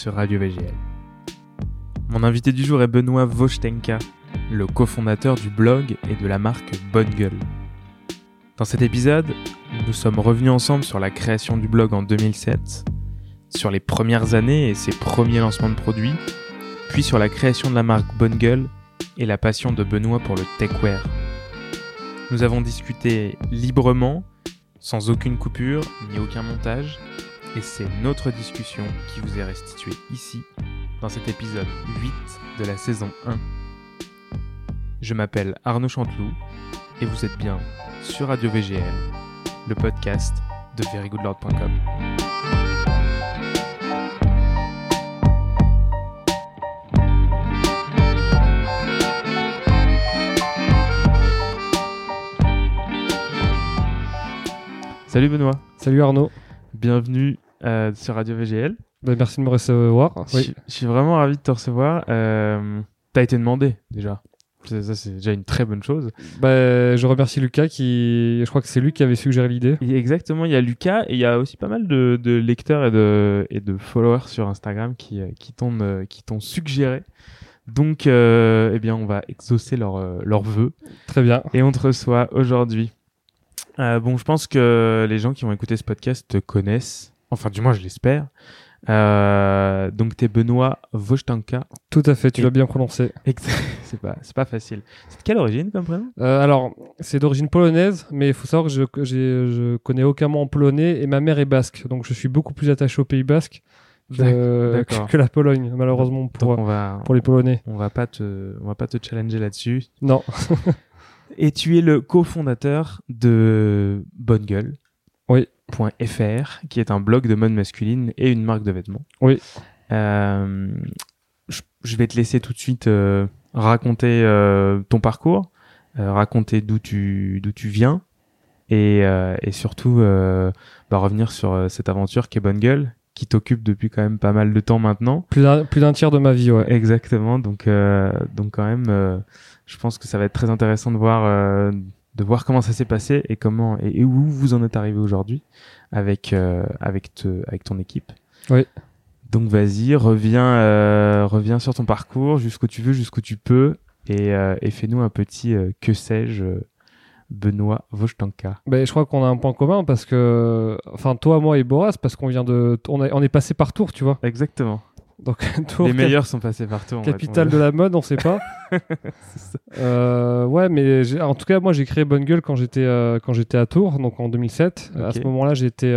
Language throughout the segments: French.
sur Radio VGL. Mon invité du jour est Benoît Vochtenka, le cofondateur du blog et de la marque Bonne Gueule. Dans cet épisode, nous sommes revenus ensemble sur la création du blog en 2007, sur les premières années et ses premiers lancements de produits, puis sur la création de la marque Bonne Gueule et la passion de Benoît pour le techwear. Nous avons discuté librement, sans aucune coupure ni aucun montage, et c'est notre discussion qui vous est restituée ici, dans cet épisode 8 de la saison 1. Je m'appelle Arnaud Chanteloup, et vous êtes bien sur Radio VGL, le podcast de verygoodlord.com. Salut Benoît. Salut Arnaud. Bienvenue sur Radio VGL. Merci de me recevoir. Oui. Je suis vraiment ravi de te recevoir. T'as été demandé déjà. Ça, c'est déjà une très bonne chose. Je remercie Lucas je crois que c'est lui qui avait suggéré l'idée. Exactement, il y a Lucas et il y a aussi pas mal de lecteurs et de followers sur Instagram qui t'ont suggéré. Donc, on va exaucer leurs vœux. Très bien. Et on te reçoit aujourd'hui. Je pense que les gens qui vont écouter ce podcast te connaissent. Enfin, du moins, je l'espère. Donc, t'es Benoît Vochtenka. Tout à fait, tu l'as bien prononcé. C'est pas facile. C'est de quelle origine comme prénom ? Alors, c'est d'origine polonaise, mais il faut savoir que je connais aucun mot en polonais et ma mère est basque. Donc, je suis beaucoup plus attaché au Pays basque que la Pologne, malheureusement, pour les Polonais. On va pas te challenger là-dessus. Non. Et tu es le cofondateur de Bonne Gueule. Oui. .fr, qui est un blog de mode masculine et une marque de vêtements. Oui. Je vais te laisser tout de suite raconter ton parcours, raconter d'où tu viens et surtout revenir sur cette aventure qui est Bonne Gueule, qui t'occupe depuis quand même pas mal de temps maintenant. Plus d'un tiers de ma vie, ouais. Exactement. Donc quand même, je pense que ça va être très intéressant de voir comment ça s'est passé et où vous en êtes arrivé aujourd'hui avec ton équipe. Oui. Donc vas-y, reviens sur ton parcours, jusqu'où tu veux, jusqu'où tu peux, et fais-nous un petit que sais-je, Benoît Vochtenka. Je crois qu'on a un point commun parce que, toi, moi et Boras, parce qu'on on est passé par Tours, tu vois. Exactement. Donc, Tours, les meilleurs sont passés par Tours. Capitale de la mode, on sait pas. C'est ça. Mais en tout cas, moi, j'ai créé Bonne Gueule quand j'étais à Tours, donc en 2007. Okay. À ce moment-là,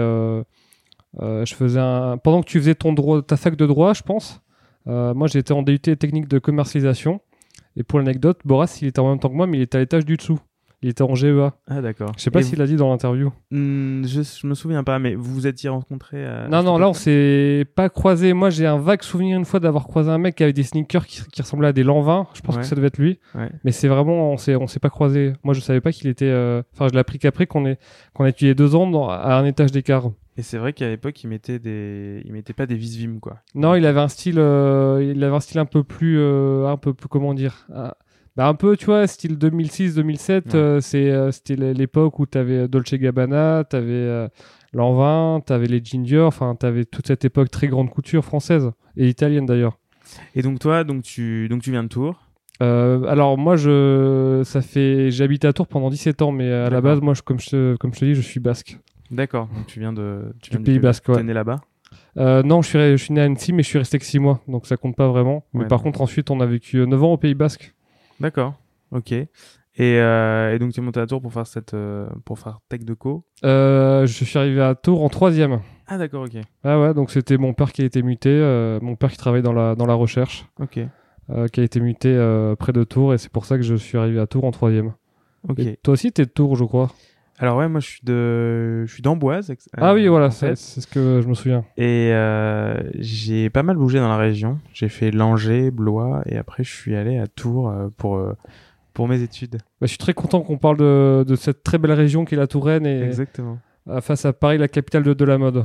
je faisais pendant que tu faisais ta fac de droit, je pense. Moi, j'étais en DUT technique de commercialisation. Et pour l'anecdote, Boras, il était en même temps que moi, mais il était à l'étage du dessous. Il était en GEA. Ah, d'accord. Je sais pas s'il l'a dit dans l'interview. Je me souviens pas, mais vous vous étiez rencontrés Non, là, on s'est pas croisés. Moi, j'ai un vague souvenir une fois d'avoir croisé un mec qui avait des sneakers qui ressemblaient à des Lanvin. Je pense que ça devait être lui. Ouais. Mais c'est vraiment, on s'est pas croisés. Moi, je savais pas qu'il était... je l'ai appris qu'après qu'on a étudié 2 ans à un étage d'écart. Et c'est vrai qu'à l'époque, il mettait pas des vis-vim, quoi. Non, il avait un style un peu plus, comment dire... un peu, tu vois, style 2006-2007, c'était l'époque où t'avais Dolce Gabbana, t'avais Lanvin, t'avais les jeans Dior, t'avais toute cette époque très grande couture française et italienne d'ailleurs. Et donc toi, tu viens de Tours. Alors moi, j'habité à Tours pendant 17 ans, mais à la base, moi, comme je te dis, je suis basque. D'accord, donc tu viens du Pays basque, ouais. T'es né là-bas ? Non, je suis né à Annecy, mais je suis resté que 6 mois, donc ça compte pas vraiment. Mais par contre, ensuite, on a vécu 9 ans au Pays basque. D'accord, ok. Et donc tu es monté à Tours pour faire Tech de Co. Je suis arrivé à Tours en 3e. Ah d'accord, ok. Ah ouais, donc c'était mon père qui a été muté, mon père qui travaille dans la recherche, ok. Qui a été muté près de Tours, et c'est pour ça que je suis arrivé à Tours en 3e. Ok. Et toi aussi t'es de Tours, je crois. Alors ouais, moi je suis d'Amboise. Oui, voilà, c'est ce que je me souviens. Et j'ai pas mal bougé dans la région. J'ai fait Langeais, Blois, et après je suis allé à Tours pour mes études. Je suis très content qu'on parle de cette très belle région qu'est la Touraine. Et exactement. Face à Paris, la capitale de la mode.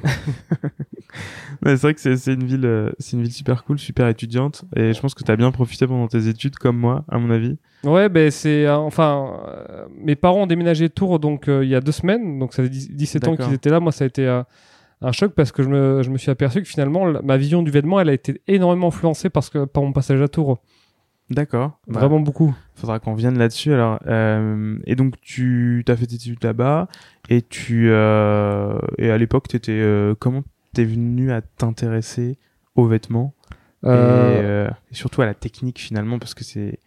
C'est vrai que c'est une ville super cool, super étudiante, et je pense que tu as bien profité pendant tes études comme moi, à mon avis. Ouais, mes parents ont déménagé de Tours donc il y a 2 semaines, donc ça fait 17 ans qu'ils étaient là. Moi, ça a été un choc parce que je me suis aperçu que finalement, ma vision du vêtement, elle a été énormément influencée par mon passage à Tours. D'accord. Vraiment beaucoup. Faudra qu'on vienne là-dessus. Alors, et donc, tu as fait tes études là-bas et et à l'époque, comment t'es venu à t'intéresser aux vêtements et surtout à la technique finalement parce que c'est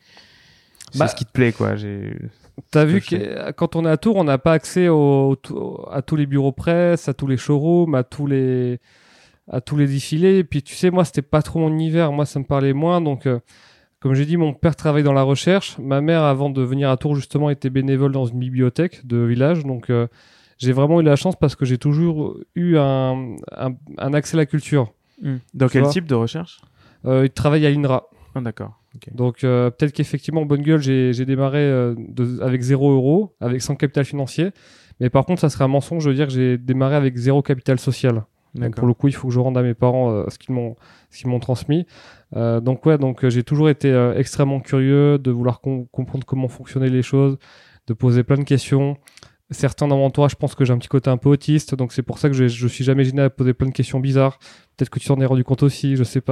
ce qui te plaît, quoi. T'as vu que quand on est à Tours, on n'a pas accès à tous les bureaux presse, à tous les showrooms, à tous les défilés. Et puis, tu sais, moi, c'était pas trop mon univers. Moi, ça me parlait moins. Donc, comme j'ai dit, mon père travaille dans la recherche. Ma mère, avant de venir à Tours, justement, était bénévole dans une bibliothèque de village. Donc, j'ai vraiment eu la chance parce que j'ai toujours eu un accès à la culture. Dans quel type de recherche? Il travaille à l'INRA. Ah, d'accord. Okay. Donc, peut-être qu'effectivement, Bonne Gueule, j'ai démarré avec 0 €, avec 100 capital financier. Mais par contre, ça serait un mensonge de dire que j'ai démarré avec 0 capital social. Donc, pour le coup, il faut que je rende à mes parents ce qu'ils m'ont transmis. Donc j'ai toujours été extrêmement curieux de vouloir comprendre comment fonctionnaient les choses, de poser plein de questions. Certains dans mon entourage pensent que j'ai un petit côté un peu autiste, donc c'est pour ça que je suis jamais gêné à poser plein de questions bizarres. Peut-être que tu t'en es rendu compte aussi, je sais pas.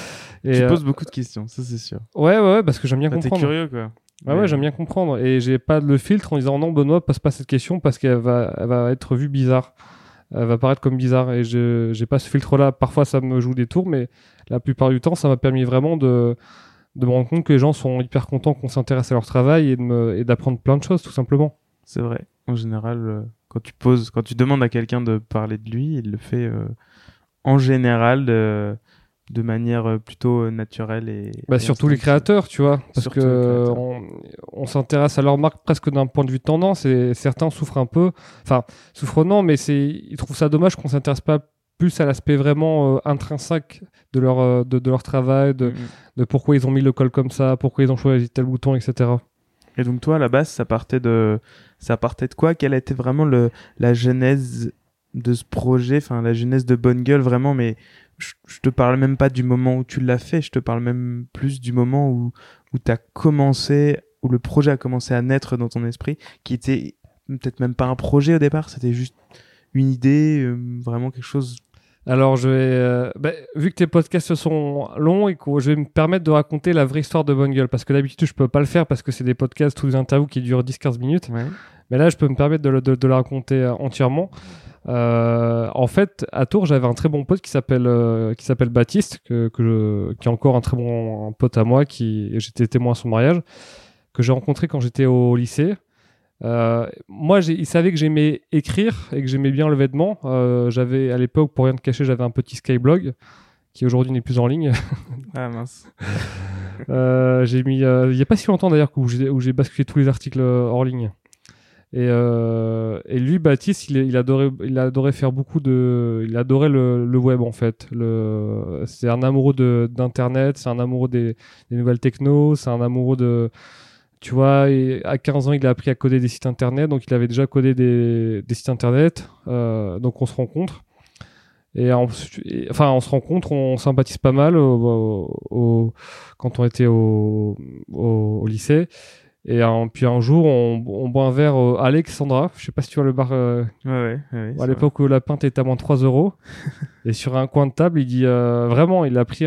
Et tu poses beaucoup de questions, ça c'est sûr. Ouais, parce que j'aime bien comprendre. T'es curieux, quoi. Ouais, j'aime bien comprendre. Et j'ai pas le filtre en disant non, Benoît, pose pas cette question parce qu'elle va être vue bizarre. Elle va paraître comme bizarre et j'ai pas ce filtre-là. Parfois, ça me joue des tours, mais la plupart du temps, ça m'a permis vraiment de me rendre compte que les gens sont hyper contents qu'on s'intéresse à leur travail et d'apprendre plein de choses, tout simplement. C'est vrai. En général, quand tu demandes à quelqu'un de parler de lui, il le fait en général de manière plutôt naturelle et surtout les créateurs, tu vois, parce que on s'intéresse à leur marque presque d'un point de vue de tendance et certains souffrent un peu, enfin souffrent non, mais ils trouvent ça dommage qu'on s'intéresse pas plus à l'aspect vraiment intrinsèque de leur travail, de pourquoi ils ont mis le col comme ça, pourquoi ils ont choisi tel bouton, etc. Et donc toi, à la base, ça partait de quoi? Quelle a été vraiment la genèse de ce projet, enfin la genèse de Bonne Gueule vraiment, mais je te parle même pas du moment où tu l'as fait, je te parle même plus du moment où t'as commencé, où le projet a commencé à naître dans ton esprit, qui était peut-être même pas un projet au départ, c'était juste une idée, vraiment quelque chose. Alors, je vais, vu que tes podcasts sont longs et que je vais me permettre de raconter la vraie histoire de Bonne Gueule, parce que d'habitude, je peux pas le faire parce que c'est des podcasts ou des interviews qui durent 10-15 minutes. Ouais. Mais là, je peux me permettre de la raconter entièrement. En fait, à Tours, j'avais un très bon pote qui s'appelle Baptiste, qui est encore un très bon pote à moi, j'étais témoin à son mariage, que j'ai rencontré quand j'étais au lycée. Moi, il savait que j'aimais écrire et que j'aimais bien le vêtement. J'avais, à l'époque, pour rien te cacher, j'avais un petit Skyblog qui aujourd'hui n'est plus en ligne. Ah mince. J'ai mis, il n'y a pas si longtemps d'ailleurs, où j'ai basculé tous les articles hors ligne. Et lui, Baptiste, il adorait faire il adorait le web en fait. C'est un amoureux d'internet, c'est un amoureux des nouvelles techno, c'est un amoureux de, tu vois, à 15 ans, il a appris à coder des sites internet, donc il avait déjà codé des sites internet. Donc on se rencontre. On se rencontre, on sympathise pas mal quand on était au lycée. Et puis un jour, on boit un verre à Alexandra. Je sais pas si tu vois le bar. Ouais, à l'époque où la pinte était à moins de 3 €. Et sur un coin de table, il dit vraiment, il a pris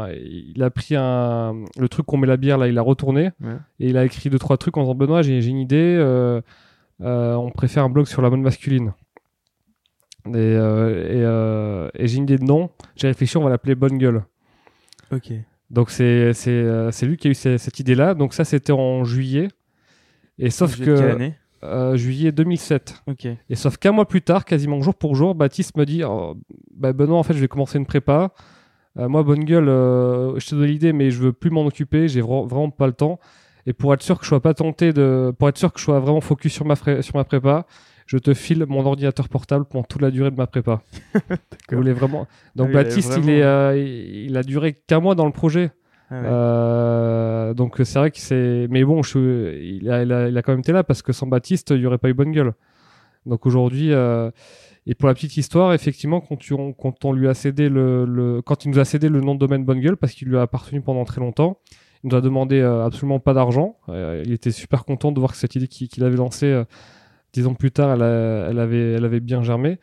le truc qu'on met la bière là, il l'a retourné. Ouais. Et il a écrit 2-3 trucs en disant Benoît, j'ai une idée. On préfère un blog sur la mode masculine. Et j'ai une idée de nom. J'ai réfléchi, on va l'appeler Bonne Gueule. Ok. Donc c'est lui qui a eu cette idée-là. Donc ça, c'était en juillet. Et sauf que quelle année juillet 2007. Ok. Et sauf qu'un mois plus tard, quasiment jour pour jour, Baptiste me dit Benoît, en fait, je vais commencer une prépa. Moi, Bonne Gueule, je te donne l'idée, mais je veux plus m'en occuper. J'ai vraiment pas le temps. Et pour être sûr que je sois pas tenté pour être sûr que je sois vraiment focus sur ma prépa, je te file mon ordinateur portable pendant toute la durée de ma prépa. Vous voulez vraiment. Donc Baptiste, il a duré qu'un mois dans le projet. Ah ouais. Donc c'est vrai que mais bon, il a quand même été là parce que sans Baptiste, il y aurait pas eu Bonne Gueule. Donc aujourd'hui, et pour la petite histoire, effectivement, quand on lui a cédé quand il nous a cédé le nom de domaine Bonne Gueule parce qu'il lui a appartenu pendant très longtemps, il nous a demandé absolument pas d'argent. Il était super content de voir que cette idée qu'il avait lancée 10 ans plus tard, elle avait bien germé.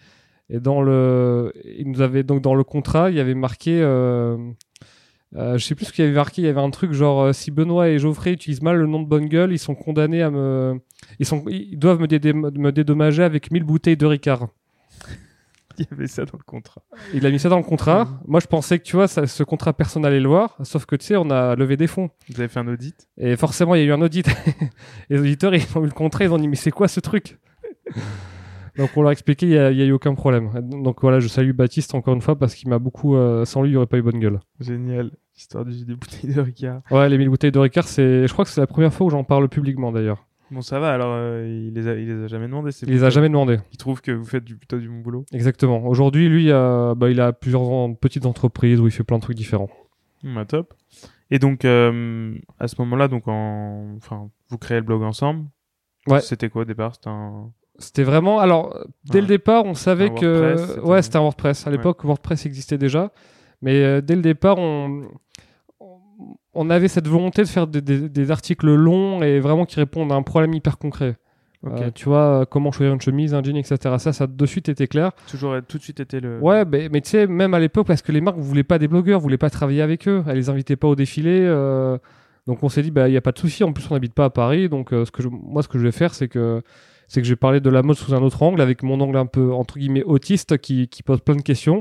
Et il nous avait donc dans le contrat, il y avait marqué, je sais plus ce qu'il y avait marqué, il y avait un truc genre si Benoît et Geoffrey utilisent mal le nom de Bonne Gueule, ils sont condamnés ils doivent me dédommager avec 1000 bouteilles de Ricard. Il y avait ça dans le contrat. Il a mis ça dans le contrat. Moi, je pensais que tu vois, ce contrat, personne n'allait le voir. Sauf que tu sais, on a levé des fonds. Vous avez fait un audit? Et forcément, il y a eu un audit. Les auditeurs, ils ont eu le contrat, ils ont dit mais c'est quoi ce truc? Donc on leur a expliqué, il y a eu aucun problème. Donc voilà, je salue Baptiste encore une fois parce qu'il m'a beaucoup. Sans lui, il n'y aurait pas eu Bonne Gueule. Génial. Histoire des bouteilles de Ricard. Ouais, les 1000 bouteilles de Ricard, je crois que c'est la première fois où j'en parle publiquement d'ailleurs. Bon, ça va, alors il les a jamais demandé. Il les a jamais demandé. Il trouve que vous faites plutôt du bon boulot. Exactement. Aujourd'hui, lui, il a plusieurs petites entreprises où il fait plein de trucs différents. Top. Et donc, à ce moment-là, vous créez le blog ensemble. Ouais. C'était quoi au départ? C'était vraiment... Alors, dès le départ, on savait que... WordPress, c'était un WordPress. À l'époque, WordPress existait déjà. Mais dès le départ, on avait cette volonté de faire des articles longs et vraiment qui répondent à un problème hyper concret. Okay. Tu vois, comment choisir une chemise, un jean, etc. Ça de suite était clair. Tout de suite été le... Ouais, mais tu sais, même à l'époque, parce que les marques ne voulaient pas des blogueurs, ne voulaient pas travailler avec eux. Elles les invitaient pas au défilé. Donc on s'est dit, il n'y a pas de souci. En plus, on n'habite pas à Paris. Donc ce que je vais faire, c'est que je vais parler de la mode sous un autre angle, avec mon angle un peu, entre guillemets, autiste, qui pose plein de questions.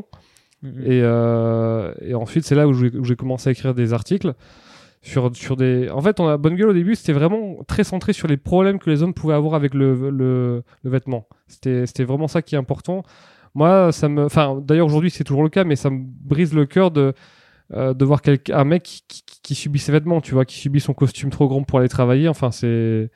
Et ensuite, c'est là où j'ai commencé à écrire des articles. Sur des... En fait, Bonne Gueule au début, c'était vraiment très centré sur les problèmes que les hommes pouvaient avoir avec le vêtement. C'était vraiment ça qui est important. Moi, d'ailleurs aujourd'hui c'est toujours le cas, mais ça me brise le cœur de voir un mec qui subit ses vêtements, tu vois, qui subit son costume trop grand pour aller travailler. Enfin, c'est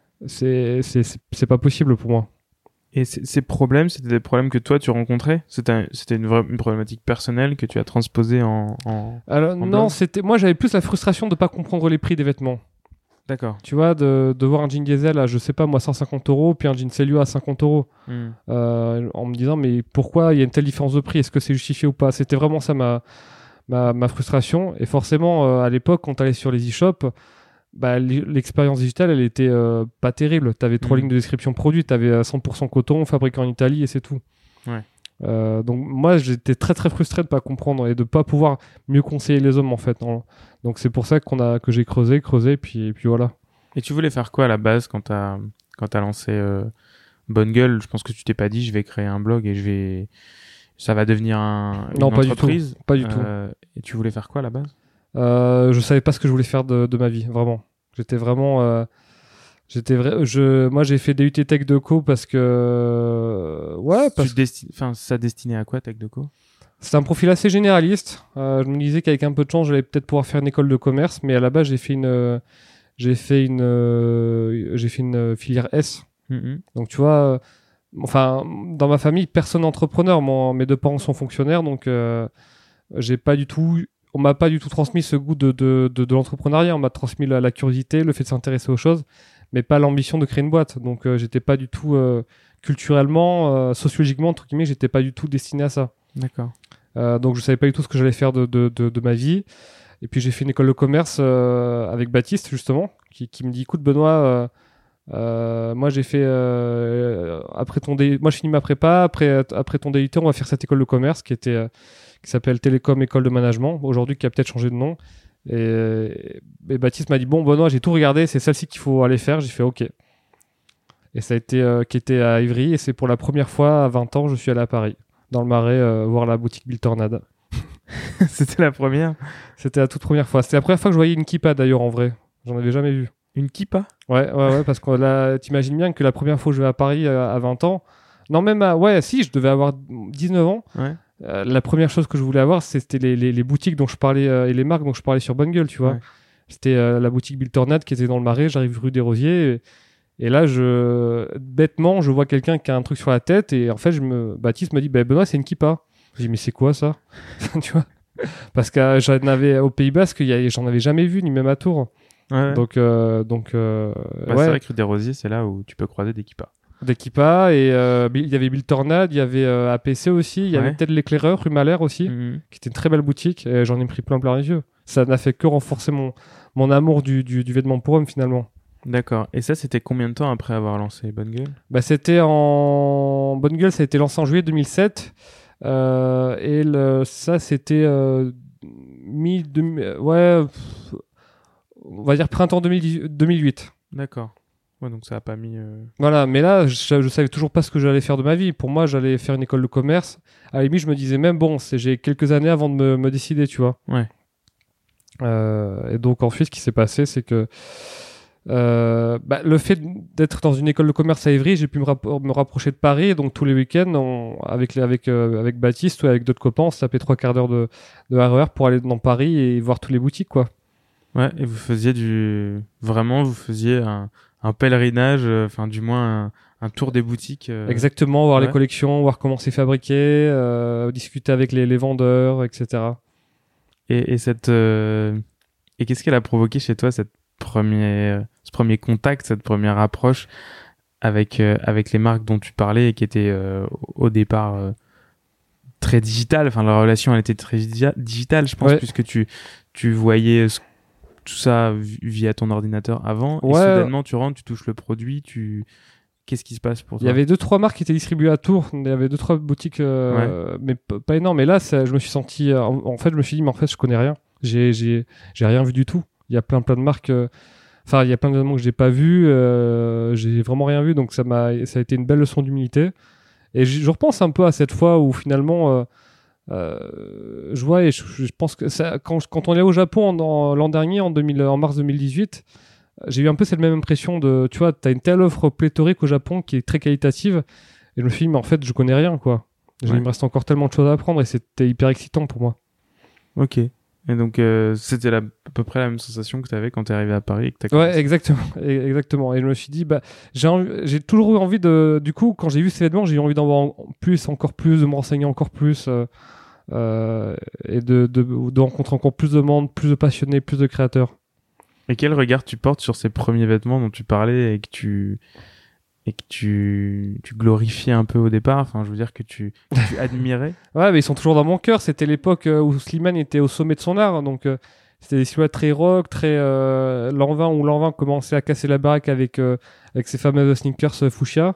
pas possible pour moi. Et ces problèmes, c'était des problèmes que toi tu rencontrais? C'était une problématique personnelle que tu as transposée Alors non, moi j'avais plus la frustration de pas comprendre les prix des vêtements. D'accord. Tu vois, de voir un jean diesel à, je sais pas moi, 150 €, puis un jean Célio à 50 €. En me disant, mais pourquoi il y a une telle différence de prix? Est-ce que c'est justifié ou pas? C'était vraiment ça ma frustration. Et forcément, à l'époque, quand tu allais sur les e-shops, l'expérience digitale, elle était pas terrible. Tu avais 3 lignes de description produit, tu avais 100% coton, fabriqué en Italie, et c'est tout. Ouais. Donc moi, j'étais très très frustré de pas comprendre et de pas pouvoir mieux conseiller les hommes en fait. Donc c'est pour ça que j'ai creusé, puis voilà. Et tu voulais faire quoi à la base quand t'as lancé Bonne Gueule? Je pense que tu t'es pas dit je vais créer un blog et ça va devenir une entreprise. Pas du tout. Et tu voulais faire quoi à la base? Je savais pas ce que je voulais faire de ma vie, vraiment. J'étais vraiment... Moi, j'ai fait DUT Tech Deco parce que... ça destinait à quoi, Tech Deco? C'est un profil assez généraliste. Je me disais qu'avec un peu de chance, j'allais peut-être pouvoir faire une école de commerce, mais à la base, j'ai fait une filière S. Donc, tu vois... dans ma famille, personne n'est entrepreneur. Mes 2 parents sont fonctionnaires, donc on m'a pas du tout transmis ce goût de l'entrepreneuriat. On m'a transmis la curiosité, le fait de s'intéresser aux choses, mais pas l'ambition de créer une boîte. Donc j'étais pas du tout culturellement, sociologiquement, entre guillemets, j'étais pas du tout destiné à ça. D'accord. Donc je savais pas du tout ce que j'allais faire de ma vie. Et puis j'ai fait une école de commerce avec Baptiste justement, qui me dit, écoute Benoît, moi j'ai fait moi je finis ma prépa, après ton DUT on va faire cette école de commerce qui s'appelle Télécom École de Management, aujourd'hui qui a peut-être changé de nom. Et Baptiste m'a dit, bon Benoît, j'ai tout regardé, c'est celle-ci qu'il faut aller faire. J'ai fait ok. Et ça a été qui était à Ivry, et c'est pour la première fois à 20 ans je suis allé à Paris, dans le Marais, voir la boutique Bill Tornade. C'était la première? C'était la toute première fois. C'était la première fois que je voyais une kippa d'ailleurs en vrai. J'en avais jamais vu. Une kippa? Ouais, parce que là, t'imagines bien que la première fois que je vais à Paris à 20 ans, non même je devais avoir 19 ans. Ouais. La première chose que je voulais avoir, c'était les boutiques dont je parlais et les marques dont je parlais sur Bonne Gueule, tu vois. Ouais. C'était la boutique Bill Tornade qui était dans le Marais, j'arrive rue des Rosiers et là, bêtement, je vois quelqu'un qui a un truc sur la tête et en fait, Baptiste me dit, Benoît, c'est une kippa. Je dis, mais c'est quoi ça? Tu vois? Parce que j'en avais au Pays Basque, j'en avais jamais vu, ni même à Tours. Ouais. Donc c'est vrai que rue des Rosiers, c'est là où tu peux croiser des kippas. Des kippas, et il y avait Bill Tornade, il y avait APC aussi, il y avait peut-être l'éclaireur, rue Malher aussi, qui était une très belle boutique, et j'en ai pris plein les yeux. Ça n'a fait que renforcer mon amour du vêtement pour homme finalement. D'accord. Et ça, c'était combien de temps après avoir lancé Bonne Gueule? Bonne Gueule, ça a été lancé en juillet 2007. Ça, c'était on va dire printemps 2008. D'accord. Ouais, donc ça a pas mis... Voilà, mais là, je savais toujours pas ce que j'allais faire de ma vie. Pour moi, j'allais faire une école de commerce. À la limite, je me disais même, j'ai quelques années avant de me décider, tu vois. Ouais. Et donc, ensuite, ce qui s'est passé, c'est que le fait d'être dans une école de commerce à Évry, j'ai pu me rapprocher de Paris. Et donc, tous les week-ends, avec Baptiste ou avec d'autres copains, on se tapait 3/4 d'heure de RER pour aller dans Paris et voir toutes les boutiques, quoi. Ouais, et vous faisiez vous faisiez un pèlerinage, enfin du moins un tour des boutiques. Exactement, voir les collections, voir comment c'est fabriqué, discuter avec les vendeurs, etc. Et qu'est-ce qu'elle a provoqué chez toi ce premier contact, cette première approche avec les marques dont tu parlais et qui étaient au départ très digitales. Enfin, la relation elle était très digitale, je pense, puisque tu voyais tout ça via ton ordinateur avant, et soudainement tu rentres, tu touches le produit, qu'est-ce qui se passe pour toi? Il y avait 2-3 marques qui étaient distribuées à Tours, il y avait 2-3 boutiques, mais pas énormes. Et là, je me suis senti, en fait, je me suis dit, mais en fait, je connais rien. J'ai rien vu du tout. Il y a plein de marques, il y a plein d'événements que j'ai pas vus, j'ai vraiment rien vu, donc ça a été une belle leçon d'humilité. Et je repense un peu à cette fois où finalement, je vois, et je pense que quand on est au Japon l'an dernier, en mars 2018, j'ai eu un peu cette même impression de, tu vois, t'as une telle offre pléthorique au Japon qui est très qualitative, et je me suis dit, mais en fait, je connais rien, quoi. Il me reste encore tellement de choses à apprendre, et c'était hyper excitant pour moi. Ok. Et donc, c'était à peu près la même sensation que tu avais quand tu es arrivé à Paris et que tu as commencé. Ouais, exactement. Et je me suis dit, j'ai toujours eu envie du coup, quand j'ai vu ces événements, j'ai eu envie d'en voir encore plus, de me renseigner encore plus, et de rencontrer encore plus de monde, plus de passionnés, plus de créateurs. Et quel regard tu portes sur ces premiers vêtements dont tu parlais et que tu glorifiais un peu au départ, enfin je veux dire que tu admirais? Ouais, mais ils sont toujours dans mon cœur. C'était l'époque où Slimane était au sommet de son art, donc c'était des silhouettes très rock, très Lanvin, où Lanvin commençait à casser la baraque avec ses fameuses sneakers fuchsia.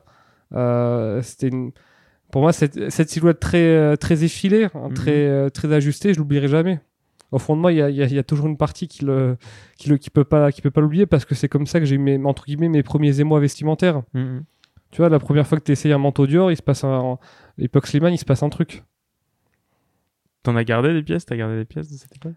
Pour moi, cette silhouette très effilée, très ajustée, je l'oublierai jamais. Au fond de moi, il y a toujours une partie qui peut pas l'oublier, parce que c'est comme ça que j'ai eu entre guillemets mes premiers émois vestimentaires. Tu vois, la première fois que tu essayes un manteau Dior, l'époque Slimane, il se passe un truc. T'en as gardé des pièces? T'as gardé des pièces de cette époque?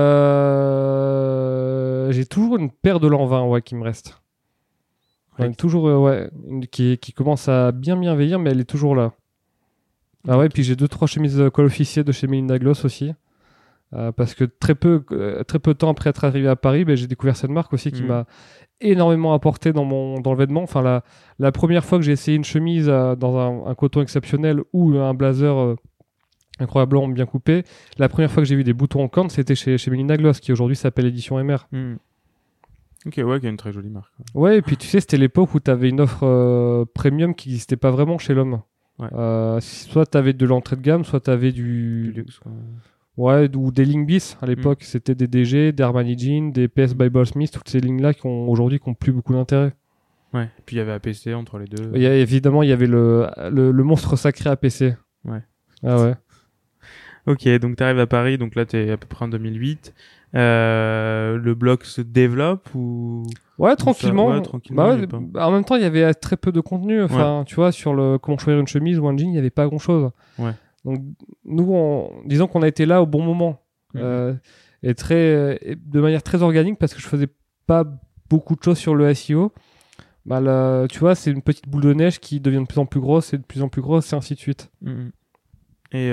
J'ai toujours une paire de Lanvin, qui me reste. Toujours, qui commence à bien vieillir, mais elle est toujours là. Ah ouais, puis j'ai 2-3 chemises col officier de chez Melinda Gloss aussi. Parce que très peu de temps après être arrivé à Paris, j'ai découvert cette marque aussi qui m'a énormément apporté dans le vêtement. Enfin, la première fois que j'ai essayé une chemise dans un coton exceptionnel ou un blazer incroyablement bien coupé, la première fois que j'ai vu des boutons en corne, c'était chez Melinda Gloss, qui aujourd'hui s'appelle Édition MR. Ok, ouais, qui est une très jolie marque. Ouais, et puis tu sais, c'était l'époque où tu avais une offre premium qui n'existait pas vraiment chez l'homme. Ouais. Soit tu avais de l'entrée de gamme, soit tu avais du luxe. Ouais, ou des lignes bis à l'époque, c'était des DG, des Armani Jeans, des PS by Ball Smith, toutes ces lignes-là qui ont plus beaucoup d'intérêt. Ouais, et puis il y avait APC entre les deux. Évidemment, il y avait le monstre sacré APC. Ouais. Ah ouais. Ok, donc tu arrives à Paris, donc là tu es à peu près en 2008. Le blog se développe ou... Ouais, tranquillement. En même temps, il y avait très peu de contenu. Enfin, tu vois, sur comment choisir une chemise ou un jean, il n'y avait pas grand-chose. Ouais. Donc, nous, disons qu'on a été là au bon moment. Et de manière très organique, parce que je faisais pas beaucoup de choses sur le SEO. Tu vois, c'est une petite boule de neige qui devient de plus en plus grosse et de plus en plus grosse, et ainsi de suite. Et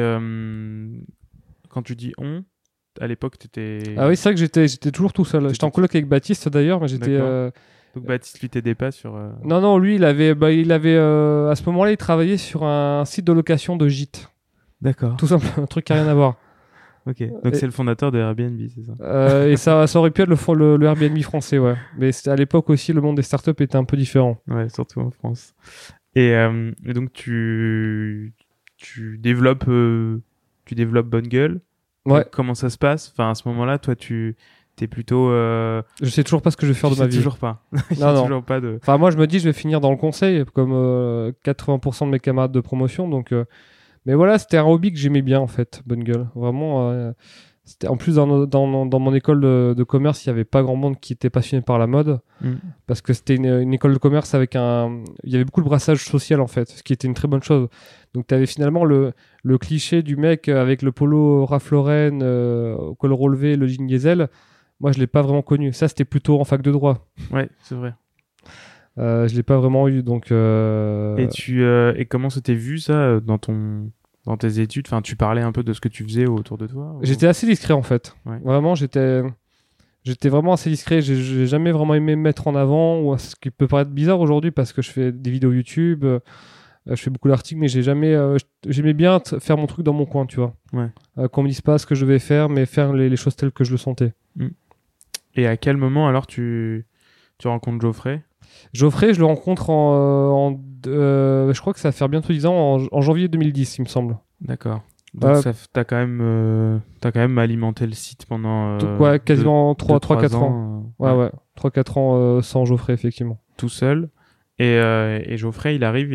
quand tu dis on, à l'époque, t'étais... Ah oui, c'est vrai que j'étais toujours tout seul. J'étais en coloc avec Baptiste d'ailleurs, mais j'étais... Donc Baptiste, lui, t'aidait pas sur... Non, lui, il avait à ce moment-là, il travaillait sur un site de location de gîtes. D'accord. Tout simple, un truc qui n'a rien à voir. Ok, donc c'est le fondateur de Airbnb, c'est ça? Et ça aurait pu être le Airbnb français, ouais. Mais à l'époque aussi, le monde des startups était un peu différent. Ouais, surtout en France. Et donc tu développes Bonne Gueule. Ouais. Comment ça se passe? Enfin, à ce moment-là, toi, t'es T'es plutôt... Je sais toujours pas ce que je vais faire de ma vie. Toujours pas. Non. Toujours pas de... Enfin, moi, je me dis, je vais finir dans le conseil, comme 80% de mes camarades de promotion. Donc, mais voilà, c'était un hobby que j'aimais bien, en fait, Bonne Gueule. Vraiment, c'était... En plus, dans mon école de commerce, il n'y avait pas grand monde qui était passionné par la mode. Parce que c'était une école de commerce avec un... Il y avait beaucoup de brassage social, en fait, ce qui était une très bonne chose. Donc, tu avais finalement le cliché du mec avec le polo Ralph Lauren, au col relevé, le jean diesel. Moi, je l'ai pas vraiment connu. Ça, c'était plutôt en fac de droit. Ouais, c'est vrai. Je l'ai pas vraiment eu, donc. Et comment c'était vu ça dans tes études? Enfin, tu parlais un peu de ce que tu faisais autour de toi? J'étais assez discret en fait. Ouais. Vraiment, j'étais vraiment assez discret. J'ai jamais vraiment aimé me mettre en avant, ou ce qui peut paraître bizarre aujourd'hui parce que je fais des vidéos YouTube, je fais beaucoup d'articles, mais j'aimais bien faire mon truc dans mon coin, tu vois. Ouais. Qu'on me dise pas ce que je vais faire, mais faire les choses telles que je le sentais. Et à quel moment alors tu rencontres Geoffrey? Geoffrey, je le rencontre je crois que ça va faire bientôt 10 ans, en janvier 2010, il me semble. D'accord. Donc t'as quand même alimenté le site pendant quasiment 3-4 ans. ans. Ouais, 3-4 ans sans Geoffrey, effectivement. Tout seul. Et Geoffrey, il arrive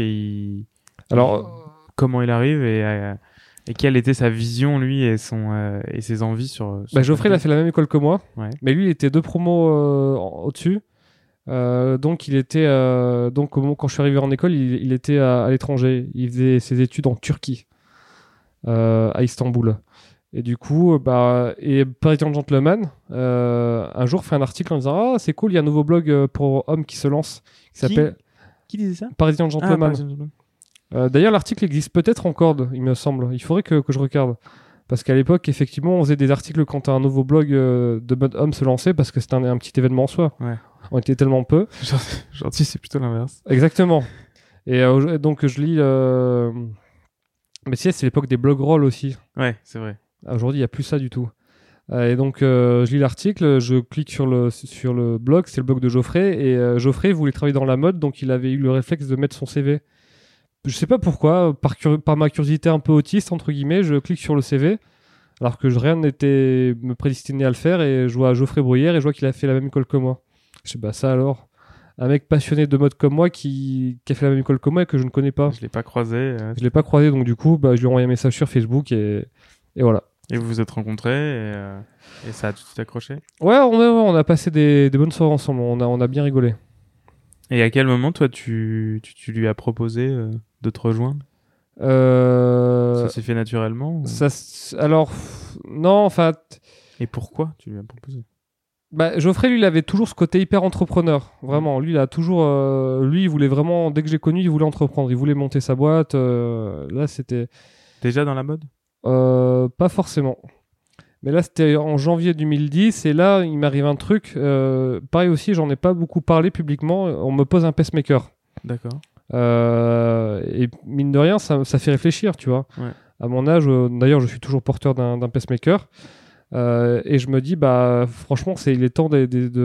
comment il arrive et quelle était sa vision, lui, et ses envies sur Geoffrey, il a fait la même école que moi, ouais. Mais lui, il était 2 promos au-dessus. Donc, il était quand je suis arrivé en école, il était à l'étranger. Il faisait ses études en Turquie, à Istanbul. Et du coup, et Parisian Gentleman, un jour fait un article en disant c'est cool, il y a un nouveau blog pour hommes qui se lance, qui s'appelle. Qui disait ça? Parisian Gentleman. D'ailleurs, l'article existe peut-être encore, il me semble. Il faudrait que je regarde. Parce qu'à l'époque, effectivement, on faisait des articles quand un nouveau blog de mode homme se lançait, parce que c'était un petit événement en soi. Ouais. On était tellement peu. Gentil, c'est plutôt l'inverse. Exactement. Et donc, je lis... Mais c'est l'époque des blogrolls aussi. Ouais, c'est vrai. Aujourd'hui, il n'y a plus ça du tout. Et donc, je lis l'article, je clique sur le blog, c'est le blog de Geoffrey, et Geoffrey voulait travailler dans la mode, donc il avait eu le réflexe de mettre son CV. Je sais pas pourquoi, par ma curiosité un peu autiste, entre guillemets, je clique sur le CV, alors que rien n'était me prédestiné à le faire, et je vois Geoffrey Bruyère, et je vois qu'il a fait la même école que moi. Je sais, ça alors, un mec passionné de mode comme moi, qui a fait la même école que moi, et que je ne connais pas. Je l'ai pas croisé. Je l'ai pas croisé, donc du coup, je lui ai envoyé un message sur Facebook, et voilà. Et vous vous êtes rencontrés, et ça a tout de suite accroché? Ouais, on a passé des bonnes soirées ensemble, on a bien rigolé. Et à quel moment, toi, tu lui as proposé de te rejoindre? Ça s'est fait naturellement? Alors, non, enfin... Et pourquoi tu lui as proposé? Geoffrey, lui, il avait toujours ce côté hyper entrepreneur. Vraiment, lui, il a toujours... lui, il voulait vraiment... Dès que j'ai connu, il voulait entreprendre. Il voulait monter sa boîte. Là, c'était... Déjà dans la mode? Pas forcément. Mais là, c'était en janvier 2010, et là, il m'arrive un truc. Pareil aussi, j'en ai pas beaucoup parlé publiquement. On me pose un pacemaker. D'accord. Et mine de rien, ça fait réfléchir, tu vois. Ouais. À mon âge, d'ailleurs, je suis toujours porteur d'un pacemaker. Et je me dis, franchement, il est temps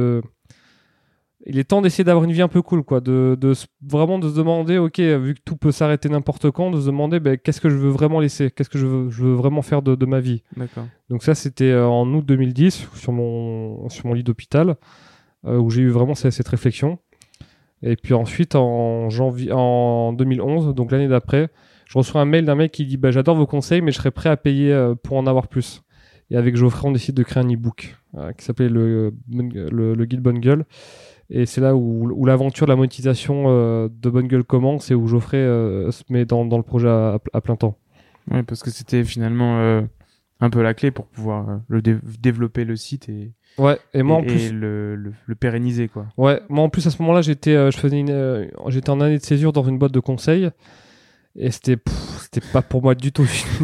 il est temps d'essayer d'avoir une vie un peu cool, quoi. Vraiment de se demander, ok, vu que tout peut s'arrêter n'importe quand, de se demander qu'est-ce que je veux vraiment laisser, qu'est-ce que je veux vraiment faire de ma vie. D'accord. Donc ça, c'était en août 2010, sur mon lit d'hôpital, où j'ai eu vraiment cette réflexion. Et puis ensuite, en 2011, donc l'année d'après, je reçois un mail d'un mec qui dit j'adore vos conseils, mais je serais prêt à payer pour en avoir plus. Et avec Geoffrey, on décide de créer un e-book qui s'appelait le guide Bonne Gueule. Et c'est là où l'aventure de la monétisation de Bonne Gueule commence, et où Geoffrey se met dans le projet à plein temps. Ouais, parce que c'était finalement un peu la clé pour pouvoir développer le site et moi en plus le pérenniser, quoi. Ouais, moi en plus à ce moment-là, j'étais en année de césure dans une boîte de conseil, et c'était pas pour moi du tout.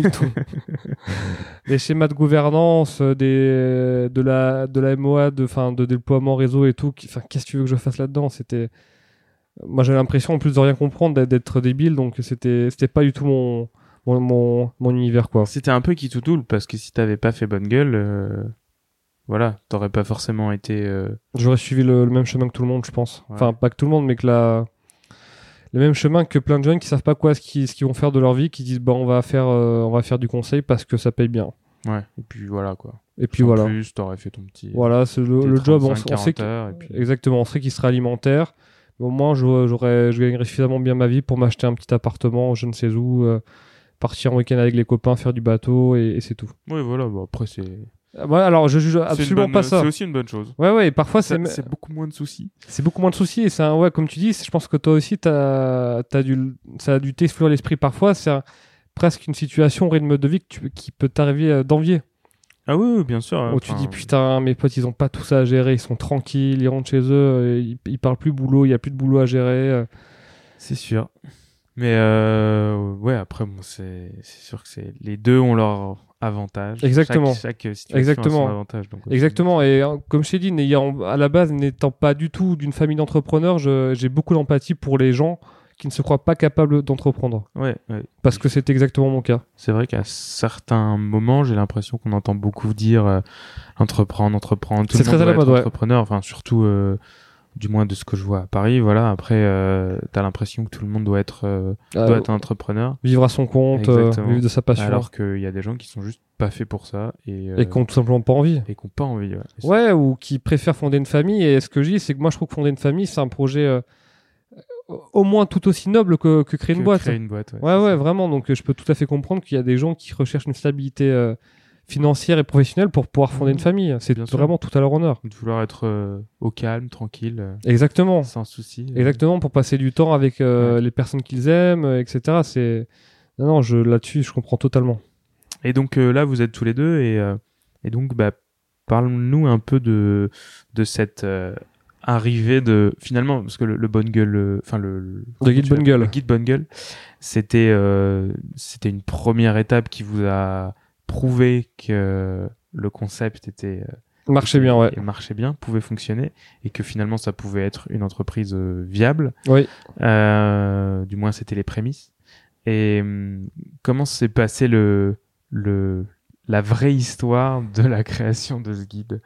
Les schémas de gouvernance, de la MOA, de déploiement réseau et tout, qu'est-ce que tu veux que je fasse là-dedans? Moi j'avais l'impression en plus de rien comprendre, d'être débile, donc c'était pas du tout mon univers, quoi. C'était un peu qui tout double, parce que si t'avais pas fait Bonne Gueule, voilà, t'aurais pas forcément été... J'aurais suivi le même chemin que tout le monde, je pense. Ouais. Enfin, pas que tout le monde, mais que le même chemin que plein de jeunes qui savent pas ce qu'ils vont faire de leur vie, qui disent on va faire du conseil parce que ça paye bien. Ouais, et puis voilà quoi. Et puis voilà. En plus, t'aurais fait ton petit. Voilà, c'est le job, on sait puis... exactement, on sait qu'il sera alimentaire. Mais au moins, je gagnerais suffisamment bien ma vie pour m'acheter un petit appartement, je ne sais où, partir en week-end avec les copains, faire du bateau, et c'est tout. Oui, voilà, bon, après c'est. Ouais, alors je juge absolument pas ça. C'est aussi une bonne chose. Ouais, et parfois c'est beaucoup moins de soucis. C'est beaucoup moins de soucis, et ouais, comme tu dis, je pense que toi aussi, ça a dû t'explorer l'esprit parfois. C'est presque une situation, rythme de vie qui peut t'arriver d'envier. Ah oui, bien sûr. Où tu dis putain, mes potes ils ont pas tout ça à gérer, ils sont tranquilles, ils rentrent chez eux, ils parlent plus boulot, il y a plus de boulot à gérer. C'est sûr. Mais ouais, après bon, c'est sûr que les deux ont leur avantage. Exactement. Chaque situation a son avantage. Donc exactement. Et comme je t'ai dit, à la base n'étant pas du tout d'une famille d'entrepreneurs, j'ai beaucoup d'empathie pour les gens qui ne se croient pas capables d'entreprendre. Ouais. Parce que c'est exactement mon cas. C'est vrai qu'à certains moments, j'ai l'impression qu'on entend beaucoup dire entreprendre. Tout c'est très à la mode, entrepreneur. Enfin, surtout, du moins de ce que je vois à Paris. Voilà. Après, t'as l'impression que tout le monde doit être un entrepreneur. Vivre à son compte, vivre de sa passion. Alors qu'il y a des gens qui sont juste pas faits pour ça. Et qui ont tout simplement pas envie. Et qui n'ont pas envie, ouais. Ou qui préfèrent fonder une famille. Et ce que je dis, c'est que moi, je trouve que fonder une famille, c'est un projet... au moins tout aussi noble que créer une boîte. Créer une boîte, ouais, vraiment. Donc, je peux tout à fait comprendre qu'il y a des gens qui recherchent une stabilité financière et professionnelle pour pouvoir fonder une famille. C'est vraiment tout à leur honneur. De vouloir être au calme, tranquille. Exactement. Sans souci. Exactement, pour passer du temps avec les personnes qu'ils aiment, etc. Non, là-dessus, je comprends totalement. Et donc là, vous êtes tous les deux et donc, parle-nous un peu de cette... arrivé de finalement parce que le Bonne Gueule le guide Bonne Gueule c'était une première étape qui vous a prouvé que le concept marchait bien, pouvait fonctionner et que finalement ça pouvait être une entreprise viable. Oui. Du moins c'était les prémices. Et comment s'est passé la vraie histoire de la création de ce guide?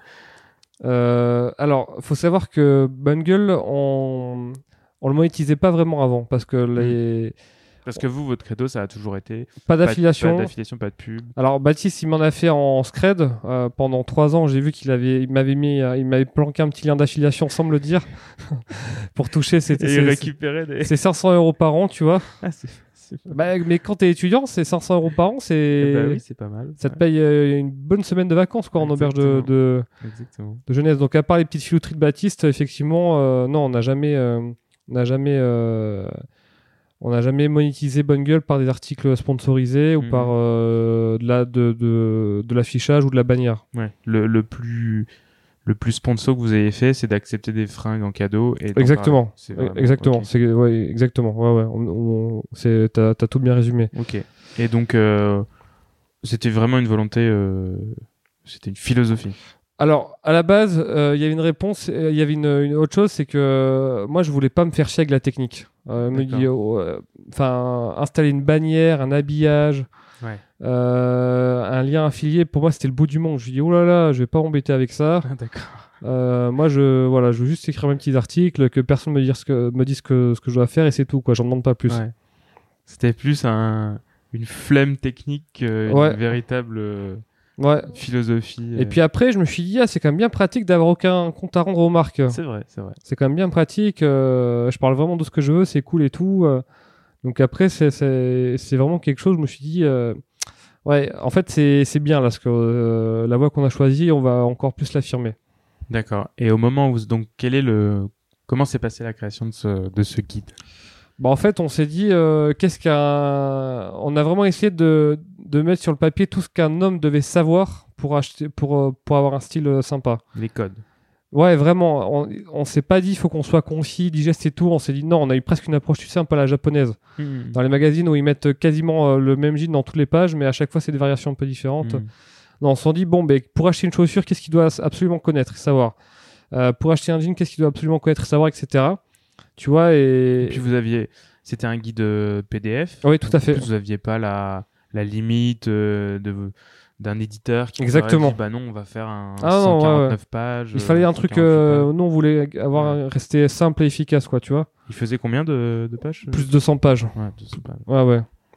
Alors, faut savoir que Bonne Gueule, on le monétisait pas vraiment avant parce que Parce que vous, votre credo, ça a toujours été pas d'affiliation, pas de pub. Alors Baptiste, il m'en a fait en scred pendant 3 ans. J'ai vu il m'avait planqué un petit lien d'affiliation sans me le dire pour toucher. C'est 500 € par an, tu vois. Ah, mais quand t'es étudiant, c'est 500 € par an, oui, c'est pas mal. Ça te paye une bonne semaine de vacances, quoi, en auberge de jeunesse. Donc, à part les petites filouteries de Baptiste, effectivement, non, on n'a jamais monétisé Bonne Gueule par des articles sponsorisés ou par de l'affichage ou de la bannière. Ouais. Le plus sponsor que vous avez fait, c'est d'accepter des fringues en cadeau. Exactement. Exactement. Okay. Exactement. Ouais. T'as tout bien résumé. Ok. Et donc, c'était vraiment une volonté, c'était une philosophie. Alors, à la base, il y avait une réponse, il y avait une autre chose, c'est que moi, je voulais pas me faire chier avec la technique. Installer une bannière, un habillage, un lien affilié, pour moi, c'était le bout du monde. Je me dis, oh là là, je vais pas m'embêter avec ça. Ah, d'accord. Moi, je veux juste écrire mes petits articles, que personne me dise ce que je dois faire et c'est tout, quoi. J'en demande pas plus. Ouais. C'était plus une flemme technique qu'une véritable... philosophie. Et puis après, je me suis dit, c'est quand même bien pratique d'avoir aucun compte à rendre aux marques. C'est vrai. C'est quand même bien pratique. Je parle vraiment de ce que je veux, c'est cool et tout. Donc après, c'est vraiment quelque chose. Je me suis dit, en fait, c'est bien là, parce que la voie qu'on a choisie, on va encore plus l'affirmer. D'accord. Et au moment où donc, comment s'est passée la création de ce guide? En fait, on s'est dit, on a vraiment essayé de mettre sur le papier tout ce qu'un homme devait savoir pour avoir un style sympa. Les codes. Ouais, vraiment. On s'est pas dit, il faut qu'on soit concis, digeste et tout. On s'est dit, non, on a eu presque une approche, tu sais, un peu à la japonaise. Dans les magazines où ils mettent quasiment le même jean dans toutes les pages, mais à chaque fois, c'est des variations un peu différentes. Non, on s'est dit, pour acheter une chaussure, qu'est-ce qu'il doit absolument connaître et savoir? Pour acheter un jean, qu'est-ce qu'il doit absolument connaître et savoir, etc. Tu vois, et puis c'était un guide PDF. Oui, tout à fait. Vous aviez pas la limite d'un éditeur qui exactement. Vous aurait dit, non, on va faire un 149 pages. Il fallait un truc, nous on voulait rester simple et efficace, quoi, tu vois. Il faisait combien de pages? Plus de 200 pages. Ouais, 200 pages. Ouais.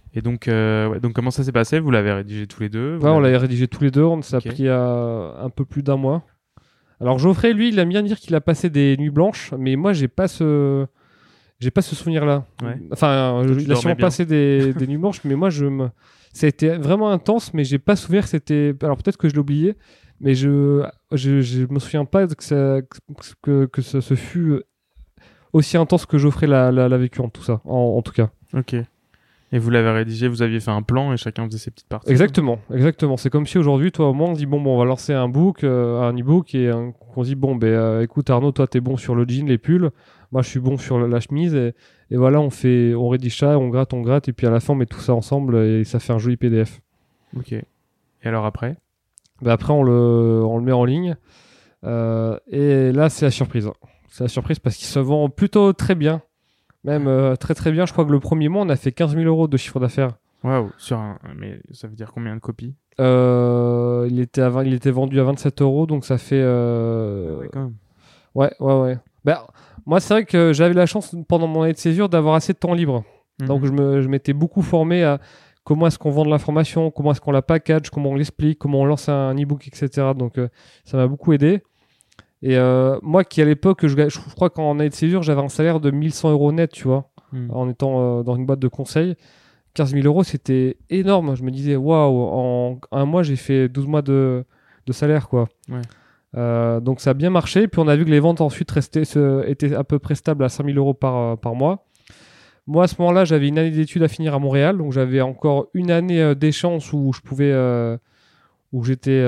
Et donc, donc comment ça s'est passé? Vous l'avez rédigé tous les deux? On l'avait rédigé tous les deux. Ça a pris un peu plus d'un mois. Alors Geoffrey, lui, il aime bien dire qu'il a passé des nuits blanches, mais moi, j'ai pas ce souvenir-là. Ouais. Enfin, il a sûrement passé des nuits blanches, mais moi, ça a été vraiment intense, mais j'ai pas souvenir que c'était. Alors peut-être que je l'ai oublié, mais je me souviens pas que ce fut aussi intense que Geoffrey l'a vécu en tout ça, en tout cas. Ok. Et vous l'avez rédigé, vous aviez fait un plan et chacun faisait ses petites parties. Exactement. C'est comme si aujourd'hui, toi, au moins, on dit bon, on va lancer un book, un e-book, et qu'on dit bon, écoute Arnaud, toi, t'es bon sur le jean, les pulls, moi, je suis bon sur la chemise, et voilà, on rédige ça, on gratte, et puis à la fin, on met tout ça ensemble, et ça fait un joli PDF. Ok. Et alors après? Après, on le met en ligne, et là, c'est la surprise. C'est la surprise parce qu'il se vend plutôt très bien. Même très très bien. Je crois que le premier mois, on a fait 15 000 € de chiffre d'affaires. Waouh, mais ça veut dire combien de copies? Il était vendu à 27 €, donc ça fait. Ouais, quand même. Ouais. Moi, c'est vrai que j'avais la chance pendant mon année de césure d'avoir assez de temps libre. Donc je m'étais beaucoup formé à comment est-ce qu'on vend de l'information, comment est-ce qu'on la package, comment on l'explique, comment on lance un e-book, etc. Donc ça m'a beaucoup aidé. Et moi qui à l'époque, je crois qu'en année de césure, j'avais un salaire de 1 100 € net, tu vois, en étant dans une boîte de conseil. 15 000 € c'était énorme. Je me disais, waouh, en un mois, j'ai fait 12 mois de salaire, quoi. Ouais. Donc ça a bien marché. Puis on a vu que les ventes ensuite étaient à peu près stables à 5 000 € par mois. Moi, à ce moment-là, j'avais une année d'études à finir à Montréal. Donc j'avais encore une année d'échéance où je pouvais. Où j'étais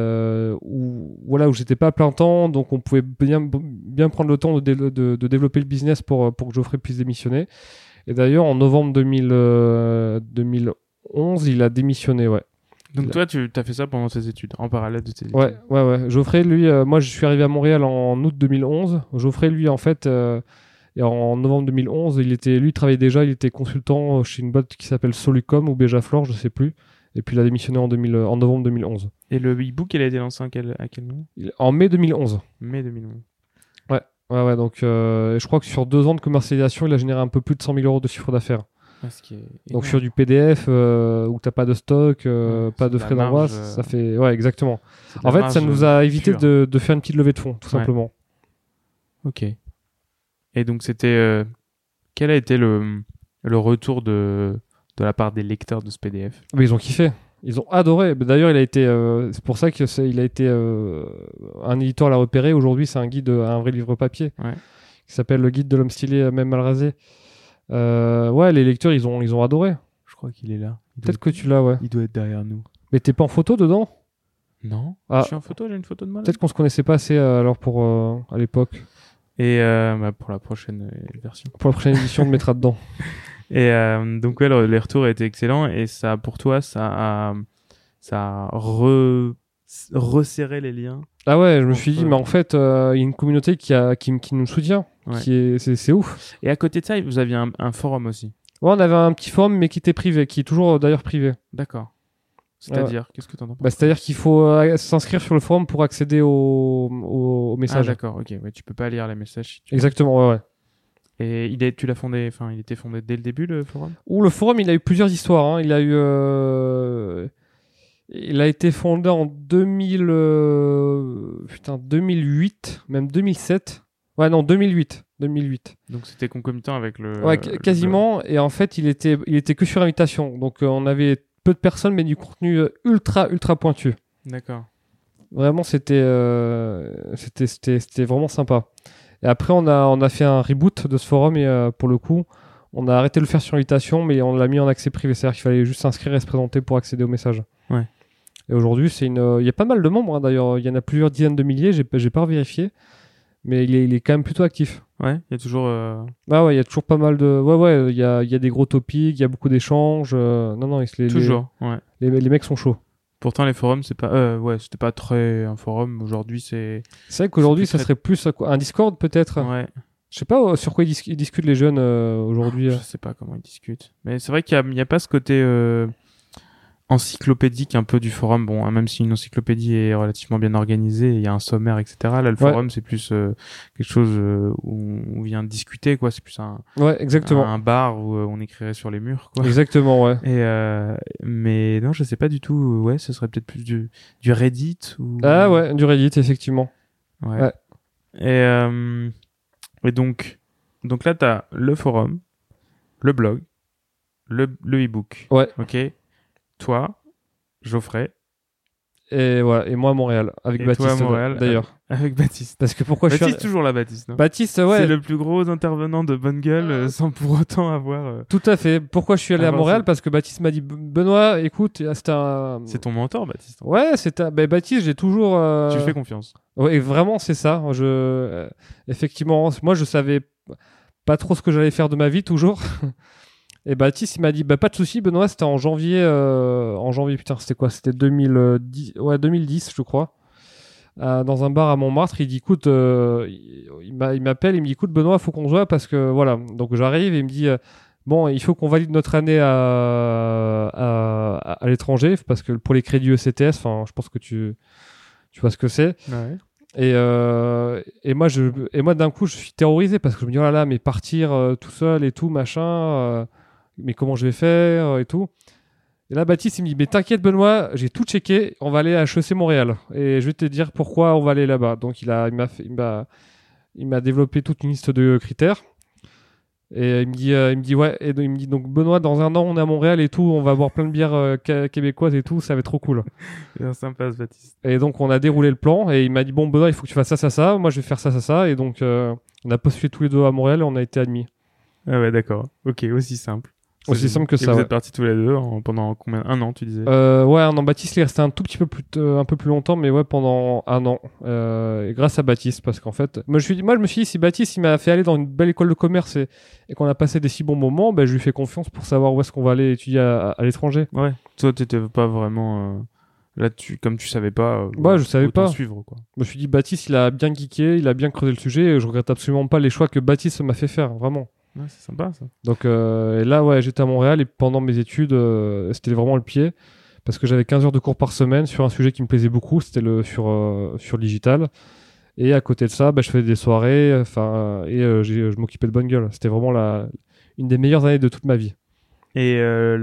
où j'étais pas à plein temps, donc on pouvait bien prendre le temps de développer le business pour que Geoffrey puisse démissionner. Et d'ailleurs en novembre 2011 il a démissionné. Donc toi tu as fait ça pendant tes études, en parallèle de tes études? Ouais. Geoffrey, lui, moi je suis arrivé à Montréal en août 2011. Geoffrey, lui, en fait, et en novembre 2011 il travaillait déjà, il était consultant chez une boîte qui s'appelle Solucom ou Béjaflor, je sais plus. Et puis il a démissionné en novembre 2011. Et le e-book, il a été lancé à quel moment? En mai 2011. Mai 2011. Ouais. Donc je crois que sur 2 ans de commercialisation, il a généré un peu plus de 100 000 € de chiffre d'affaires. Donc sur du PDF où t'as pas de stock, pas de frais d'envoi, ça fait... Ouais, exactement. En fait, ça nous a évité de faire une petite levée de fonds, tout simplement. Ok. Et donc c'était... quel a été le retour de la part des lecteurs de ce PDF? Mais ils ont kiffé. Ils ont adoré. D'ailleurs, c'est pour ça qu'il a été un éditeur l'a repéré. Aujourd'hui, c'est un vrai livre papier qui s'appelle Le guide de l'homme stylé, même mal rasé. Les lecteurs, ils ont adoré. Je crois qu'il est là. Peut-être que tu l'as, ouais. Il doit être derrière nous. Mais t'es pas en photo dedans? Non. Je suis en photo, j'ai une photo de moi. Peut-être qu'on se connaissait pas assez alors à l'époque. Et pour la prochaine version. Pour la prochaine édition, on te mettra dedans. Et donc les retours étaient excellents et ça, pour toi, ça a resserré les liens. Ah ouais, je me suis dit, mais en fait, il y a une communauté qui nous soutient, c'est ouf. Et à côté de ça, vous aviez un forum aussi. Ouais, on avait un petit forum, mais qui était privé, qui est toujours d'ailleurs privé. D'accord. C'est-à-dire, qu'est-ce que tu entends? C'est-à-dire qu'il faut s'inscrire sur le forum pour accéder aux messages. Ah d'accord, ok. Ouais, tu peux pas lire les messages. Exactement, ouais. Et tu l'as fondé, il était fondé dès le début, le forum? Le forum, il a eu plusieurs histoires. Hein. Il a été fondé en 2008, même 2007. Ouais, non, 2008. Donc c'était concomitant avec le... Ouais, quasiment. Et en fait, il était que sur invitation. Donc on avait peu de personnes, mais du contenu ultra pointu. D'accord. Vraiment, c'était vraiment sympa. Et après, on a fait un reboot de ce forum et pour le coup, on a arrêté de le faire sur invitation, mais on l'a mis en accès privé. C'est-à-dire qu'il fallait juste s'inscrire et se présenter pour accéder aux messages. Ouais. Et aujourd'hui, il y a pas mal de membres. Hein, d'ailleurs, il y en a plusieurs dizaines de milliers. J'ai pas vérifié, mais il est quand même plutôt actif. Ouais, il y a toujours... Ah ouais, il y a toujours pas mal de... Ouais, il y a des gros topics, il y a beaucoup d'échanges. Non, toujours, ouais. Les mecs sont chauds. Pourtant, les forums, c'est pas... c'était pas très un forum. Aujourd'hui, c'est... C'est vrai qu'aujourd'hui, ça serait plus un Discord, peut-être. Ouais. Je sais pas sur quoi ils discutent les jeunes aujourd'hui. Je sais pas comment ils discutent. Mais c'est vrai qu'il y a pas ce côté... encyclopédique un peu du forum. Bon, hein, même si une encyclopédie est relativement bien organisée, il y a un sommaire, etc. Là, le forum, c'est plus quelque chose où on vient discuter, quoi. C'est plus exactement. un bar où on écrirait sur les murs, quoi. Exactement, ouais. Mais non, je sais pas du tout. Ouais, ce serait peut-être plus du Reddit ou... Ah ouais, du Reddit, effectivement. Ouais. Et donc là, t'as le forum, le blog, le e-book. Ouais. Ok. Toi, Geoffrey. Et voilà. Et moi, à Montréal. Avec Baptiste, toi, Montréal, d'ailleurs. Avec Baptiste. Parce que pourquoi Baptiste, je suis... toujours là, Baptiste. Non Baptiste, ouais. C'est le plus gros intervenant de Bonne Gueule sans pour autant avoir... Tout à fait. Pourquoi je suis allé à Montréal? Parce que Baptiste m'a dit, Benoît, écoute, c'était un... C'est ton mentor, Baptiste. Ouais, Baptiste, j'ai toujours... Tu lui fais confiance. Ouais, vraiment, c'est ça. Effectivement, moi, je savais pas trop ce que j'allais faire de ma vie, toujours. Et Baptiste, il m'a dit, pas de souci, Benoît, c'était en janvier, putain, c'était quoi? C'était 2010, je crois. Dans un bar à Montmartre, il dit, écoute, il m'appelle, il me dit, écoute, Benoît, faut qu'on se voit parce que, voilà. Donc, j'arrive et il me dit, bon, il faut qu'on valide notre année à l'étranger parce que pour les crédits ECTS, enfin, je pense que tu vois ce que c'est. Ouais. Et moi, d'un coup, je suis terrorisé parce que je me dis, oh là là, mais partir tout seul et tout, machin, mais comment je vais faire et tout. Et là, Baptiste, il me dit, mais t'inquiète, Benoît, j'ai tout checké, on va aller à HEC Montréal. Et je vais te dire pourquoi on va aller là-bas. Donc, il m'a développé toute une liste de critères. Et il me dit, ouais, et il me dit, donc, Benoît, dans un an, on est à Montréal et tout, on va boire plein de bières québécoises et tout, ça va être trop cool. C'est sympa, ce Baptiste. Et donc, on a déroulé le plan et il m'a dit, bon, Benoît, il faut que tu fasses ça. Moi, je vais faire ça. Et donc, on a postulé tous les deux à Montréal et on a été admis. Ah ouais, d'accord. Ok, aussi simple. Aussi simple que ça. Vous êtes partis tous les deux pendant combien? Un an, tu disais? Ouais, un an. Baptiste, il est resté un tout petit peu un peu plus longtemps, mais ouais, pendant un an. Et grâce à Baptiste, parce qu'en fait, moi, je me suis dit, si Baptiste, il m'a fait aller dans une belle école de commerce et qu'on a passé des si bons moments, je lui fais confiance pour savoir où est-ce qu'on va aller étudier à l'étranger. Ouais. Toi, t'étais pas vraiment... Là, comme tu savais pas... je savais pas. Suivre, quoi. Je me suis dit, Baptiste, il a bien geeké, il a bien creusé le sujet, et je regrette absolument pas les choix que Baptiste m'a fait faire, vraiment. Ouais, c'est sympa, ça. Donc, et là, ouais, j'étais à Montréal et pendant mes études, c'était vraiment le pied parce que j'avais 15 heures de cours par semaine sur un sujet qui me plaisait beaucoup, c'était sur le digital. Et à côté de ça, je faisais des soirées, je m'occupais de Bonne Gueule. C'était vraiment une des meilleures années de toute ma vie. Et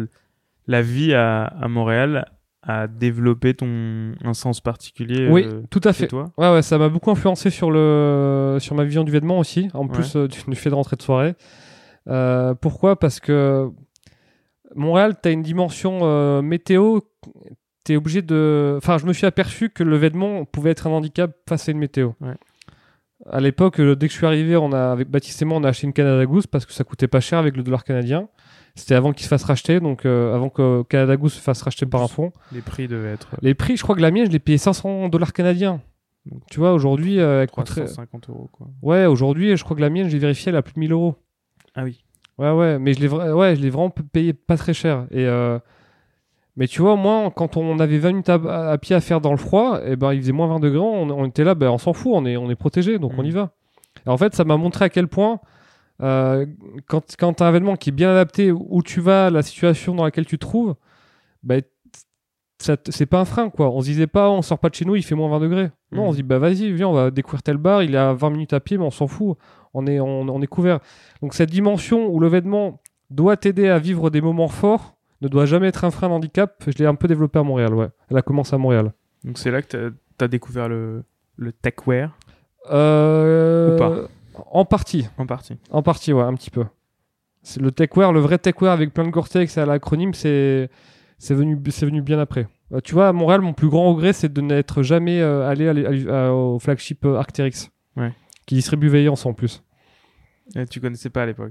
la vie à Montréal a développé un sens particulier oui, tout à fait. Toi ouais, ça m'a beaucoup influencé sur ma vision du vêtement aussi, en plus du fait de rentrer de soirée. Pourquoi? Parce que Montréal, tu as une dimension météo, tu es obligé de... Enfin, je me suis aperçu que le vêtement pouvait être un handicap face à une météo. Ouais. À l'époque, dès que je suis arrivé, avec Baptiste et moi, on a acheté une Canada Goose parce que ça coûtait pas cher avec le dollar canadien. C'était avant qu'il se fasse racheter, donc avant que Canada Goose se fasse racheter par un fonds. Les prix devaient être... Les prix, je crois que la mienne, je l'ai payé $500 canadiens. Donc, tu vois, aujourd'hui... 350 €, quoi. Ouais, aujourd'hui, je crois que la mienne, j'ai vérifié, elle a plus de 1 000 €. Ah oui. Ouais, mais je l'ai vraiment payé pas très cher. Mais tu vois, moi, quand on avait 20 minutes à pied à faire dans le froid, il faisait moins 20 degrés, on était là, on s'en fout, on est protégé, donc on y va. Et en fait, ça m'a montré à quel point, quand tu as un événement qui est bien adapté, où tu vas, la situation dans laquelle tu te trouves, c'est pas un frein, quoi. On se disait pas, on sort pas de chez nous, il fait moins 20 degrés. Non, on se dit, vas-y, viens, on va découvrir tel bar, il est à 20 minutes à pied, mais on s'en fout, on est couvert. Donc cette dimension où le vêtement doit t'aider à vivre des moments forts ne doit jamais être un frein d'handicap, je l'ai un peu développé à Montréal, ouais. Elle a commencé à Montréal. Donc c'est là que t'as découvert le techwear ou pas? En partie. En partie, ouais, un petit peu. C'est le techwear, le vrai techwear avec plein de Gore-Tex à l'acronyme, c'est venu bien après. Tu vois, à Montréal, mon plus grand regret, c'est de n'être jamais allé au flagship Arc'teryx, qui distribue Veillance en plus. Et tu connaissais pas à l'époque?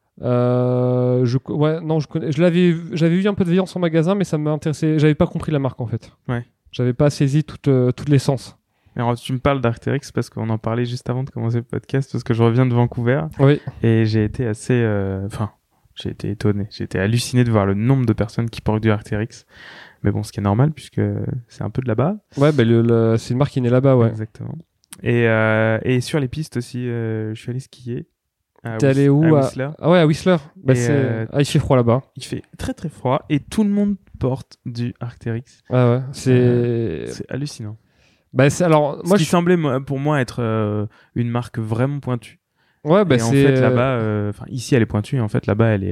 J'avais vu un peu de Veillance en magasin, mais ça m'intéressait. J'avais pas compris la marque en fait. Ouais. J'avais pas saisi toute l'essence. Alors tu me parles d'Arc'teryx parce qu'on en parlait juste avant de commencer le podcast, parce que je reviens de Vancouver. Oui. Et j'ai été assez, j'ai été étonné, j'ai été halluciné de voir le nombre de personnes qui portent du Arc'teryx. Mais bon, ce qui est normal puisque c'est un peu de là-bas. Ouais, c'est une marque qui est là-bas, ouais. Exactement. Et sur les pistes aussi, je suis allé skier. T'es allé où? À Whistler. Ah ouais, à Whistler. Il fait froid là-bas. Il fait très très froid et tout le monde portent du Arc'teryx. Ah ouais, c'est hallucinant. Alors, Ce qui semblait pour moi être une marque vraiment pointue. Ouais, et en fait là-bas, ici elle est pointue, et en fait là-bas elle est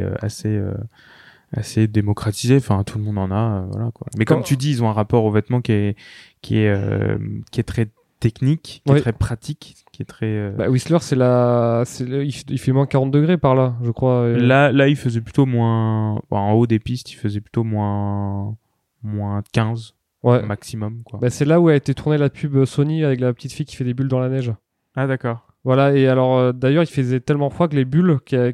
assez démocratisée. Enfin, tout le monde en a, voilà quoi. Mais comme tu dis, ils ont un rapport aux vêtements qui est très technique, qui est très pratique, qui est très. Whistler, il fait moins 40 degrés par là, je crois. Là, il faisait plutôt moins. En haut des pistes, il faisait plutôt moins 15 maximum, quoi. C'est là où a été tournée la pub Sony avec la petite fille qui fait des bulles dans la neige. Ah d'accord. Voilà, et alors d'ailleurs, il faisait tellement froid que les bulles qu'elle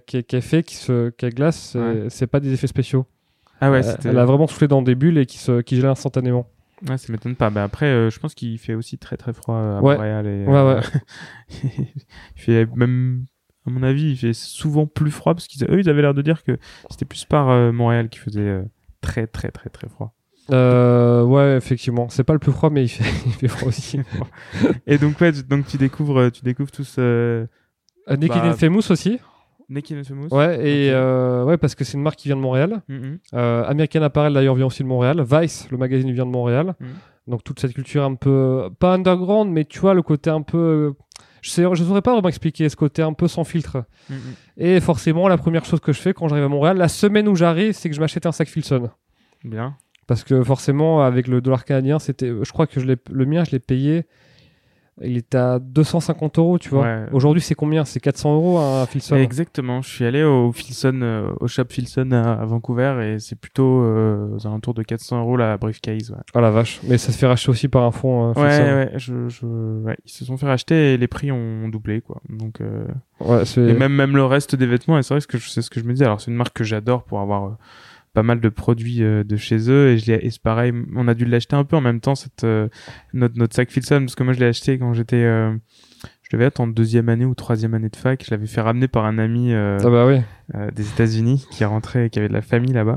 glace, c'est pas des effets spéciaux. Ah ouais, elle a vraiment soufflé dans des bulles et qui gèlent instantanément. Ouais, ça m'étonne pas. Après, je pense qu'il fait aussi très très froid à Montréal. Et, il fait même, à mon avis, il fait souvent plus froid parce qu'eux, ils avaient l'air de dire que c'était plus par Montréal qui faisait très très très très froid. Ouais, effectivement. C'est pas le plus froid, mais il fait froid aussi. Et donc, donc tu découvres tous. Naked and Famous aussi. Naked and Famous. Ouais, et ouais, parce que c'est une marque qui vient de Montréal. American Apparel d'ailleurs vient aussi de Montréal. Vice, le magazine, vient de Montréal. Donc toute cette culture un peu pas underground, mais tu vois le côté un peu. Je saurais pas vraiment expliquer ce côté un peu sans filtre. Et forcément, la première chose que je fais quand j'arrive à Montréal, la semaine où j'arrive, c'est que je m'achète un sac Filson. Bien. Parce que forcément, avec le dollar canadien, je crois que le mien, je l'ai payé. Il était à 250 €, tu vois. Ouais. Aujourd'hui, c'est combien ? C'est 400 € un Filson. Exactement. Je suis allé au Filson, au shop Filson à Vancouver, et c'est plutôt aux alentours de 400 € la briefcase. Ouais. Oh la vache. Mais ça se fait racheter aussi par un fonds Filson. Ouais, ils se sont fait racheter et les prix ont doublé, quoi. Donc, ouais, et même le reste des vêtements, et c'est vrai que c'est ce que je me dis. Alors, c'est une marque que j'adore pour avoir pas mal de produits de chez eux, et c'est pareil, on a dû l'acheter un peu en même temps, notre sac Filson, parce que moi je l'ai acheté quand je devais être en 2e année ou 3e année de fac. Je l'avais fait ramener par un ami des États-Unis qui rentrait, qui avait de la famille là-bas,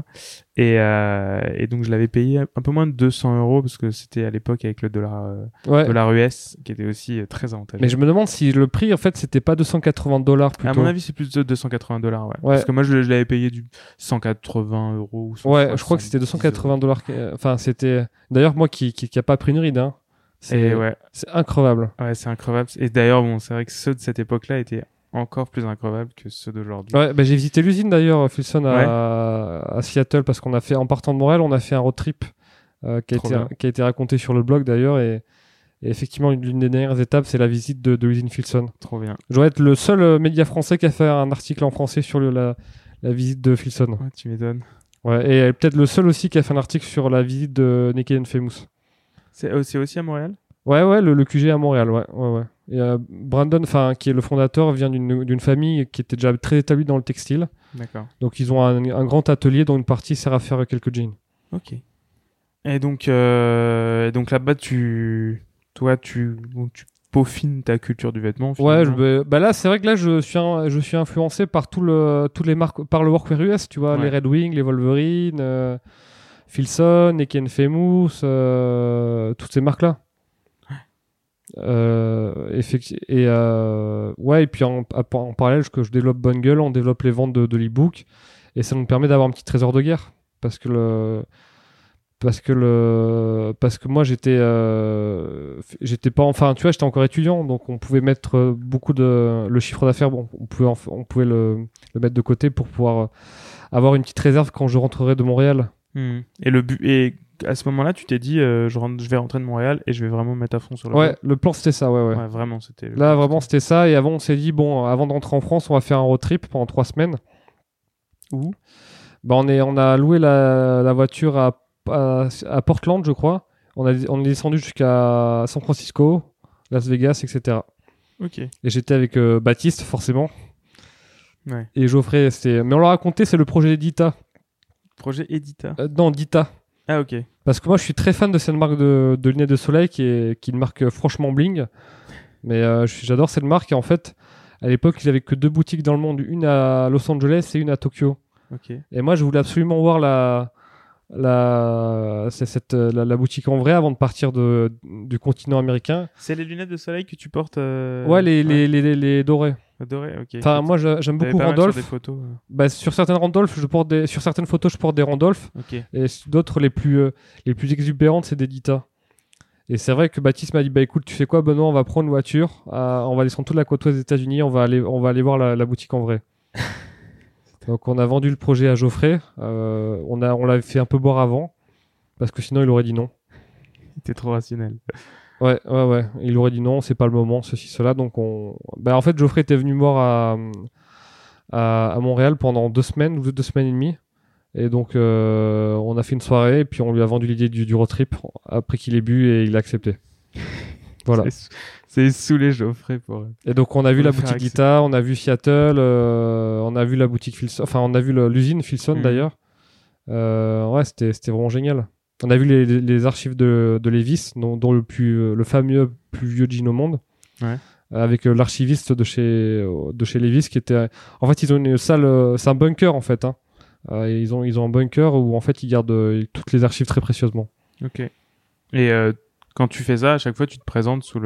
et donc je l'avais payé un peu moins de 200 € parce que c'était à l'époque avec le dollar US qui était aussi très avantageux. Mais je me demande si le prix en fait c'était pas 280 $ plutôt. À mon avis c'est plus de 280 $, ouais. Parce que moi je l'avais payé du 180 € ou 160. Ouais, je crois que c'était 280 $. Enfin c'était d'ailleurs moi qui a pas pris une ride, hein. C'est incroyable. Ouais, c'est incroyable. Et d'ailleurs, bon, c'est vrai que ceux de cette époque-là étaient encore plus incroyables que ceux d'aujourd'hui. Ouais, j'ai visité l'usine d'ailleurs, Filson, à Seattle, parce qu'on a fait, en partant de Montréal, on a fait un road trip qui a été raconté sur le blog d'ailleurs. Et effectivement, l'une des dernières étapes, c'est la visite de l'usine Filson. Trop bien. Je dois être le seul média français qui a fait un article en français sur la visite de Filson. Ouais, tu m'étonnes. Ouais, et peut-être le seul aussi qui a fait un article sur la visite de Naked and Famous. C'est aussi à Montréal ? Ouais, le QG à Montréal, ouais. Et Brandon, qui est le fondateur, vient d'une famille qui était déjà très établie dans le textile. D'accord. Donc ils ont un grand atelier dont une partie sert à faire quelques jeans. Ok. Et donc là-bas, tu peaufines ta culture du vêtement. Finalement. Ouais, là c'est vrai que là je suis influencé par toutes les marques, par le workwear US, tu vois, les Red Wing, les Wolverine, Filson, Naked Famous, toutes ces marques là. Et puis en parallèle que je développe Bungle, on développe les ventes de l'e-book, et ça nous permet d'avoir un petit trésor de guerre parce que moi j'étais pas, tu vois, j'étais encore étudiant, donc on pouvait mettre beaucoup le chiffre d'affaires, bon, on pouvait le mettre de côté pour pouvoir avoir une petite réserve quand je rentrerai de Montréal. Et à ce moment-là, tu t'es dit, je vais rentrer de Montréal et je vais vraiment me mettre à fond sur le blog. Le plan c'était ça, ouais. Ouais, vraiment, c'était. C'était ça. Et avant, on s'est dit, bon, avant de rentrer en France, on va faire un road trip pendant 3 semaines. Où ? On a loué la voiture à Portland, je crois. On est descendu jusqu'à San Francisco, Las Vegas, etc. Ok. Et j'étais avec Baptiste, forcément. Ouais. Et Geoffrey, mais on l'a raconté, c'est le projet Edita. Projet Edita. Non, Dita. Ah, ok. Parce que moi, je suis très fan de cette marque de lunettes de soleil qui est une marque franchement bling. Mais j'adore cette marque. Et en fait, à l'époque, ils n'avaient que 2 boutiques dans le monde. Une à Los Angeles et une à Tokyo. Ok. Et moi, je voulais absolument voir la boutique en vrai avant de partir du continent américain. C'est les lunettes de soleil que tu portes Ouais, les dorées. Adoré, ok. Enfin, moi, j'aime beaucoup Randolph. Sur des photos. Sur certaines Randolph, sur certaines photos, je porte des Randolph. Okay. Et d'autres, les plus exubérantes, c'est des Dita. Et c'est vrai que Baptiste m'a dit, écoute, tu sais quoi, Benoît, on va prendre une voiture, on va descendre toute la côte ouest des États-Unis, on va aller voir la boutique en vrai. Donc, on a vendu le projet à Geoffrey. On l'avait fait un peu boire avant, parce que sinon, il aurait dit non. Il était trop rationnel. Ouais. Il aurait dit non, c'est pas le moment, ceci, cela. Donc, en fait, Geoffrey était venu mort à Montréal pendant 2 semaines, ou 2 semaines et demie. Et donc, on a fait une soirée, et puis on lui a vendu l'idée du road trip après qu'il ait bu, et il a accepté. Voilà. C'est saoulé Geoffrey pour eux. Et donc, on a vu la boutique Dita, on a vu Seattle, on a vu la boutique Filson, enfin, on a vu l'usine Filson d'ailleurs. Ouais, c'était vraiment génial. On a vu les archives de Levis, dont le fameux plus vieux jean au monde. Ouais. Avec l'archiviste de chez Levis qui était. En fait, ils ont une salle, c'est un bunker en fait. Hein. Ils ont un bunker où en fait ils gardent toutes les archives très précieusement. Ok. Et quand tu fais ça, à chaque fois tu te présentes sous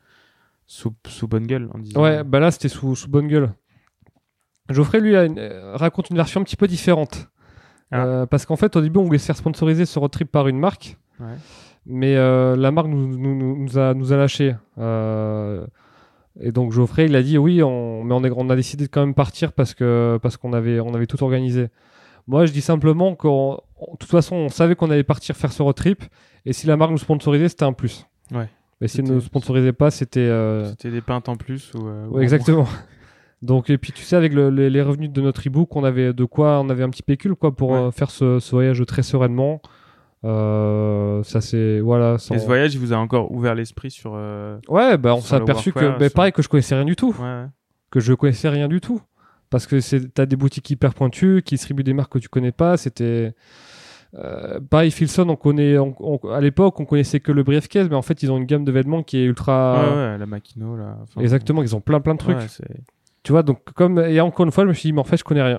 Bonne Gueule en disant. Ouais, là c'était sous Bonne Gueule. Geoffrey lui raconte une version un petit peu différente. Parce qu'en fait au début on voulait se faire sponsoriser ce road trip par une marque. Ouais. Mais la marque nous a lâchés. Et donc Geoffrey il a dit oui, on a décidé de quand même partir parce qu'on avait tout organisé. Moi je dis simplement qu'en de toute façon on savait qu'on allait partir faire ce road trip et si la marque nous sponsorisait c'était un plus. Ouais. Mais si elle ne nous sponsorisait pas c'était des pintes en plus ou ouais, exactement. Donc et puis tu sais avec les revenus de notre e-book on avait un petit pécule quoi pour faire ce voyage très sereinement. Ça c'est voilà. Et ce voyage, il vous a encore ouvert l'esprit sur. Ouais, on s'est aperçu que pareil que je connaissais rien du tout. Ouais. Que je connaissais rien du tout. Parce que t'as des boutiques hyper pointues qui distribuent des marques que tu connais pas. C'était pareil Filson, à l'époque on connaissait que le briefcase, mais en fait ils ont une gamme de vêtements qui est ultra. Ouais, la Makino là. Enfin, exactement, ils ont plein de trucs. Ouais, tu vois donc et encore une fois je me suis dit mais en fait je connais rien.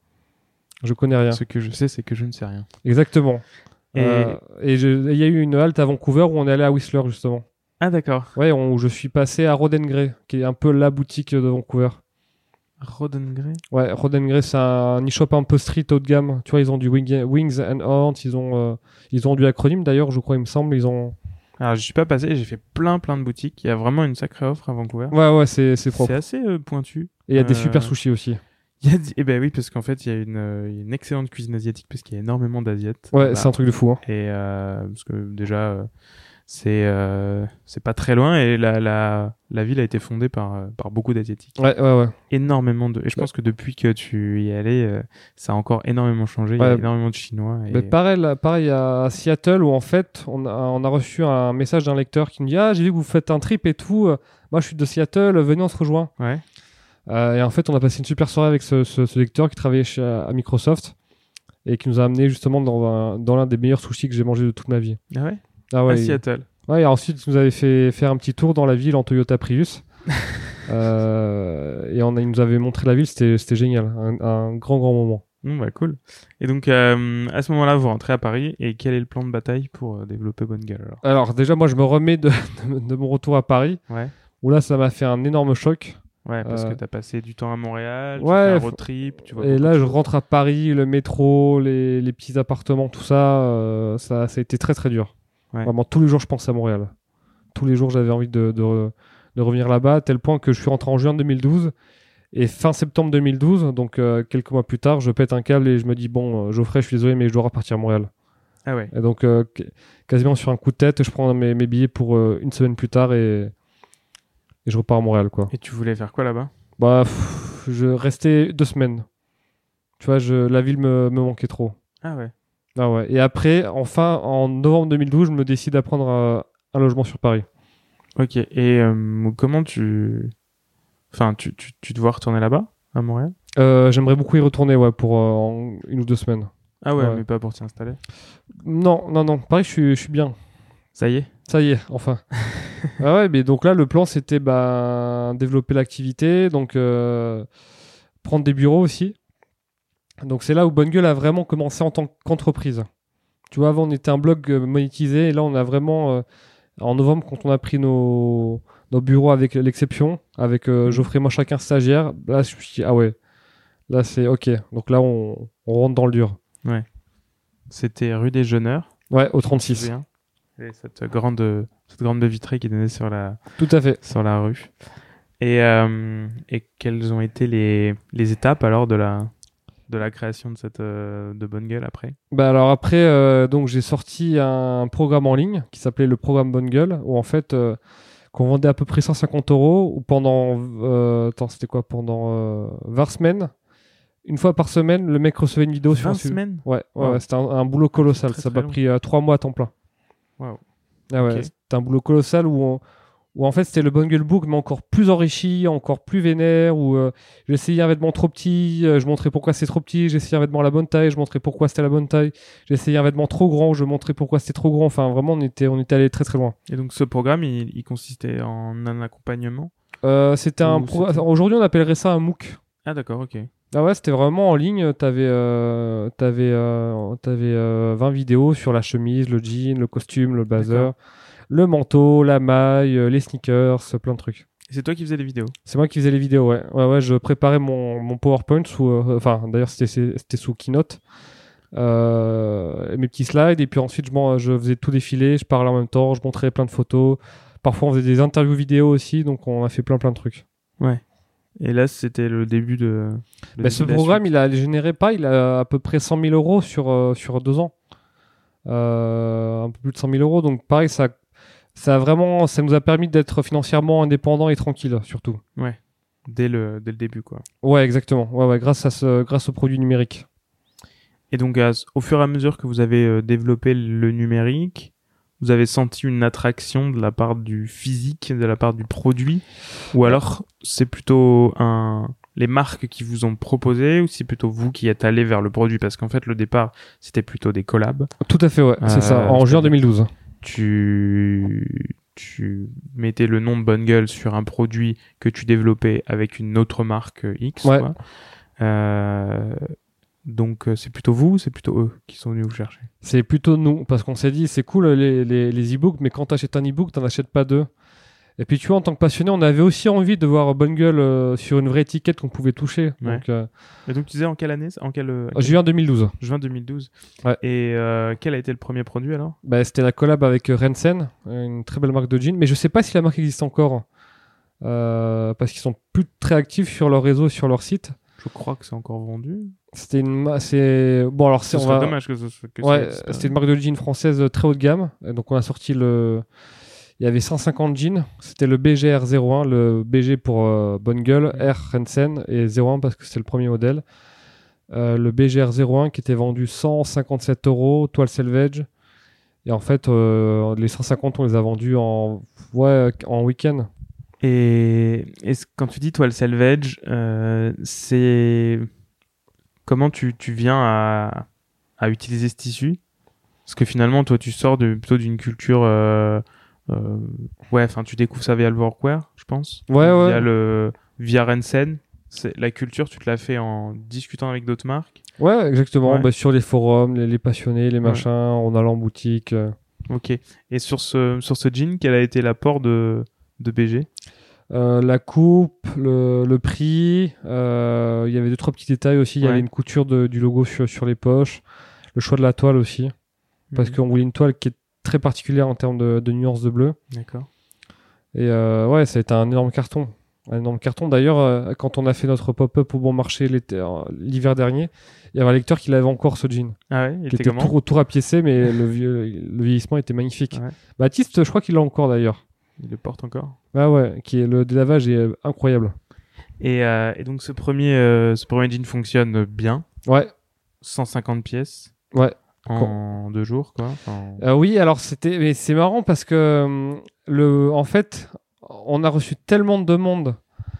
Je connais rien. Ce que je sais c'est que je ne sais rien. Exactement. Et il y a eu une halte à Vancouver où on est allé à Whistler justement. Ah d'accord. Ouais, où je suis passé à Rodengray, qui est un peu la boutique de Vancouver. Rodengray. Ouais, Rodengray c'est un e-shop un peu street haut de gamme. Tu vois, ils ont du Wings and Horns, ils ont du acronyme d'ailleurs, je crois, il me semble. Alors je suis pas passé, j'ai fait plein de boutiques. Il y a vraiment une sacrée offre à Vancouver. Ouais, c'est propre. C'est assez pointu. Et il y a des super sushis aussi. Eh ben oui, parce qu'en fait, il y a une excellente cuisine asiatique parce qu'il y a énormément d'asiates. Ouais, c'est un truc de fou. Hein. Et parce que déjà, c'est pas très loin et la ville a été fondée par beaucoup d'asiatiques. Ouais. Énormément et je pense que depuis que tu y es allé, ça a encore énormément changé. Il y a énormément de Chinois. Mais pareil à Seattle où en fait, on a reçu un message d'un lecteur qui nous dit j'ai vu que vous faites un trip et tout. Moi, je suis de Seattle. Venez, on se rejoint. Ouais. Et en fait, on a passé une super soirée avec ce lecteur qui travaillait à Microsoft et qui nous a amené justement dans l'un des meilleurs sushis que j'ai mangé de toute ma vie. Ah ouais. À Seattle. Ouais, et ensuite, il nous avait fait faire un petit tour dans la ville en Toyota Prius. Et il nous avait montré la ville, c'était génial. Un grand moment. Cool. Et donc, à ce moment-là, vous rentrez à Paris et quel est le plan de bataille pour développer Bonne Gueule alors déjà, moi, je me remets de mon retour à Paris. Ouais. Où là, ça m'a fait un énorme choc. Ouais, parce que t'as passé du temps à Montréal, tu fais un road trip, tu vois. Et là, je rentre à Paris, le métro, les petits appartements, tout ça, ça a été très très dur. Ouais. Vraiment, tous les jours, je pense à Montréal. Tous les jours, j'avais envie de revenir là-bas, à tel point que je suis rentré en juin 2012. Et fin septembre 2012, donc quelques mois plus tard, je pète un câble et je me dis bon, Geoffrey, je suis désolé, mais je dois repartir à Montréal. Ah ouais. Et donc, quasiment sur un coup de tête, je prends mes billets pour une semaine plus tard et je repars à Montréal, quoi. Et tu voulais faire quoi là-bas ? Je restais 2 semaines. Tu vois, la ville me manquait trop. Ah ouais. Ah ouais. Et après, enfin, en novembre 2012, je me décide à prendre un logement sur Paris. Ok. Et comment tu te vois retourner là-bas, à Montréal ? J'aimerais beaucoup y retourner, ouais, pour 1 ou 2 semaines. Ah ouais, mais pas pour t'y installer ? Non. Paris, je suis bien. Ça y est, enfin. Ah ouais, mais donc là, le plan, c'était développer l'activité, donc prendre des bureaux aussi. Donc c'est là où Bonne Gueule a vraiment commencé en tant qu'entreprise. Tu vois, avant, on était un blog monétisé, et là, on a vraiment, en novembre, quand on a pris nos nos bureaux avec l'exception, avec Geoffrey et moi chacun stagiaire. Là, je me suis dit, ah ouais, là c'est ok. Donc là, on rentre dans le dur. Ouais. C'était rue des Jeuneurs. Ouais, au 36. Et cette grande baie vitrée qui donnait sur la rue. Et quelles ont été les étapes alors de la création de Bonne Gueule après? Bah alors après, donc j'ai sorti un programme en ligne qui s'appelait le programme Bonne Gueule, où en fait qu'on vendait à peu près 150 €, ou pendant pendant 20 semaines. Une fois par semaine, le mec recevait une vidéo sur 20 semaines? Ouais, c'était un boulot colossal. Ça m'a pris 3 mois à temps plein. Waouh. Ah ouais, c'était un boulot colossal où en fait c'était le Bonne Gueule Book, mais encore plus enrichi, encore plus vénère, où j'essayais un vêtement trop petit, je montrais pourquoi c'est trop petit, j'essayais un vêtement à la bonne taille, je montrais pourquoi c'était la bonne taille, j'essayais un vêtement trop grand, je montrais pourquoi c'était trop grand. Enfin, vraiment, on était allé très très loin. Et donc ce programme, il consistait en un accompagnement? Aujourd'hui, on appellerait ça un MOOC. Ah d'accord, ok. Ah ouais, c'était vraiment en ligne. T'avais 20 vidéos sur la chemise, le jean, le costume, le blazer, le manteau, la maille, les sneakers, plein de trucs. Et c'est toi qui faisais les vidéos? C'est moi qui faisais les vidéos, ouais. Ouais, je préparais mon PowerPoint d'ailleurs c'était sous Keynote. Mes petits slides, et puis ensuite je faisais tout défiler, je parlais en même temps, je montrais plein de photos. Parfois on faisait des interviews vidéo aussi, donc on a fait plein de trucs. Ouais. Et là, c'était le début de... Ce programme, il a à peu près 100 000 € sur 2 ans. Un peu plus de 100 000 €. Donc pareil, ça nous a permis d'être financièrement indépendants et tranquilles, surtout. Ouais, dès le début, quoi. Ouais, exactement. Ouais, grâce aux produits numériques. Et donc, au fur et à mesure que vous avez développé le numérique, vous avez senti une attraction de la part du physique, de la part du produit? Ou alors, c'est plutôt les marques qui vous ont proposé, ou c'est plutôt vous qui êtes allé vers le produit? Parce qu'en fait, le départ, c'était plutôt des collabs. Tout à fait, ouais. C'est ça, en juin 2012. Tu mettais le nom de Bonne Gueule sur un produit que tu développais avec une autre marque X, ouais. Quoi. Donc c'est plutôt vous ou c'est plutôt eux qui sont venus vous chercher? C'est plutôt nous, parce qu'on s'est dit c'est cool les e-books, mais quand tu achètes un e-book, t'en achètes pas deux. Et puis tu vois, en tant que passionné, on avait aussi envie de voir Bonne Gueule sur une vraie étiquette qu'on pouvait toucher. Ouais. Et donc tu disais en quelle année? Juin 2012. Juin 2012. Ouais. Et quel a été le premier produit alors? C'était la collab avec Rensen, une très belle marque de jeans, mais je sais pas si la marque existe encore, parce qu'ils sont plus très actifs sur leur réseau, sur leur site. Je crois que c'est encore vendu. C'était bon, alors c'est dommage que c'était une marque de jeans française très haut de gamme. Et donc on a sorti il y avait 150 jeans. C'était le BGR01, le BG pour Bonne Gueule, R Rensen, et 01 parce que c'était le premier modèle. Le BGR01 qui était vendu 157 €, toile selvage. Et en fait, les 150, on les a vendus en week-end. Et quand tu dis toile selvage, c'est... Comment tu viens à utiliser ce tissu? Parce que finalement, toi, tu sors plutôt d'une culture... tu découvres ça via le workwear, je pense. Via Rensen. La culture, tu te l'as fait en discutant avec d'autres marques? Ouais, exactement. Ouais. Sur les forums, les passionnés, les machins, en allant en boutique. Ok. Et sur ce jean, quel a été l'apport de BG? La coupe, le prix, il y avait 2-3 petits détails aussi. Il y avait une couture du logo sur les poches, le choix de la toile aussi, parce qu'on voulait une toile qui est très particulière en termes de nuances de bleu. D'accord. Et ça a été un énorme carton. Un énorme carton. D'ailleurs, quand on a fait notre pop-up au Bon Marché l'hiver dernier, il y avait un lecteur qui l'avait encore, ce jean. Ah ouais, qui était tout rapiécé, mais le vieillissement était magnifique. Ouais. Baptiste, je crois qu'il l'a encore d'ailleurs. Il le porte encore? Ah ouais, le délavage est incroyable. Et donc ce premier jean fonctionne bien? Ouais. 150 pièces? Ouais. En 2 jours, quoi. Oui, alors mais c'est marrant parce que en fait, on a reçu tellement de demandes,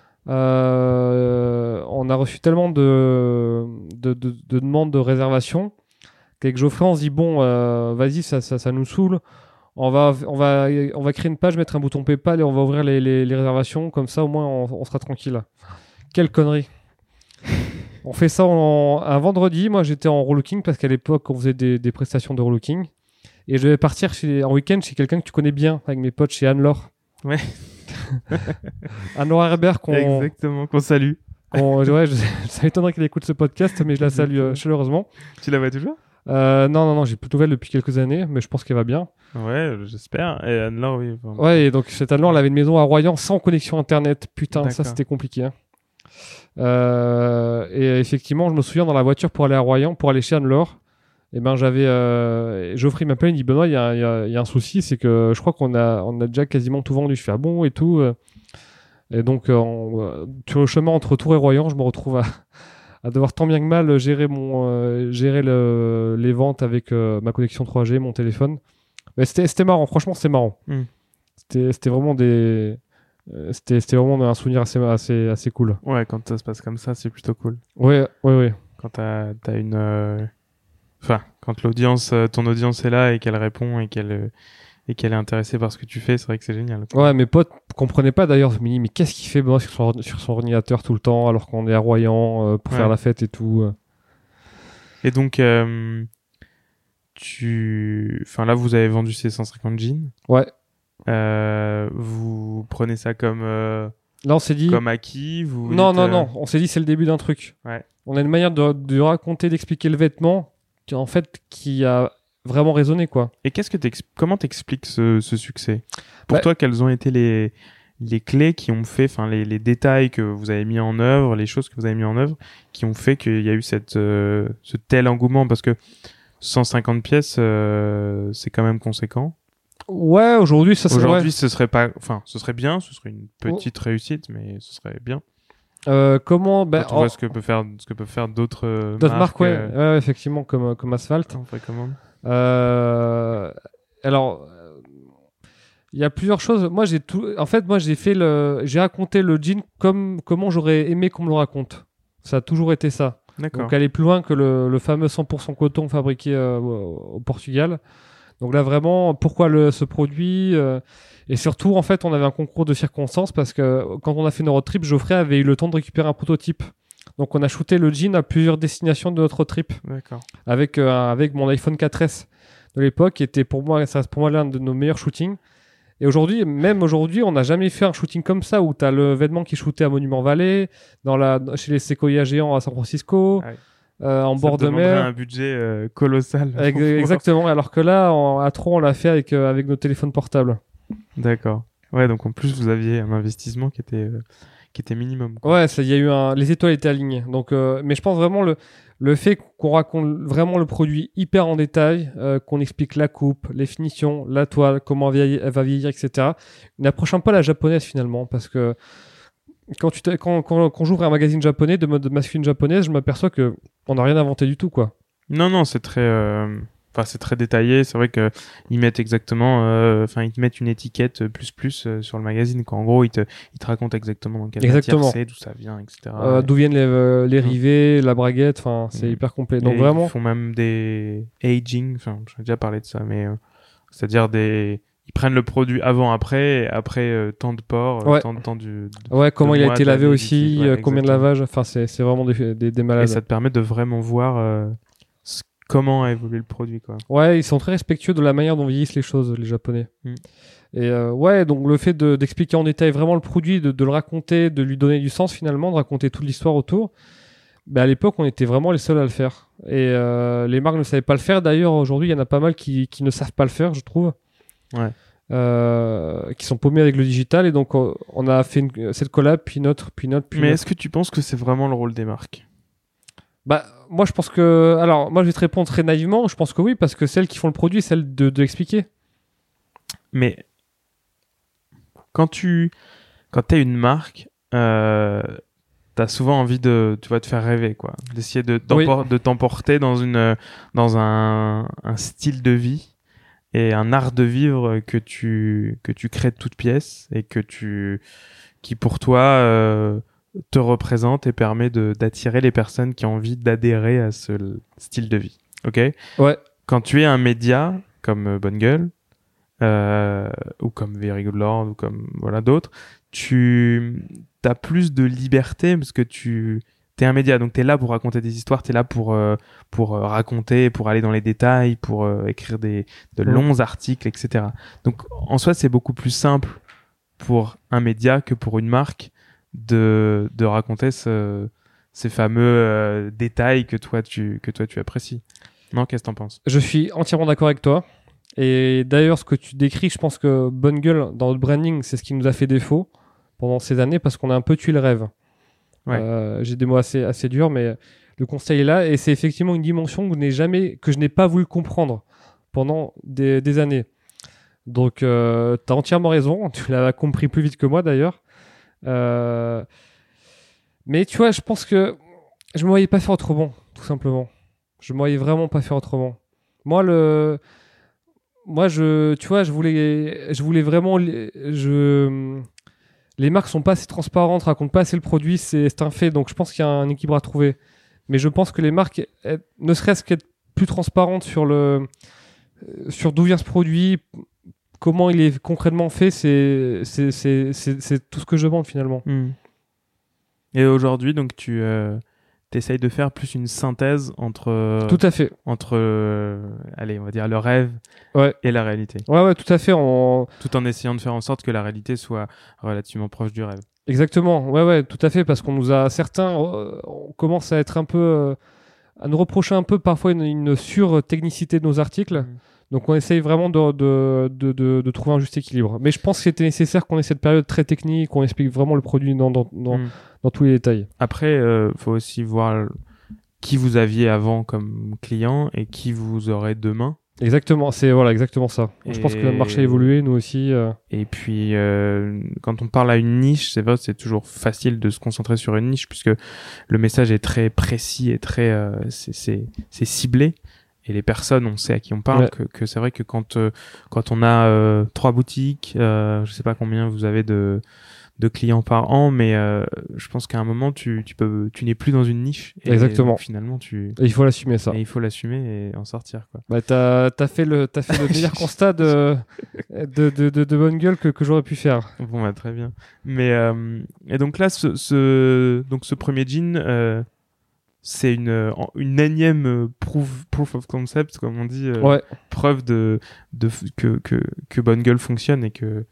on a reçu tellement de demandes de réservation qu'avec Geoffrey, on se dit bon, vas-y, ça nous saoule. On va créer une page, mettre un bouton PayPal et on va ouvrir les réservations. Comme ça, au moins, on sera tranquille. Quelle connerie! On fait ça un vendredi. Moi, j'étais en relooking parce qu'à l'époque, on faisait des prestations de relooking. Et je devais partir en week-end chez quelqu'un que tu connais bien, avec mes potes chez Anne-Laure. Ouais. Un Laura Herbert Exactement, qu'on salue. Ouais, ça m'étonnerait qu'elle écoute ce podcast, mais je la salue chaleureusement. Tu la vois toujours? Non, j'ai plus de nouvelles depuis quelques années, mais je pense qu'elle va bien. Ouais, j'espère. Et Anne-Laure, oui. Enfin, ouais, et donc cette Anne-Laure, elle avait une maison à Royan sans connexion internet. Putain, D'accord. ça c'était compliqué. Hein. Et effectivement, je me souviens dans la voiture pour aller à Royan, pour aller chez Anne-Laure, et ben j'avais Geoffrey m'appelle, il dit Benoît, il y a un souci, c'est que je crois qu'on a déjà quasiment tout vendu. Je fais bon et tout. Et donc sur le chemin entre Tours et Royan, je me retrouve à devoir tant bien que mal gérer les ventes avec ma connexion 3G, mon téléphone. Mais c'était marrant, franchement c'était marrant. C'était vraiment c'était vraiment un souvenir assez cool. Ouais, quand ça se passe comme ça, c'est plutôt cool. Ouais. Quand t'as une... Enfin, quand ton audience est là et qu'elle répond et qu'elle est intéressée par ce que tu fais, c'est vrai que c'est génial. Ouais, mes potes comprenaient pas d'ailleurs. Je me dis, mais qu'est-ce qu'il fait Benoît sur son ordinateur tout le temps alors qu'on est à Royan pour faire la fête et tout. Et donc, enfin là, vous avez vendu ces 150 jeans. Ouais. Vous prenez ça comme là, on s'est dit comme acquis. Non. On s'est dit c'est le début d'un truc. Ouais. On a une manière de raconter, d'expliquer le vêtement en fait qui a vraiment résonné quoi. Et comment t'expliques ce succès? Pour toi, quelles ont été les clés qui ont fait, enfin les détails que vous avez mis en œuvre, les choses que vous avez mis en œuvre, qui ont fait qu'il y a eu ce tel engouement? Parce que 150 pièces, c'est quand même conséquent. Ouais, aujourd'hui, ce serait pas, enfin, ce serait bien, ce serait une petite réussite, mais ce serait bien. Comment quand tu vois ce que peut faire d'autres marques, ouais, effectivement, comme Asphalt. On précommande. Alors, il y a plusieurs choses. Moi, j'ai raconté le jean comment j'aurais aimé qu'on me le raconte. Ça a toujours été ça. D'accord. Donc, aller plus loin que le fameux 100% coton fabriqué au Portugal. Donc là, vraiment, pourquoi ce produit et surtout, en fait, on avait un concours de circonstances parce que quand on a fait notre road trip, Geoffrey avait eu le temps de récupérer un prototype. Donc, on a shooté le jean à plusieurs destinations de notre road trip. D'accord. Avec mon iPhone 4S de l'époque, qui était pour moi l'un de nos meilleurs shootings. Et aujourd'hui, on n'a jamais fait un shooting comme ça où tu as le vêtement qui est shooté à Monument Valley, chez les Sequoia géants à San Francisco. Ah oui. En bord de mer. Un budget colossal. Exactement. Alors que là, à Troyes, on l'a fait avec nos téléphones portables. D'accord. Ouais, donc en plus, vous aviez un investissement qui était minimum. Quoi. Ouais, il y a eu les étoiles étaient alignées. Donc, mais je pense vraiment le fait qu'on raconte vraiment le produit hyper en détail, qu'on explique la coupe, les finitions, la toile, comment elle va vieillir, etc. Une approche un peu à la japonaise finalement, parce que quand j'ouvre un magazine japonais de mode masculine japonaise, je m'aperçois que on n'a rien inventé du tout, quoi. Non, c'est très, c'est très détaillé. C'est vrai que ils mettent exactement, ils te mettent une étiquette plus sur le magazine. Quoi. En gros, ils te racontent exactement dans quelle matière c'est, d'où ça vient, etc. D'où viennent les rivets, la braguette. Enfin, c'est hyper complet. Donc vraiment, ils font même des aging. Enfin, j'en ai déjà parlé de ça, mais c'est-à-dire ils prennent le produit après temps de port, temps du... comment il a été lavé aussi, combien de lavage, enfin c'est vraiment des malades. Et ça te permet de vraiment voir comment a évolué le produit, quoi. Ouais, ils sont très respectueux de la manière dont vieillissent les choses, les Japonais. Et donc le fait d'expliquer en détail vraiment le produit, de le raconter, de lui donner du sens finalement, de raconter toute l'histoire autour, à l'époque on était vraiment les seuls à le faire. Et les marques ne savaient pas le faire, d'ailleurs aujourd'hui il y en a pas mal qui ne savent pas le faire, je trouve. Ouais. Qui sont paumés avec le digital, et donc on a fait cette collab, puis notre. Mais est-ce que tu penses que c'est vraiment le rôle des marques? Moi je pense que... Alors moi je vais te répondre très naïvement, je pense que oui, parce que celles qui font le produit, celles de l'expliquer. Mais quand t'es une marque, t'as souvent envie de te faire rêver, quoi, d'essayer de t'emporter dans un style de vie et un art de vivre que tu crées de toutes pièces et qui pour toi te représente et permet d'attirer les personnes qui ont envie d'adhérer à ce style de vie. Ok? Ouais. Quand tu es un média comme Bonne Gueule ou comme Very Good Lord ou comme d'autres, tu as plus de liberté parce que t'es un média, donc t'es là pour raconter des histoires, t'es là pour raconter, pour aller dans les détails, pour écrire de longs articles, etc. Donc en soi, c'est beaucoup plus simple pour un média que pour une marque de raconter ces fameux détails que toi tu apprécies. Non, qu'est-ce que t'en penses? Je suis entièrement d'accord avec toi. Et d'ailleurs, ce que tu décris, je pense que Bonne Gueule, dans notre branding, c'est ce qui nous a fait défaut pendant ces années parce qu'on a un peu tué le rêve. Ouais. J'ai des mots assez durs, mais le constat est là. Et c'est effectivement une dimension que je n'ai pas voulu comprendre pendant des années. Donc, tu as entièrement raison. Tu l'as compris plus vite que moi, d'ailleurs. Mais tu vois, je pense que je me voyais pas faire autrement, tout simplement. Je me voyais vraiment pas faire autrement. Tu vois, je voulais vraiment. Les marques sont pas assez transparentes, racontent pas assez le produit, c'est un fait. Donc je pense qu'il y a un équilibre à trouver. Mais je pense que les marques, ne serait-ce qu'être plus transparentes sur d'où vient ce produit, comment il est concrètement fait, c'est tout ce que je demande finalement. Et aujourd'hui, donc tu essayes de faire plus une synthèse entre. Tout à fait. Allez, on va dire le rêve et la réalité. Ouais, tout à fait. Tout en essayant de faire en sorte que la réalité soit relativement proche du rêve. Exactement. Ouais, tout à fait, parce qu'on nous a on commence à être un peu, à nous reprocher un peu parfois une sur-technicité de nos articles. Donc on essaye vraiment de trouver un juste équilibre. Mais je pense que c'était nécessaire qu'on ait cette période très technique, qu'on explique vraiment le produit dans tous les détails. Après, faut aussi voir qui vous aviez avant comme client et qui vous aurez demain. Exactement, c'est exactement ça. Je pense que le marché a évolué, nous aussi. Et puis, quand on parle à une niche, c'est vrai, c'est toujours facile de se concentrer sur une niche puisque le message est très précis et très, c'est ciblé. Et les personnes, on sait à qui on parle, que c'est vrai que quand on a 3 boutiques, je sais pas combien vous avez de clients par an, mais je pense qu'à un moment tu n'es plus dans une niche. Et exactement. Donc, finalement, et il faut l'assumer ça. Et il faut l'assumer et en sortir quoi. Bah t'as fait le meilleur constat de Bonne Gueule que j'aurais pu faire. Bon bah très bien. Mais et donc là ce premier jean. C'est une énième proof of concept, comme on dit, preuve que Bonne Gueule fonctionne et que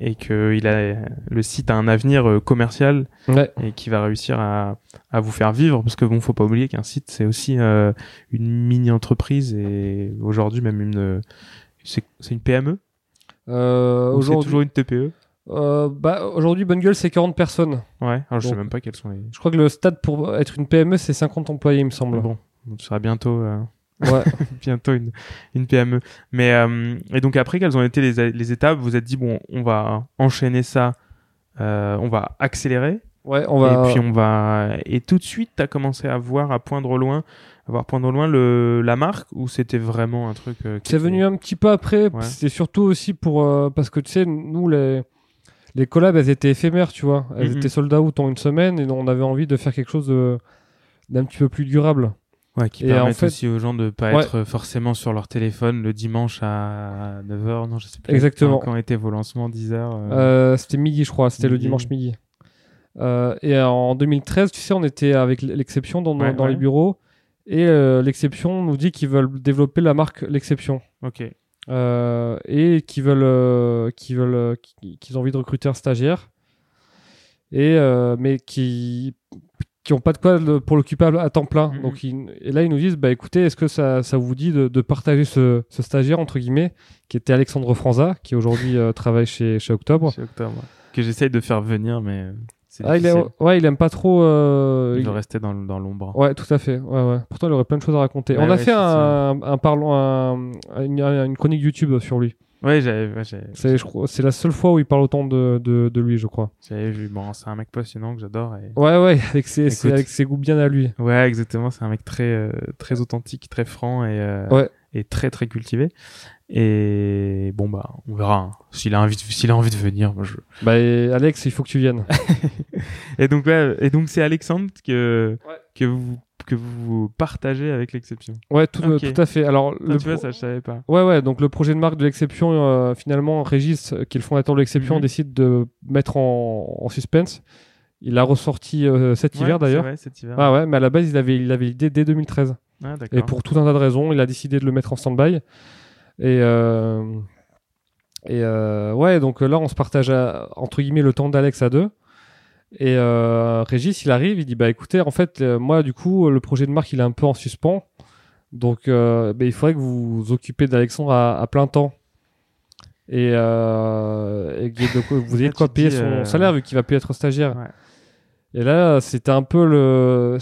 le site a un avenir commercial et qui va réussir à vous faire vivre, parce que bon, faut pas oublier qu'un site c'est aussi une mini entreprise et aujourd'hui même c'est une PME. Aujourd'hui c'est toujours une TPE. Aujourd'hui, Bonne Gueule, c'est 40 personnes. Ouais, alors je sais même pas quels sont les. Je crois que le stade pour être une PME, c'est 50 employés, il me semble. Bon, ce sera bientôt. Bientôt une PME. Mais et donc après, quelles ont été les étapes? Vous vous êtes dit bon, on va enchaîner ça, on va accélérer. Ouais, on va. Et tout de suite, t'as commencé à poindre loin la marque, ou c'était vraiment un truc. C'est venu un petit peu après. Ouais. C'était surtout aussi parce que tu sais, nous les collabs, elles étaient éphémères, tu vois. Elles étaient sold out en une semaine et on avait envie de faire quelque chose d'un petit peu plus durable. Ouais, qui permettent aussi aux gens de pas être forcément sur leur téléphone le dimanche à 9h. Non, je sais plus. Exactement. Quand étaient vos lancements, 10h C'était midi, je crois. C'était le dimanche midi. Et en 2013, tu sais, on était avec l'Exception dans les bureaux. Et l'Exception nous dit qu'ils veulent développer la marque l'Exception. Ok. Et qu'ils ont envie de recruter un stagiaire, mais qui ont pas de quoi pour l'occuper à temps plein. Donc et là ils nous disent écoutez, est-ce que ça vous dit de partager ce stagiaire entre guillemets, qui était Alexandre Franza, qui aujourd'hui travaille chez Octobre. Chez Octobre, que j'essaye de faire venir, mais il aime pas trop. Il veut rester dans l'ombre. Ouais, tout à fait. Ouais. Pourtant, il aurait plein de choses à raconter. On a fait une chronique YouTube sur lui. Ouais, je crois, c'est la seule fois où il parle autant de lui, je crois. J'avais vu. Bon, c'est un mec passionnant que j'adore. Ouais, avec ses goûts bien à lui. Ouais, exactement. C'est un mec très authentique, très franc et très très cultivé. Et bon on verra s'il a envie de venir. Alex, il faut que tu viennes. et donc c'est Alexandre que vous partagez avec l'Exception. Ouais, tout à fait. Alors tu vois, ça je savais pas. Ouais, donc le projet de marque de l'Exception, finalement Régis, qui est le fondateur de l'Exception, décide de mettre en suspense. Il l'a ressorti cet hiver d'ailleurs. Ouais, cet hiver. Ah ouais, mais à la base il avait l'idée dès 2013. Ah, d'accord. Et pour tout un tas de raisons, il a décidé de le mettre en stand-by. Et Et donc là, on se partage entre guillemets le temps d'Alex à deux. Et Régis, il arrive, il dit bah écoutez, en fait, moi, du coup, le projet de marque, il est un peu en suspens. Donc, il faudrait que vous vous occupez d'Alexandre à plein temps. Et que vous ayez de quoi payer son salaire vu qu'il va plus être stagiaire. Ouais. Et là, c'était un peu le.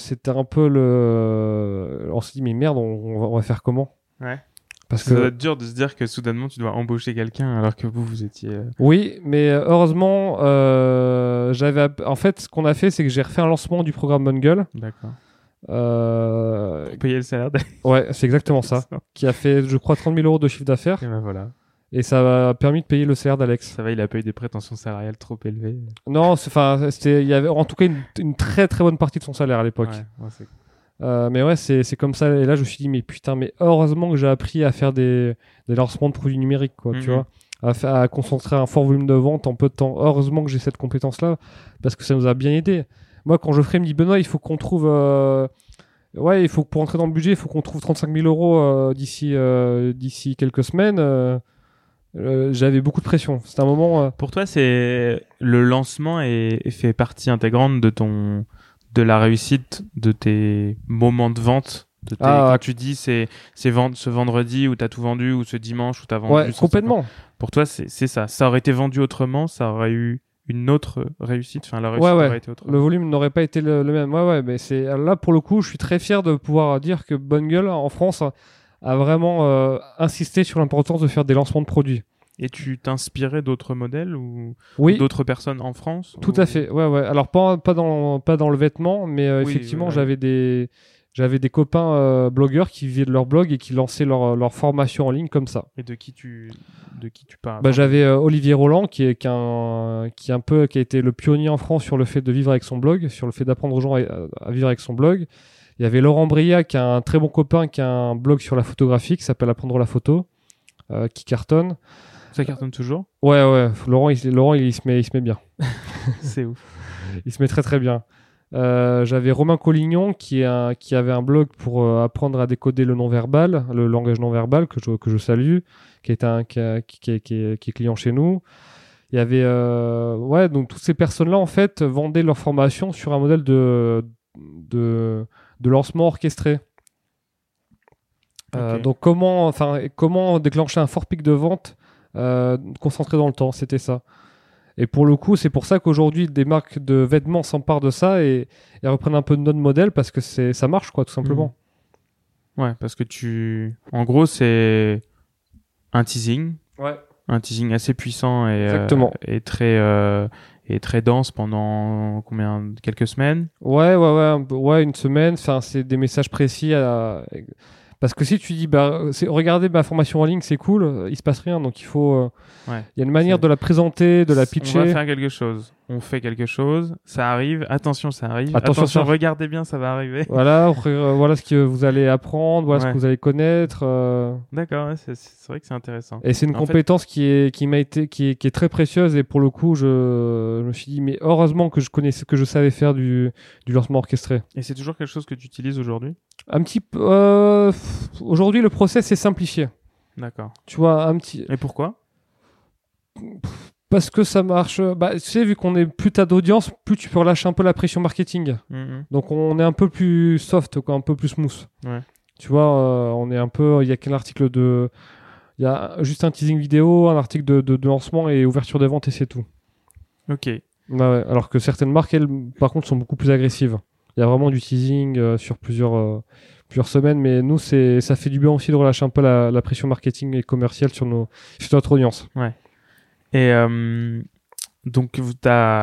On s'est dit mais merde, on va faire comment? Ouais. Parce ça doit être dur de se dire que soudainement tu dois embaucher quelqu'un alors que vous étiez. Oui, mais heureusement, en fait, ce qu'on a fait, c'est que j'ai refait un lancement du programme Bonne Gueule. D'accord. Pour payer le salaire d'Alex. Ouais, c'est exactement ça. Qui a fait, je crois, 30 000 € de chiffre d'affaires. Et ben voilà. Et ça a permis de payer le salaire d'Alex. Ça va, il a pas eu des prétentions salariales trop élevées. Non, il y avait en tout cas une très très bonne partie de son salaire à l'époque. Mais ouais, c'est comme ça. Et là, je me suis dit, mais putain, mais heureusement que j'ai appris à faire des lancements de produits numériques, quoi, tu vois, à concentrer un fort volume de vente en peu de temps. Heureusement que j'ai cette compétence-là, parce que ça nous a bien aidé. Moi, quand Geoffrey me dit, Benoît, il faut qu'on trouve. Il faut que pour entrer dans le budget, il faut qu'on trouve 35 000 € d'ici quelques semaines. J'avais beaucoup de pression. C'était un moment. Pour toi, c'est le lancement fait partie intégrante de la réussite de tes moments de vente. Quand tu dis ce vendredi où t'as tout vendu ou ce dimanche où t'as vendu. Ouais, complètement. Pour toi, c'est ça. Ça aurait été vendu autrement, ça aurait eu une autre réussite. Enfin, la réussite aurait été autre. Le volume n'aurait pas été le même. Ouais, mais c'est là pour le coup, je suis très fier de pouvoir dire que Bonne Gueule en France a vraiment insisté sur l'importance de faire des lancements de produits. Et tu t'inspirais d'autres modèles ou d'autres personnes en France? Tout à fait. Ouais. Alors pas dans le vêtement, mais effectivement, j'avais des copains blogueurs qui vivaient de leur blog et qui lançaient leur formation en ligne comme ça. Et de qui tu parles? J'avais Olivier Roland qui a été le pionnier en France sur le fait de vivre avec son blog, sur le fait d'apprendre aux gens à vivre avec son blog. Il y avait Laurent Briat qui a un très bon copain qui a un blog sur la photographie qui s'appelle Apprendre la photo, qui cartonne. Ça cartonne toujours? Ouais. Laurent, il se met bien. C'est ouf. Il se met très très bien. J'avais Romain Collignon qui avait un blog pour apprendre à décoder le non-verbal, le langage non-verbal que je salue, qui est client chez nous. Il y avait donc toutes ces personnes-là en fait vendaient leur formation sur un modèle de lancement orchestré. Okay. Donc comment déclencher un fort pic de vente concentré dans le temps, c'était ça. Et pour le coup, c'est pour ça qu'aujourd'hui des marques de vêtements s'emparent de ça et reprennent un peu de notre modèle parce que ça marche, quoi, tout simplement. Ouais, parce que en gros, c'est un teasing. Ouais. Un teasing assez puissant et très dense pendant quelques semaines. Ouais, une semaine. Enfin, c'est des messages précis parce que si tu dis regardez ma formation en ligne, c'est cool, il se passe rien, donc il faut il y a une manière de la présenter, de la pitcher. On va faire quelque chose. On fait quelque chose, ça arrive, attention, ça arrive. Attention, regardez bien, ça va arriver. Voilà, voilà ce que vous allez apprendre, voilà ce que vous allez connaître. D'accord, c'est vrai que c'est intéressant. Et c'est une compétence qui est très précieuse et pour le coup, je me suis dit mais heureusement que je savais faire du lancement orchestré. Et c'est toujours quelque chose que tu utilises aujourd'hui? Un petit peu. Aujourd'hui, le process est simplifié. D'accord. Tu vois, un petit. Et pourquoi? Parce que ça marche. Tu sais, vu qu'on est plus t'as d'audience, plus tu peux relâcher un peu la pression marketing. Donc on est un peu plus soft, quoi, un peu plus smooth. Ouais. Tu vois, on est un peu. Il y a quel article de. Il y a juste un teasing vidéo, un article de lancement et ouverture des ventes et c'est tout. Ok. Ouais. Alors que certaines marques, elles, par contre, sont beaucoup plus agressives. Il y a vraiment du teasing sur plusieurs semaines, mais nous, ça fait du bien aussi de relâcher un peu la pression marketing et commerciale sur notre audience. Ouais. Et donc, tu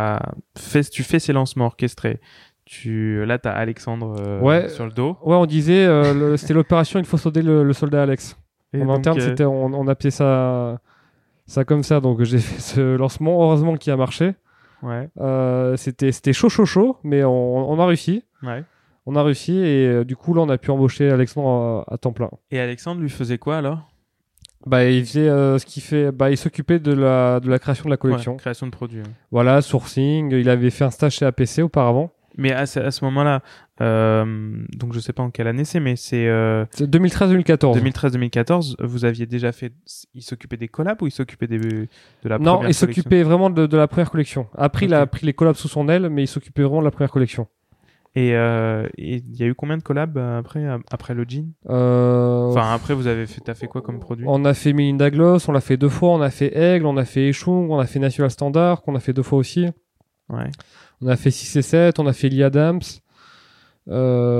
fais ces lancements orchestrés. Là, tu as Alexandre sur le dos. Ouais, on disait, c'était l'opération, il faut sauter le soldat Alex. Et en interne, on appelait ça comme ça. Donc, j'ai fait ce lancement, heureusement qu'il a marché. Ouais. C'était chaud, mais on a réussi. Ouais. On a réussi et du coup, là, on a pu embaucher Alexandre à temps plein. Et Alexandre lui faisait quoi alors? Il faisait ce qu'il fait. Il s'occupait de la création de la collection. Ouais, création de produits. Voilà, sourcing. Il avait fait un stage chez APC auparavant. Mais à ce moment-là, donc je sais pas en quelle année c'est, mais c'est 2013-2014. 2013-2014, vous aviez déjà fait... Il s'occupait des collabs ou il s'occupait de la première collection? Non, il s'occupait vraiment de la première collection. Après, il a pris les collabs sous son aile, mais il s'occupait vraiment de la première collection. Et il y a eu combien de collabs après le jean? Enfin, après, t'as fait quoi comme produit? On a fait Melinda Gloss, on l'a fait 2 fois, on a fait Aigle, on a fait Echung, on a fait National Standard, qu'on a fait 2 fois aussi. Ouais. On a fait 6 et 7, on a fait Lee Adams. Ouais,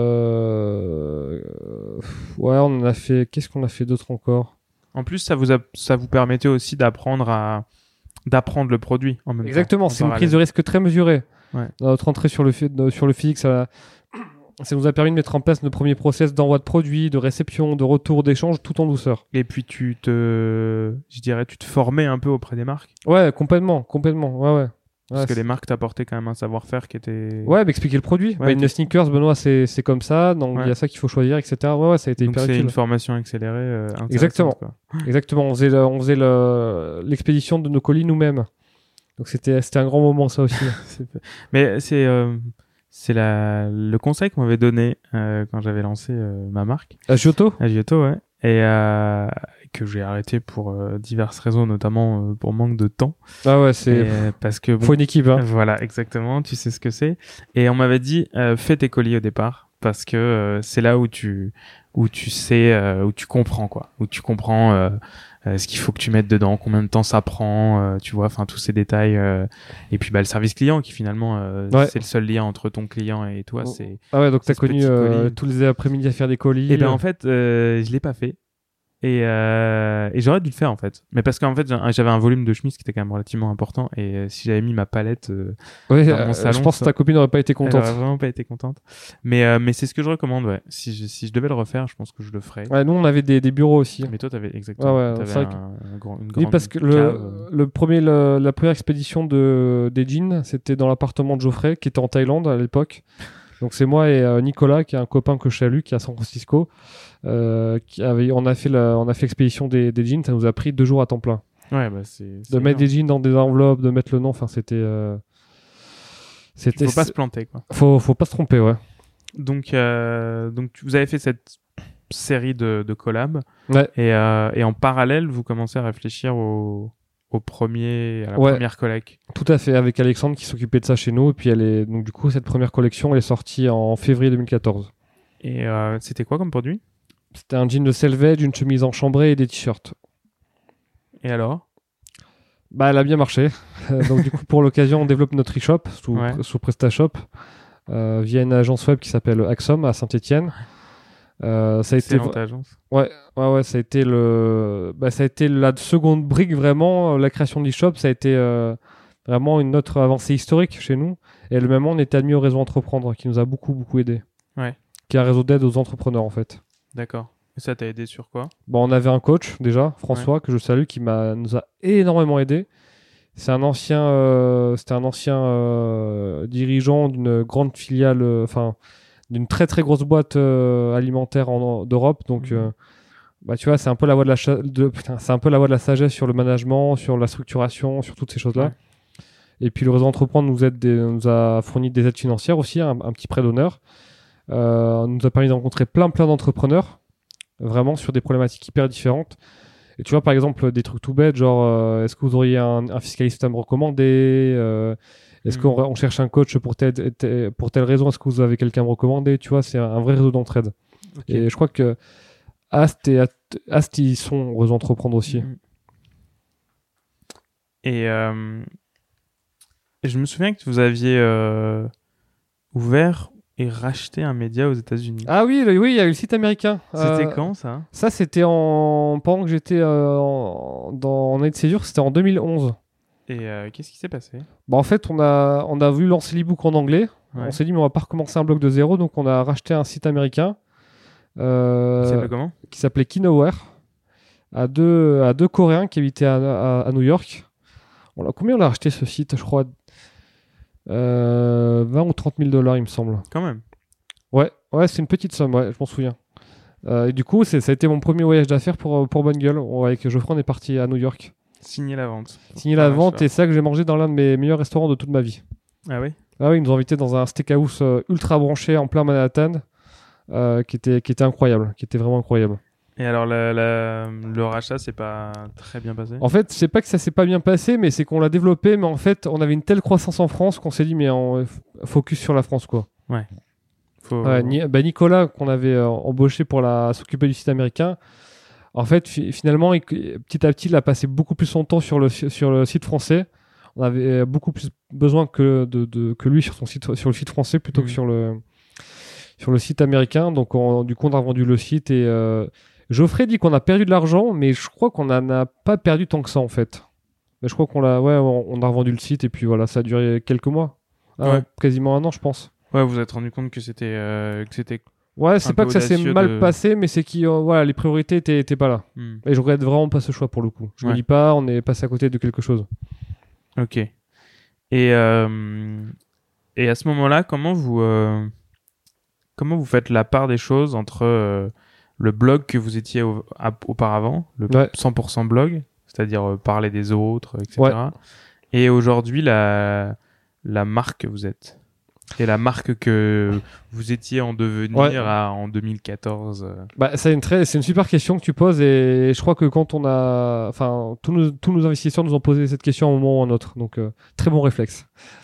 on a fait... Qu'est-ce qu'on a fait d'autre encore? En plus, ça vous permettait aussi d'apprendre le produit en même temps. Exactement, c'est une prise de risque très mesurée. Ouais. Dans notre entrée sur le physique, ça nous a permis de mettre en place nos premiers process d'envoi de produits, de réception, de retour, d'échange, tout en douceur. Et puis tu te formais un peu auprès des marques. Ouais, complètement. Ouais. Parce que les marques t'apportaient quand même un savoir-faire qui était... Ouais, m'expliquer le produit. Ouais, une sneakers, Benoît, c'est comme ça, donc il y a ça qu'il faut choisir, etc. Ouais, ça a été hyper utile. Donc c'est une formation accélérée intéressante. Exactement. Quoi. Exactement. On faisait l'expédition de nos colis nous-mêmes. Donc c'était un grand moment, ça aussi. Mais c'est le conseil qu'on m'avait donné quand j'avais lancé ma marque. À Giotto, ouais. Et que j'ai arrêté pour diverses raisons, notamment pour manque de temps. Ah ouais, c'est... parce que... faut une équipe, hein. Voilà, exactement, tu sais ce que c'est. Et on m'avait dit, fais tes colis au départ, parce que c'est là où tu sais, où tu comprends, quoi. Où tu comprends ce qu'il faut que tu mettes dedans, combien de temps ça prend, tu vois, enfin tous ces détails. Et puis le service client qui finalement, c'est le seul lien entre ton client et toi. Ah ouais, donc t'as connu tous les après-midi à faire des colis. Et ben en fait, je l'ai pas fait. Et j'aurais dû le faire en fait, mais parce qu'en fait j'avais un volume de chemise qui était quand même relativement important, et si j'avais mis ma palette dans mon salon, je pense que ta copine n'aurait pas été contente. Elle aurait vraiment pas été contente. Mais c'est ce que je recommande, ouais. Si je devais le refaire, je pense que je le ferais. Ouais, nous on avait des bureaux aussi. Mais toi t'avais exactement. Ouais, t'avais une grande parce que la première expédition des jeans, c'était dans l'appartement de Geoffrey qui était en Thaïlande à l'époque. Donc c'est moi et Nicolas, qui est un copain que je salue, qui est à San Francisco. On a fait l'expédition des jeans, ça nous a pris 2 jours à temps plein. Ouais, bah de mettre des jeans dans des enveloppes, de mettre le nom, enfin c'était faut pas se planter, quoi. Faut pas se tromper, ouais. Donc vous avez fait cette série de collabs. Ouais. Et en parallèle, vous commencez à réfléchir à la première collecte. Tout à fait, avec Alexandre qui s'occupait de ça chez nous. Et puis donc du coup, cette première collection, elle est sortie en février 2014. Et c'était quoi comme produit? C'était un jean de selvage, une chemise en chambrée et des t-shirts. Et alors? Bah, elle a bien marché. Donc du coup, pour l'occasion, on développe notre e-shop sous PrestaShop via une agence web qui s'appelle Axom à Saint-Étienne. Ça a été agence. Ouais, ça a été la seconde brique vraiment. La création de l'e-shop, ça a été vraiment une autre avancée historique chez nous. Et le même moment, on était admis au réseau Entreprendre, qui nous a beaucoup aidé. Ouais. Qui est un réseau d'aide aux entrepreneurs en fait. D'accord. Et ça t'a aidé sur quoi? Bon, on avait un coach déjà, François, que je salue, qui nous a énormément aidé. C'était un ancien dirigeant d'une grande filiale, d'une très très grosse boîte alimentaire d'Europe. Donc, tu vois, c'est un peu la voie de la sagesse sur le management, sur la structuration, sur toutes ces choses-là. Ouais. Et puis le réseau Entreprendre nous a fourni des aides financières aussi, un petit prêt d'honneur. Nous a permis de rencontrer plein d'entrepreneurs, vraiment sur des problématiques hyper différentes. Et tu vois, par exemple, des trucs tout bêtes, genre, est-ce que vous auriez un fiscaliste à me recommander? Est-ce qu'on cherche un coach pour telle raison? Est-ce que vous avez quelqu'un à me recommander? Tu vois, c'est un vrai réseau d'entraide. Okay. Et je crois que Ast, ils sont réseau Entreprendre aussi. Et je me souviens que vous aviez ouvert et racheté un média aux États-Unis. Ah oui, il y a eu le site américain. C'était quand ça? Ça, c'était pendant que j'étais en année de césure, c'était en 2011. Et qu'est-ce qui s'est passé? En fait, on a voulu lancer l'e-book en anglais. Ouais. On s'est dit, mais on va pas recommencer un blog de zéro, donc on a racheté un site américain. Qui s'appelait comment? Qui s'appelait Kinoware, à deux Coréens qui habitaient à New York. Combien on a racheté ce site? Je crois 20 ou 30 000 $, il me semble. Quand même. Ouais, c'est une petite somme, ouais, je m'en souviens. Et du coup, ça a été mon premier voyage d'affaires pour Bonne Gueule. Avec Geoffrey, on est parti à New York. Signer la vente. Et c'est ça que j'ai mangé dans l'un de mes meilleurs restaurants de toute ma vie. Ah oui? Ah oui, ils nous ont invités dans un steakhouse ultra branché en plein Manhattan, qui était incroyable, qui était vraiment incroyable. Et alors, le rachat, c'est pas très bien passé? En fait, c'est pas que ça s'est pas bien passé, mais c'est qu'on l'a développé, mais en fait, on avait une telle croissance en France qu'on s'est dit, mais focus sur la France, quoi. Ouais. Nicolas, qu'on avait embauché pour s'occuper du site américain, en fait, finalement, petit à petit, il a passé beaucoup plus son temps sur le site français. On avait beaucoup plus besoin que lui sur le site français plutôt que sur le site américain. Donc, du coup, on a revendu le site et Geoffrey dit qu'on a perdu de l'argent, mais je crois qu'on n'en a pas perdu tant que ça, en fait. Mais je crois on a revendu le site et puis voilà, ça a duré quelques mois. Quasiment un an, je pense. Ouais, vous vous êtes rendu compte que c'était ouais, c'est pas que ça s'est mal passé, mais c'est que les priorités étaient pas là. Et je regrette vraiment pas ce choix pour le coup. Je me dis pas, on est passé à côté de quelque chose. Ok. Et à ce moment-là, comment vous faites la part des choses entre le blog que vous étiez auparavant, le 100% blog, c'est-à-dire parler des autres, etc. Et aujourd'hui, la marque que vous êtes et la marque que vous étiez en devenir en 2014. C'est une super question que tu poses et je crois que quand tous nos investisseurs nous ont posé cette question à un moment ou à un autre, donc très bon réflexe.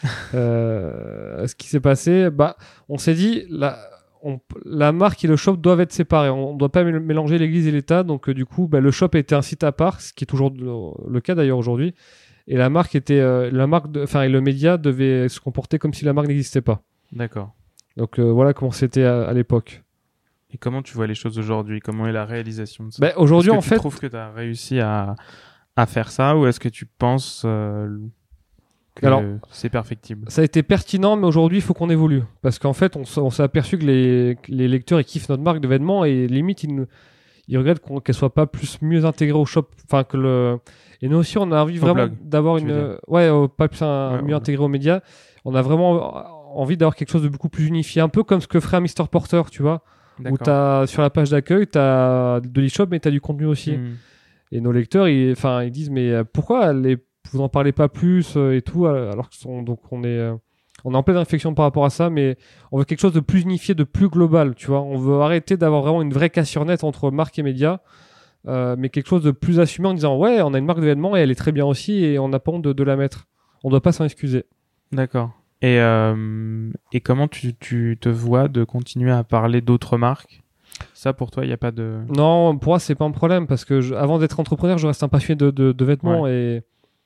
Ce qui s'est passé, on s'est dit la marque et le shop doivent être séparés. On ne doit pas mélanger l'église et l'État. Donc, du coup, le shop était un site à part, ce qui est toujours le cas d'ailleurs aujourd'hui. Et la marque était, et le média devait se comporter comme si la marque n'existait pas. D'accord. Donc, voilà comment c'était à l'époque. Et comment tu vois les choses aujourd'hui? Comment est la réalisation de ça? Aujourd'hui, en fait. Tu trouves que tu as réussi à faire ça ou est-ce que tu penses que c'est perfectible? Ça a été pertinent, mais aujourd'hui, il faut qu'on évolue. Parce qu'en fait, on s'est aperçu que les lecteurs ils kiffent notre marque de vêtements et limite, ils regrettent qu'elle soit pas mieux intégrée au shop. Et nous aussi, on a envie vraiment d'avoir pas plus mieux intégré aux médias. On a vraiment envie d'avoir quelque chose de beaucoup plus unifié. Un peu comme ce que ferait un Mr. Porter, tu vois. Où sur la page d'accueil, tu as de l'e-shop, mais tu as du contenu aussi. Et nos lecteurs, ils disent, mais pourquoi vous n'en parlez pas plus et tout, alors on est en pleine réflexion par rapport à ça, mais on veut quelque chose de plus unifié, de plus global, tu vois. On veut arrêter d'avoir vraiment une vraie cassure nette entre marque et médias, mais quelque chose de plus assumé en disant on a une marque de vêtements et elle est très bien aussi et on n'a pas honte de la mettre. On ne doit pas s'en excuser. D'accord. Et comment tu te vois de continuer à parler d'autres marques? Ça, pour toi, il n'y a pas de... Non, pour moi, c'est pas un problème parce que avant d'être entrepreneur, je reste un passionné de vêtements et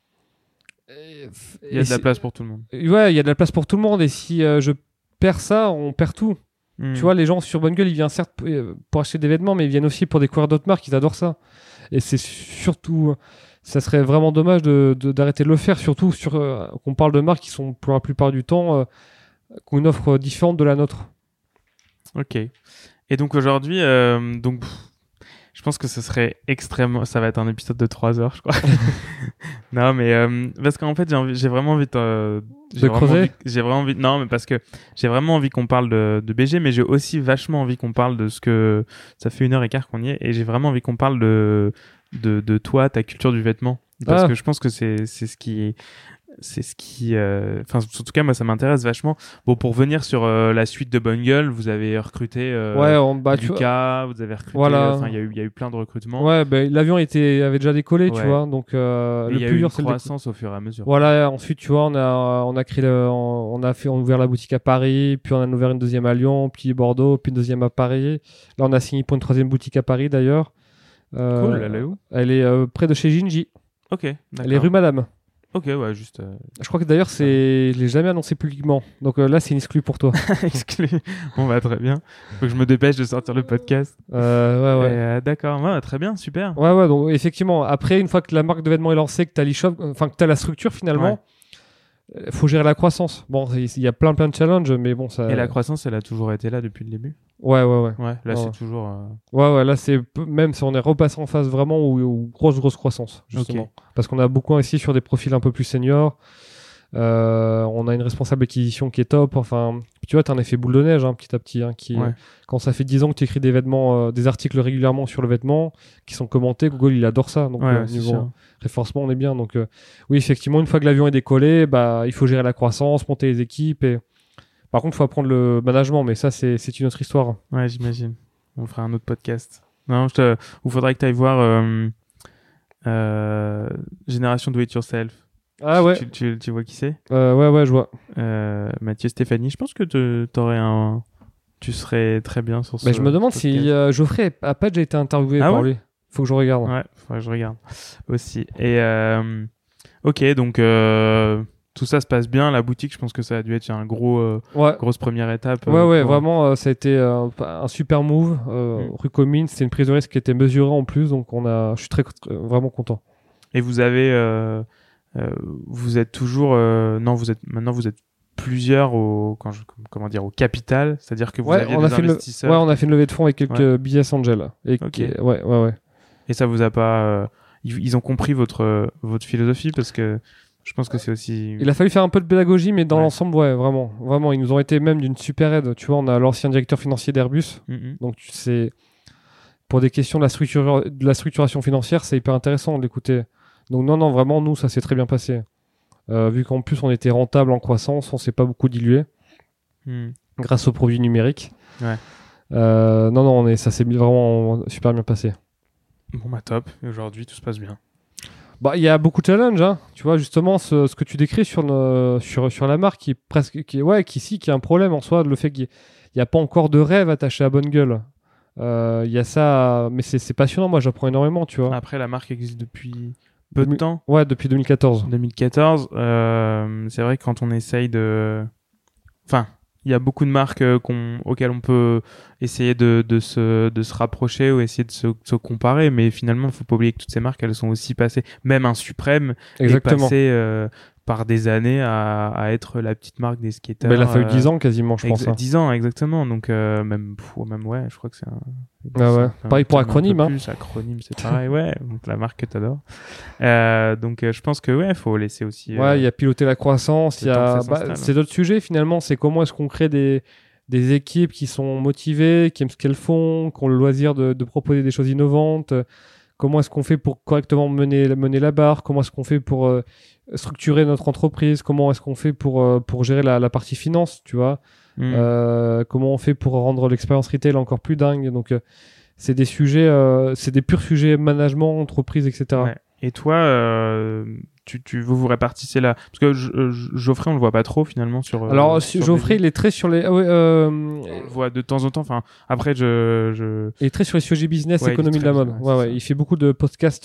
il y a de la place pour tout le monde. Ouais, il y a de la place pour tout le monde et si je perds ça, on perd tout. Tu vois, les gens sur Bonne Gueule, ils viennent certes pour acheter des vêtements, mais ils viennent aussi pour découvrir d'autres marques, ils adorent ça. Et c'est surtout, ça serait vraiment dommage d'arrêter de le faire, surtout qu'on parle de marques qui sont pour la plupart du temps qui ont une offre différente de la nôtre. Ok. Et donc aujourd'hui, je pense que ce serait extrêmement... Ça va être un épisode de 3 heures, je crois. Non, mais parce qu'en fait, j'ai vraiment envie de creuser. Non, mais parce que j'ai vraiment envie qu'on parle de BG, mais j'ai aussi vachement envie qu'on parle de ce que... Ça fait 1h15 qu'on y est, et j'ai vraiment envie qu'on parle de toi, ta culture du vêtement. Parce que je pense que c'est ce qui... en tout cas, moi, ça m'intéresse vachement. Bon, pour venir sur la suite de Bonne Gueule, vous avez recruté Lucas, vous avez recruté... Enfin, il y a eu plein de recrutements. Ouais, l'avion avait déjà décollé, tu vois. Donc, il y a eu une croissance au fur et à mesure. Voilà, ensuite, tu vois, on a ouvert la boutique à Paris, puis on a ouvert une deuxième à Lyon, puis Bordeaux, puis une deuxième à Paris. Là, on a signé pour une troisième boutique à Paris, d'ailleurs. Cool, elle est où? Elle est près de chez Ginji. Ok, d'accord. Elle est rue Madame. Ok, ouais, juste... Je crois que d'ailleurs, je l'ai jamais annoncé publiquement. Donc là, c'est une exclue pour toi. Exclu. Bon, très bien. Faut que je me dépêche de sortir le podcast. Ouais. D'accord, très bien, super. Ouais, donc effectivement, après, une fois que la marque de vêtements est lancée, que tu as l'e-shop, que tu as la structure finalement, faut gérer la croissance. Bon, il y a plein de challenges, mais bon, ça... Et la croissance, elle a toujours été là depuis le début? Ouais, là, c'est toujours... Ouais, là, c'est... Même si on est repassé en phase vraiment où grosse croissance, justement. Okay. Parce qu'on a beaucoup investi sur des profils un peu plus seniors. On a une responsable acquisition qui est top. Enfin, tu vois, t'as un effet boule de neige petit à petit. Quand ça fait 10 ans que tu écris des vêtements, des articles régulièrement sur le vêtement qui sont commentés, Google il adore ça. Donc niveau référencement, on est bien. Donc oui, effectivement, une fois que l'avion est décollé, il faut gérer la croissance, monter les équipes. Par contre, il faut apprendre le management, mais ça, c'est une autre histoire. Ouais, j'imagine. On fera un autre podcast. Non, il faudrait que tu ailles voir Génération Do It Yourself. Ah ouais. Tu vois qui c'est? Ouais, je vois. Mathieu Stéphanie, je pense que tu serais très bien sur ce. Mais je me demande si Geoffrey a pas déjà été interviewé par lui. Faut que je regarde. Ouais, faudrait que je regarde aussi. Et ok, donc tout ça se passe bien. La boutique, je pense que ça a dû être une grosse première étape. Vraiment, ça a été un super move. Rue Comines, c'était une prise de risque qui était mesurée en plus, donc je suis vraiment content. Et vous avez, vous êtes toujours, maintenant vous êtes plusieurs au capital, c'est-à-dire que vous aviez des investisseurs. On a fait une levée de fonds avec quelques business angels. Ouais. Et ça vous a pas, ils ont compris votre philosophie parce que je pense que c'est aussi. Il a fallu faire un peu de pédagogie, mais dans l'ensemble, vraiment, ils nous ont été même d'une super aide. Tu vois, on a l'ancien directeur financier d'Airbus, donc tu sais, pour des questions de la structuration financière, c'est hyper intéressant de l'écouter. Donc non, vraiment, nous, ça s'est très bien passé. Vu qu'en plus, on était rentable en croissance, on s'est pas beaucoup dilué grâce aux produits numériques. Ouais. Ça s'est vraiment super bien passé. Bon, top. Et aujourd'hui, tout se passe bien. Il y a beaucoup de challenges, tu vois, justement, ce que tu décris sur la marque qui est un problème en soi, le fait qu'il n'y a pas encore de rêve attaché à Bonne Gueule. Il y a ça, mais c'est passionnant, moi j'apprends énormément, tu vois. Après, la marque existe depuis peu de temps. Ouais, depuis 2014. 2014, c'est vrai que quand on essaye de... Enfin, il y a beaucoup de marques auxquelles on peut essayer de se rapprocher ou essayer de se comparer, mais finalement, il ne faut pas oublier que toutes ces marques, elles sont aussi passées, même un Suprême, est passé par des années à être la petite marque des skateurs. Il a fallu 10 ans quasiment, je pense. 10 ans, exactement. Donc, même, je crois que c'est un... Pareil pour Acronyme. Acronyme, c'est pareil, donc la marque que t'adores. Donc, je pense que, faut laisser aussi... il y a piloter la croissance, c'est d'autres sujets finalement. C'est comment est-ce qu'on crée des équipes qui sont motivées, qui aiment ce qu'elles font, qui ont le loisir de proposer des choses innovantes. Comment est-ce qu'on fait pour correctement mener la barre? Comment est-ce qu'on fait pour structurer notre entreprise? Comment est-ce qu'on fait pour gérer la partie finance, tu vois? Comment on fait pour rendre l'expérience retail encore plus dingue? Donc, c'est des sujets, c'est des purs sujets management, entreprise, etc. Ouais. Et toi, vous répartissez là, parce que Geoffrey, on le voit pas trop finalement sur. Alors Geoffrey, il est très sur les. On le voit de temps en temps. Enfin, après, il est très sur les sujets business, économie de la mode. Il fait beaucoup de podcasts.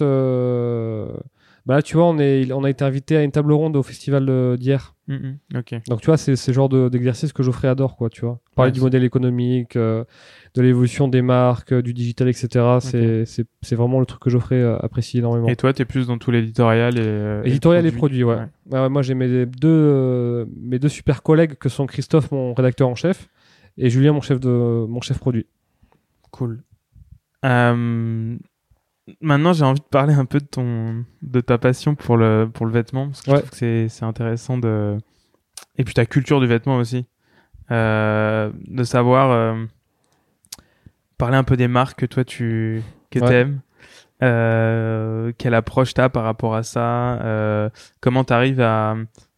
Là, tu vois, on a été invité à une table ronde au festival d'hier. Ok. Donc, tu vois, c'est ce genre d'exercice que Geoffrey adore, quoi, tu vois. Parler du modèle économique, de l'évolution des marques, du digital, etc. C'est vraiment le truc que Geoffrey apprécie énormément. Et toi, t'es plus dans tout l'éditorial et produits, ouais. Moi, j'ai mes deux super collègues que sont Christophe, mon rédacteur en chef, et Julien, mon chef produit. Cool. Maintenant, j'ai envie de parler un peu de ta passion pour le vêtement, parce que je trouve que c'est intéressant et puis ta culture du vêtement aussi, de savoir parler un peu des marques que toi t'aimes, quelle approche t'as par rapport à ça, comment t'arrives à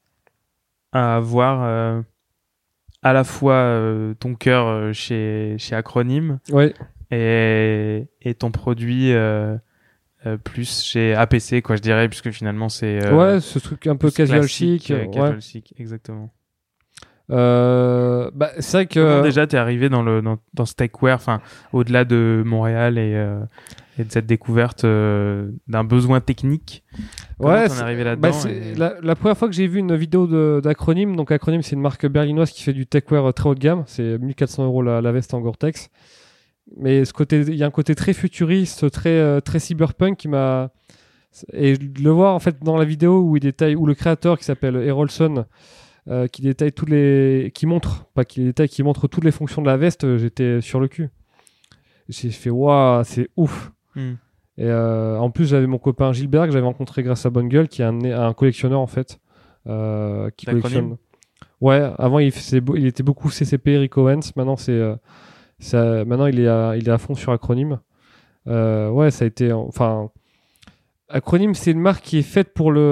avoir à la fois ton cœur chez Acronyme. Et ton produit plus chez APC, quoi, je dirais, puisque finalement c'est ce truc un peu casual chic, exactement. C'est vrai que comment déjà t'es arrivé dans ce techwear, enfin au-delà de Montréal et de cette découverte d'un besoin technique. Comment t'en es arrivé là-dedans la première fois que j'ai vu une vidéo d'Acronyme, donc Acronyme c'est une marque berlinoise qui fait du techwear très haut de gamme, c'est 1400 € la veste en Gore-Tex. Mais il y a un côté très futuriste, très cyberpunk qui m'a... Et de le voir en fait dans la vidéo où le créateur qui s'appelle Erolson, qui détaille qui montre toutes les fonctions de la veste, j'étais sur le cul. J'ai fait waouh, c'est ouf. Et en plus j'avais mon copain Gilbert que j'avais rencontré grâce à Bonne Gueule, qui est un collectionneur en fait, qui collectionne. Ouais, avant il était beaucoup CCP, Rick Owens. Maintenant maintenant il est à fond sur Acronym. Ouais, ça a été, enfin, Acronym, c'est une marque qui est faite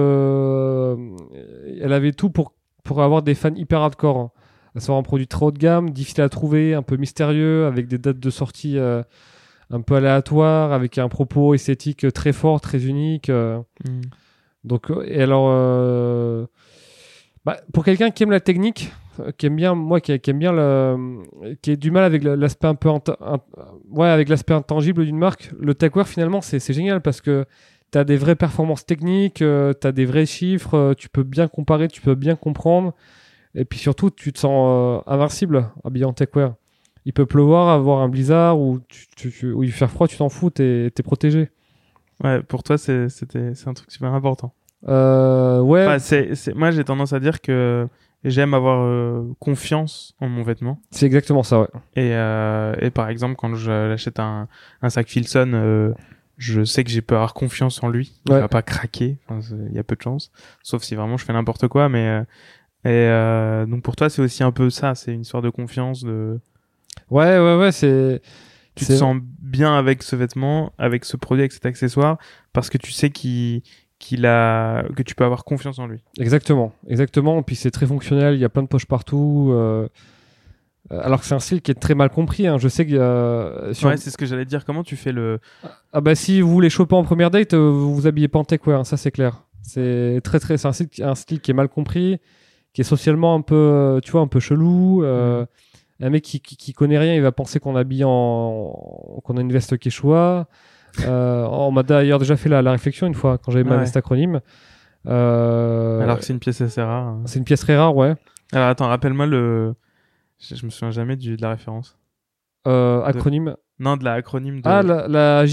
elle avait tout pour avoir des fans hyper hardcore. Hein. À savoir un produit très haut de gamme, difficile à trouver, un peu mystérieux, avec des dates de sortie un peu aléatoires, avec un propos esthétique très fort, très unique. Donc, et alors, pour quelqu'un qui aime la technique, qui aime bien, qui aime bien qui a du mal avec l'aspect un peu, avec l'aspect intangible d'une marque, le techwear finalement c'est génial parce que tu as des vraies performances techniques, tu as des vrais chiffres, tu peux bien comparer, tu peux bien comprendre. Et puis surtout, tu te sens invincible habillé en techwear. Il peut pleuvoir, avoir un blizzard ou il fait froid, tu t'en fous, t'es protégé. Ouais, pour toi, c'est un truc super important. Ouais. Enfin, moi, j'ai tendance à dire que j'aime avoir confiance en mon vêtement. C'est exactement ça, ouais. Et par exemple, quand j'achète un sac Filson, je sais que j'ai pu avoir confiance en lui. Il va pas craquer. Il y a peu de chance. Sauf si vraiment je fais n'importe quoi, mais... donc pour toi c'est aussi un peu ça, c'est une histoire de confiance, ouais, c'est tu te sens bien avec ce vêtement, avec ce produit, avec cet accessoire parce que tu sais que tu peux avoir confiance en lui. Exactement. Et puis c'est très fonctionnel, il y a plein de poches partout, alors que c'est un style qui est très mal compris, hein. Je sais qu'il y a ouais, c'est ce que j'allais dire. Comment tu fais si vous voulez choper en première date, vous vous habillez pas en techwear, hein, ça c'est clair. C'est c'est un style qui est mal compris, qui est socialement un peu, tu vois, un peu chelou. Un mec qui connaît rien, il va penser qu'on a une veste Quechua. On m'a d'ailleurs déjà fait la réflexion une fois quand j'avais ma veste Acronym. Alors que c'est une pièce assez rare. Hein. C'est une pièce très rare, ouais. Alors attends, rappelle-moi je me souviens jamais de la référence. Acronym. Non, de l'acronyme de... Ah, la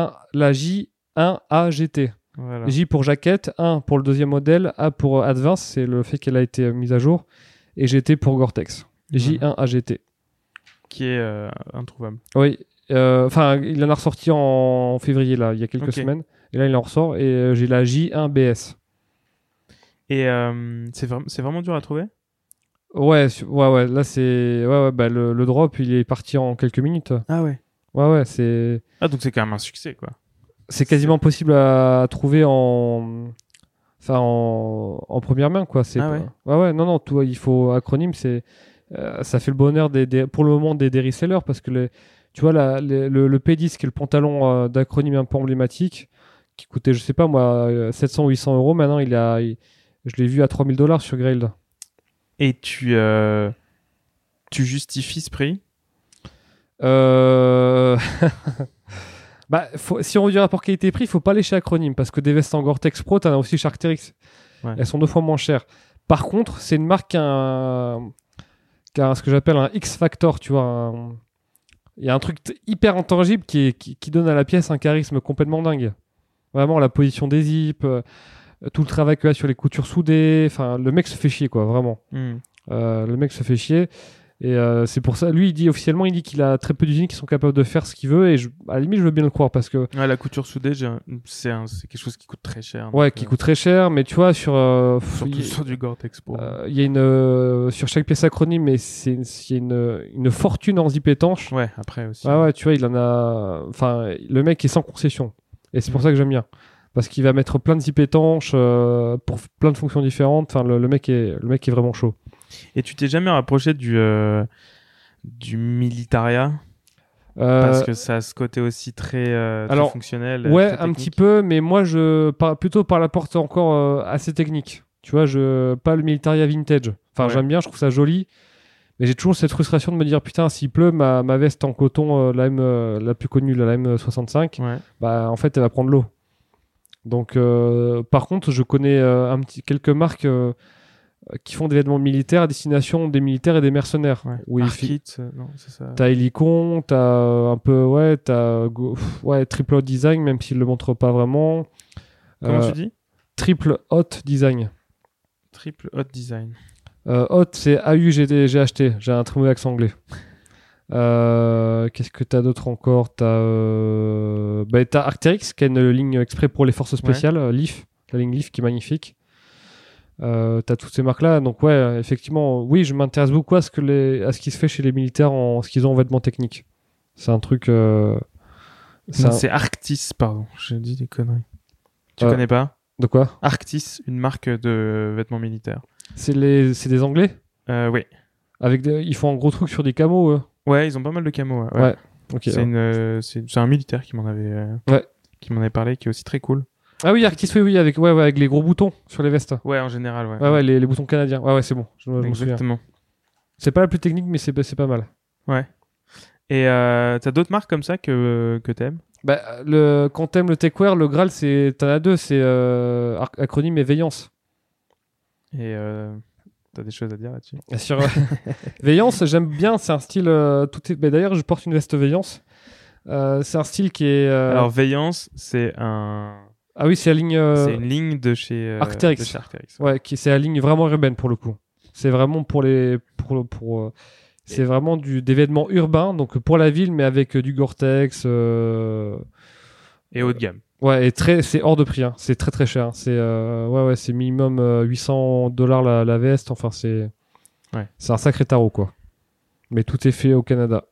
J1AGT. Voilà. J pour jaquette, 1 pour le deuxième modèle, A pour Advance, c'est le fait qu'elle a été mise à jour, et GT pour Gore-Tex. J1AGT. Qui est introuvable. Oui. Enfin, il en a ressorti en février, là, il y a quelques semaines. Et là, il en ressort, et j'ai la J1BS. Et c'est vraiment dur à trouver ? Ouais. Là, c'est... Ouais, le drop, il est parti en quelques minutes. Ah ouais. Ouais, c'est... Ah, donc c'est quand même un succès, quoi. C'est quasiment possible à trouver en première main, quoi. Ouais, non, tout, il faut Acronym, c'est ça fait le bonheur pour le moment des resellers parce que tu vois le P10 qui est le pantalon d'Acronym un peu emblématique qui coûtait, je sais pas moi, 700 ou 800 euros, maintenant je l'ai vu à $3000 sur Grailed. Et tu justifies ce prix ? Si on veut du rapport qualité-prix, il faut pas aller chez Acronym parce que des vestes en Gore-Tex Pro, t'en as aussi chez Arc'teryx. Ouais. Elles sont 2 fois moins chères. Par contre, c'est une marque qui a ce que j'appelle un X-Factor, tu vois. Il y a un truc hyper intangible qui donne à la pièce un charisme complètement dingue. Vraiment, la position des zips, tout le travail qu'il y a sur les coutures soudées. Enfin, le mec se fait chier, quoi, vraiment. Le mec se fait chier. Et c'est pour ça, lui, il dit qu'il a très peu d'usines qui sont capables de faire ce qu'il veut. Et à la limite, je veux bien le croire parce que. Ouais, la couture soudée, c'est quelque chose qui coûte très cher. Ouais, qui coûte très cher, mais tu vois, surtout sur du Gore-Tex Pro. Il y a sur chaque pièce Acronym, mais il y a une fortune en zip étanche. Ouais, après aussi. Ouais, tu vois, il en a. Enfin, le mec est sans concession. Et c'est pour ça que j'aime bien. Parce qu'il va mettre plein de zip étanches pour plein de fonctions différentes. Enfin, le mec est vraiment chaud. Et tu t'es jamais rapproché du militaria parce que ça a ce côté aussi très fonctionnel. Ouais, très un petit peu, mais moi plutôt par la porte encore assez technique. Tu vois, pas le militaria vintage. Enfin, j'aime bien, je trouve ça joli, mais j'ai toujours cette frustration de me dire putain, s'il pleut, ma veste en coton, la plus connue, la M65, en fait, elle va prendre l'eau. Donc, par contre, je connais quelques marques. Qui font des vêtements militaires à destination des militaires et des mercenaires. Ouais. Arkit, non, c'est ça. T'as Helicon, t'as un peu, Triple Hot Design, même s'ils le montrent pas vraiment. Comment tu dis ? Triple Hot Design. Triple Hot Design. Hot, c'est AUGHT. J'ai un très mauvais accent anglais. Qu'est-ce que t'as d'autre encore ? T'as Arc'teryx, qui a une ligne exprès pour les forces spéciales, Leaf, la ligne Leaf qui est magnifique. T'as toutes ces marques-là. Donc ouais, effectivement, oui, je m'intéresse beaucoup à ce qui se fait chez les militaires en ce qu'ils ont en vêtements techniques. C'est un truc... c'est Arctis, pardon. J'ai dit des conneries. Tu connais pas? De quoi? Arctis, une marque de vêtements militaires. C'est des Anglais? Oui. Ils font un gros truc sur des camos, eux. Ouais, ils ont pas mal de camos. Ouais. Okay, c'est un militaire qui m'en avait parlé, qui est aussi très cool. Ah oui, Arctis, oui, avec les gros boutons sur les vestes. Ouais, en général, ouais. Ouais, les boutons canadiens. Ouais, c'est bon. Je me souviens. Exactement. C'est pas la plus technique, mais c'est pas mal. Ouais. Et t'as d'autres marques comme ça que t'aimes? Quand t'aimes le techwear, le Graal, t'en as deux, c'est acronyme et Veillance. Et t'as des choses à dire là-dessus? Sur Veillance, j'aime bien, c'est un style... d'ailleurs, je porte une veste Veillance. C'est un style qui est... Alors, Veillance, c'est un... Ah oui, c'est la ligne... c'est une ligne de chez Arc'teryx. Ouais, c'est la ligne vraiment urbaine pour le coup. C'est vraiment c'est vraiment des vêtements urbains, donc pour la ville, mais avec du Gore-Tex. Et haut de gamme. Ouais, et c'est hors de prix. Hein. C'est très très cher. C'est c'est minimum $800 la veste. Enfin, c'est un sacré tarot, quoi. Mais tout est fait au Canada.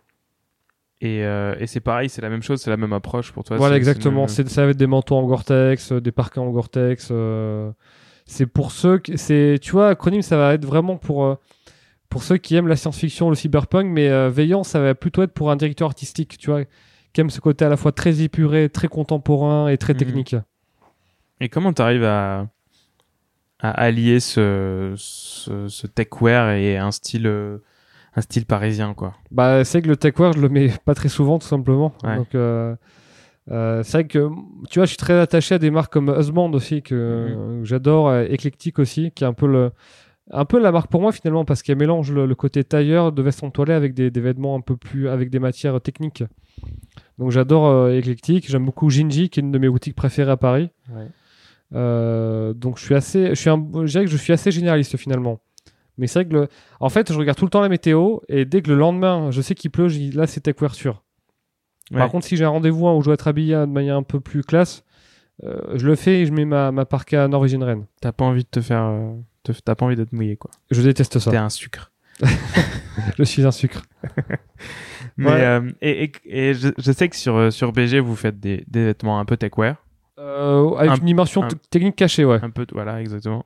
Et c'est pareil, c'est la même chose, c'est la même approche pour toi. Voilà, exactement. Ça va être des manteaux en Gore-Tex, des parkas en Gore-Tex. C'est pour ceux tu vois, Acronyme, ça va être vraiment pour ceux qui aiment la science-fiction, le cyberpunk, mais Veillant, ça va plutôt être pour un directeur artistique, tu vois, qui aime ce côté à la fois très épuré, très contemporain et très technique. Et comment tu arrives à allier ce techwear et un style parisien, quoi? C'est que le techwear, je le mets pas très souvent, tout simplement. Ouais. Donc, c'est vrai que, tu vois, je suis très attaché à des marques comme Husband aussi, que j'adore, Eclectic aussi, qui est un peu la marque pour moi finalement, parce qu'elle mélange le côté tailleur de veste en toilette avec des vêtements un peu plus avec des matières techniques. Donc j'adore Eclectic, j'aime beaucoup Ginji, qui est une de mes boutiques préférées à Paris. Ouais. Donc je dirais que je suis assez généraliste finalement. Mais c'est vrai que en fait, je regarde tout le temps la météo et dès que le lendemain, je sais qu'il pleut, là c'est techwear sûr. Ouais. Par contre, si j'ai un rendez-vous où je dois être habillé de manière un peu plus classe, je le fais et je mets ma parka Norwegian Reine. T'as pas envie de te faire... T'as pas envie d'être mouillé, quoi. Je déteste ça. T'es un sucre. Je suis un sucre. Mais et je sais que sur BG vous faites des vêtements un peu techwear. Avec une dimension technique cachée, ouais. Un peu, voilà, exactement.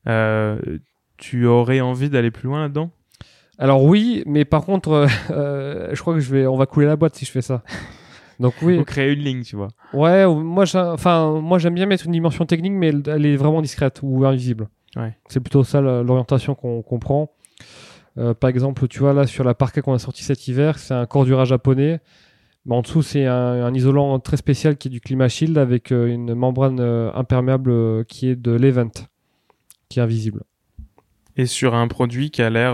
Tu aurais envie d'aller plus loin là-dedans? Alors oui, mais par contre, je crois que on va couler la boîte si je fais ça. Donc oui. Faut créer une ligne, tu vois. Ouais, moi j'aime bien mettre une dimension technique, mais elle est vraiment discrète ou invisible. Ouais. C'est plutôt ça l'orientation qu'on prend. Par exemple, tu vois là sur la parka qu'on a sorti cet hiver, c'est un Cordura japonais. Mais en dessous, c'est un isolant très spécial qui est du Climashield avec une membrane imperméable qui est de l'Event, qui est invisible. Et sur un produit qui a l'air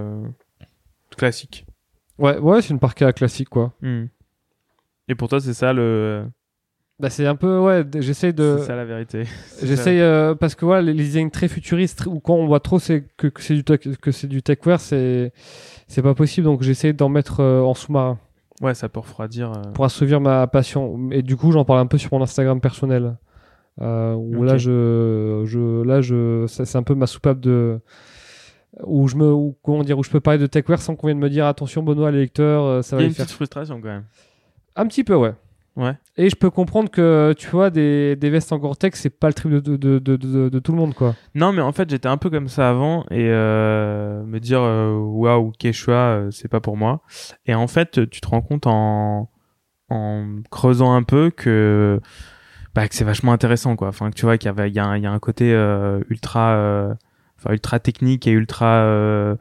classique. Ouais, c'est une parka classique, quoi. Et pour toi, c'est ça le... c'est un peu, ouais, j'essaie de... C'est ça la vérité. J'essaie, parce que voilà, les designs très futuristes, ou quand on voit trop que c'est du techwear, c'est pas possible, donc j'essaie d'en mettre en sous-marin. Ouais, ça peut refroidir. Pour assouvir ma passion. Et du coup, j'en parle un peu sur mon Instagram personnel. Où là, c'est un peu ma soupape de... où je peux parler de techwear sans qu'on vienne me dire attention Benoît, les lecteurs, ça va les faire. Il y a une petite frustration quand même. Un petit peu, ouais. Ouais. Et je peux comprendre que, tu vois, des vestes en Gore-Tex, c'est pas le trip de tout le monde, quoi. Non, mais en fait, j'étais un peu comme ça avant et me dire waouh, Quechua, c'est pas pour moi. Et en fait, tu te rends compte en creusant un peu que c'est vachement intéressant, quoi. Enfin, que tu vois qu'il y a un côté ultra technique et ultra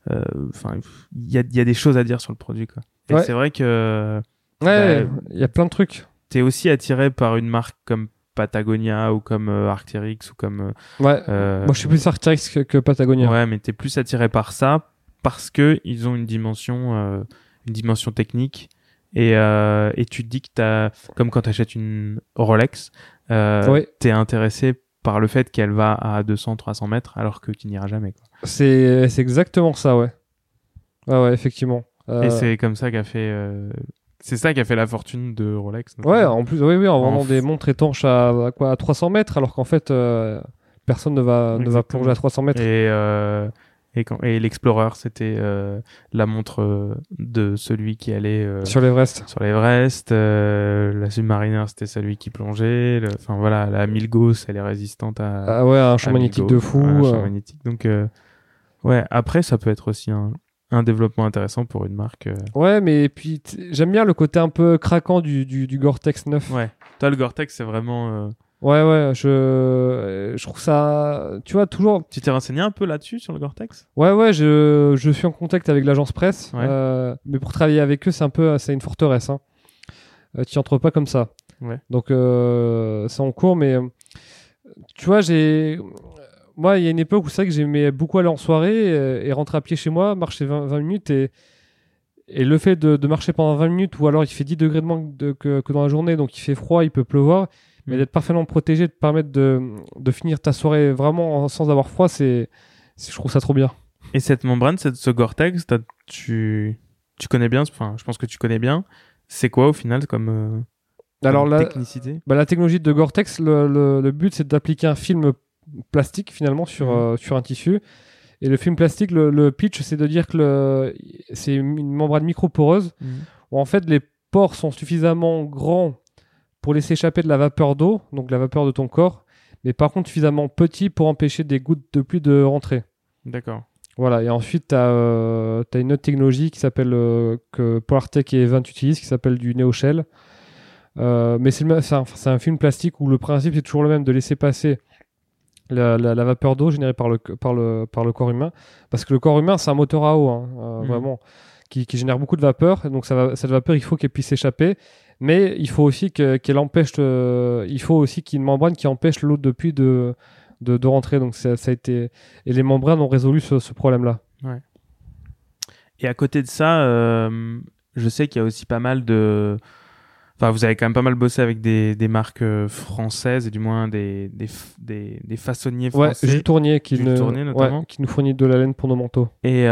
il y a des choses à dire sur le produit, quoi. Et c'est vrai que il y a plein de trucs. T'es aussi attiré par une marque comme Patagonia ou comme Arc'teryx ou comme moi je suis plus Arc'teryx que Patagonia. Ouais, mais t'es plus attiré par ça parce que ils ont une dimension technique et tu te dis que t'as, comme quand t'achètes une Rolex, t'es intéressé par le fait qu'elle va à 200-300 mètres alors que tu n'iras jamais, quoi. C'est exactement ça, ouais. Ouais, effectivement. Et c'est comme ça c'est ça qui a fait la fortune de Rolex. Ouais, en plus, oui, en vendant des montres étanches à 300 mètres, alors qu'en fait, personne ne va plonger à 300 mètres. Et l'Explorer, c'était la montre de celui qui allait sur l'Everest. La Submariner, c'était celui qui plongeait. Enfin voilà, la Milgauss, elle est résistante à un champ magnétique de fou. Un champ magnétique. Donc après, ça peut être aussi un développement intéressant pour une marque. Ouais, mais puis j'aime bien le côté un peu craquant du Gore-Tex 9. Ouais. Toi, le Gore-Tex, c'est vraiment. Ouais, je trouve ça, tu vois, toujours. Tu t'es renseigné un peu là-dessus sur le Gore-Tex ? Ouais, je suis en contact avec l'agence presse, ouais. Mais pour travailler avec eux, c'est une forteresse. Hein. Tu entres pas comme ça. Ouais. Donc c'est en cours, mais tu vois, moi, il y a une époque où c'est vrai que j'aimais beaucoup aller en soirée et rentrer à pied chez moi, marcher 20 minutes et le fait de marcher pendant 20 minutes ou alors il fait 10 degrés de moins que dans la journée, donc il fait froid, il peut pleuvoir. Mais d'être parfaitement protégé, de te permettre de finir ta soirée vraiment sans avoir froid, je trouve ça trop bien. Et cette membrane, ce Gore-Tex, tu connais bien, enfin, je pense que tu connais bien. C'est quoi au final comme technicité ? La technologie de Gore-Tex, le but c'est d'appliquer un film plastique finalement sur un tissu. Et le film plastique, le pitch, c'est de dire que c'est une membrane microporeuse où en fait les pores sont suffisamment grands pour laisser échapper de la vapeur d'eau, donc la vapeur de ton corps, mais par contre suffisamment petit pour empêcher des gouttes de pluie de rentrer. D'accord. Voilà, et ensuite tu as une autre technologie qui s'appelle que Polartec et Event utilisent, qui s'appelle du NeoShell. Mais c'est un film plastique où le principe c'est toujours le même, de laisser passer la vapeur d'eau générée par le corps humain, parce que le corps humain c'est un moteur à eau, vraiment, qui génère beaucoup de vapeur, et donc cette vapeur il faut qu'elle puisse s'échapper. Mais il faut aussi qu'elle empêche. Il faut aussi qu'il y ait une membrane qui empêche l'eau de pluie de rentrer. Donc ça a été. Et les membranes ont résolu ce problème-là. Ouais. Et à côté de ça, je sais qu'il y a aussi pas mal de. Enfin, vous avez quand même pas mal bossé avec des marques françaises et du moins des façonniers français. Ouais, Jules Tournier notamment. Qui nous fournit de la laine pour nos manteaux. Et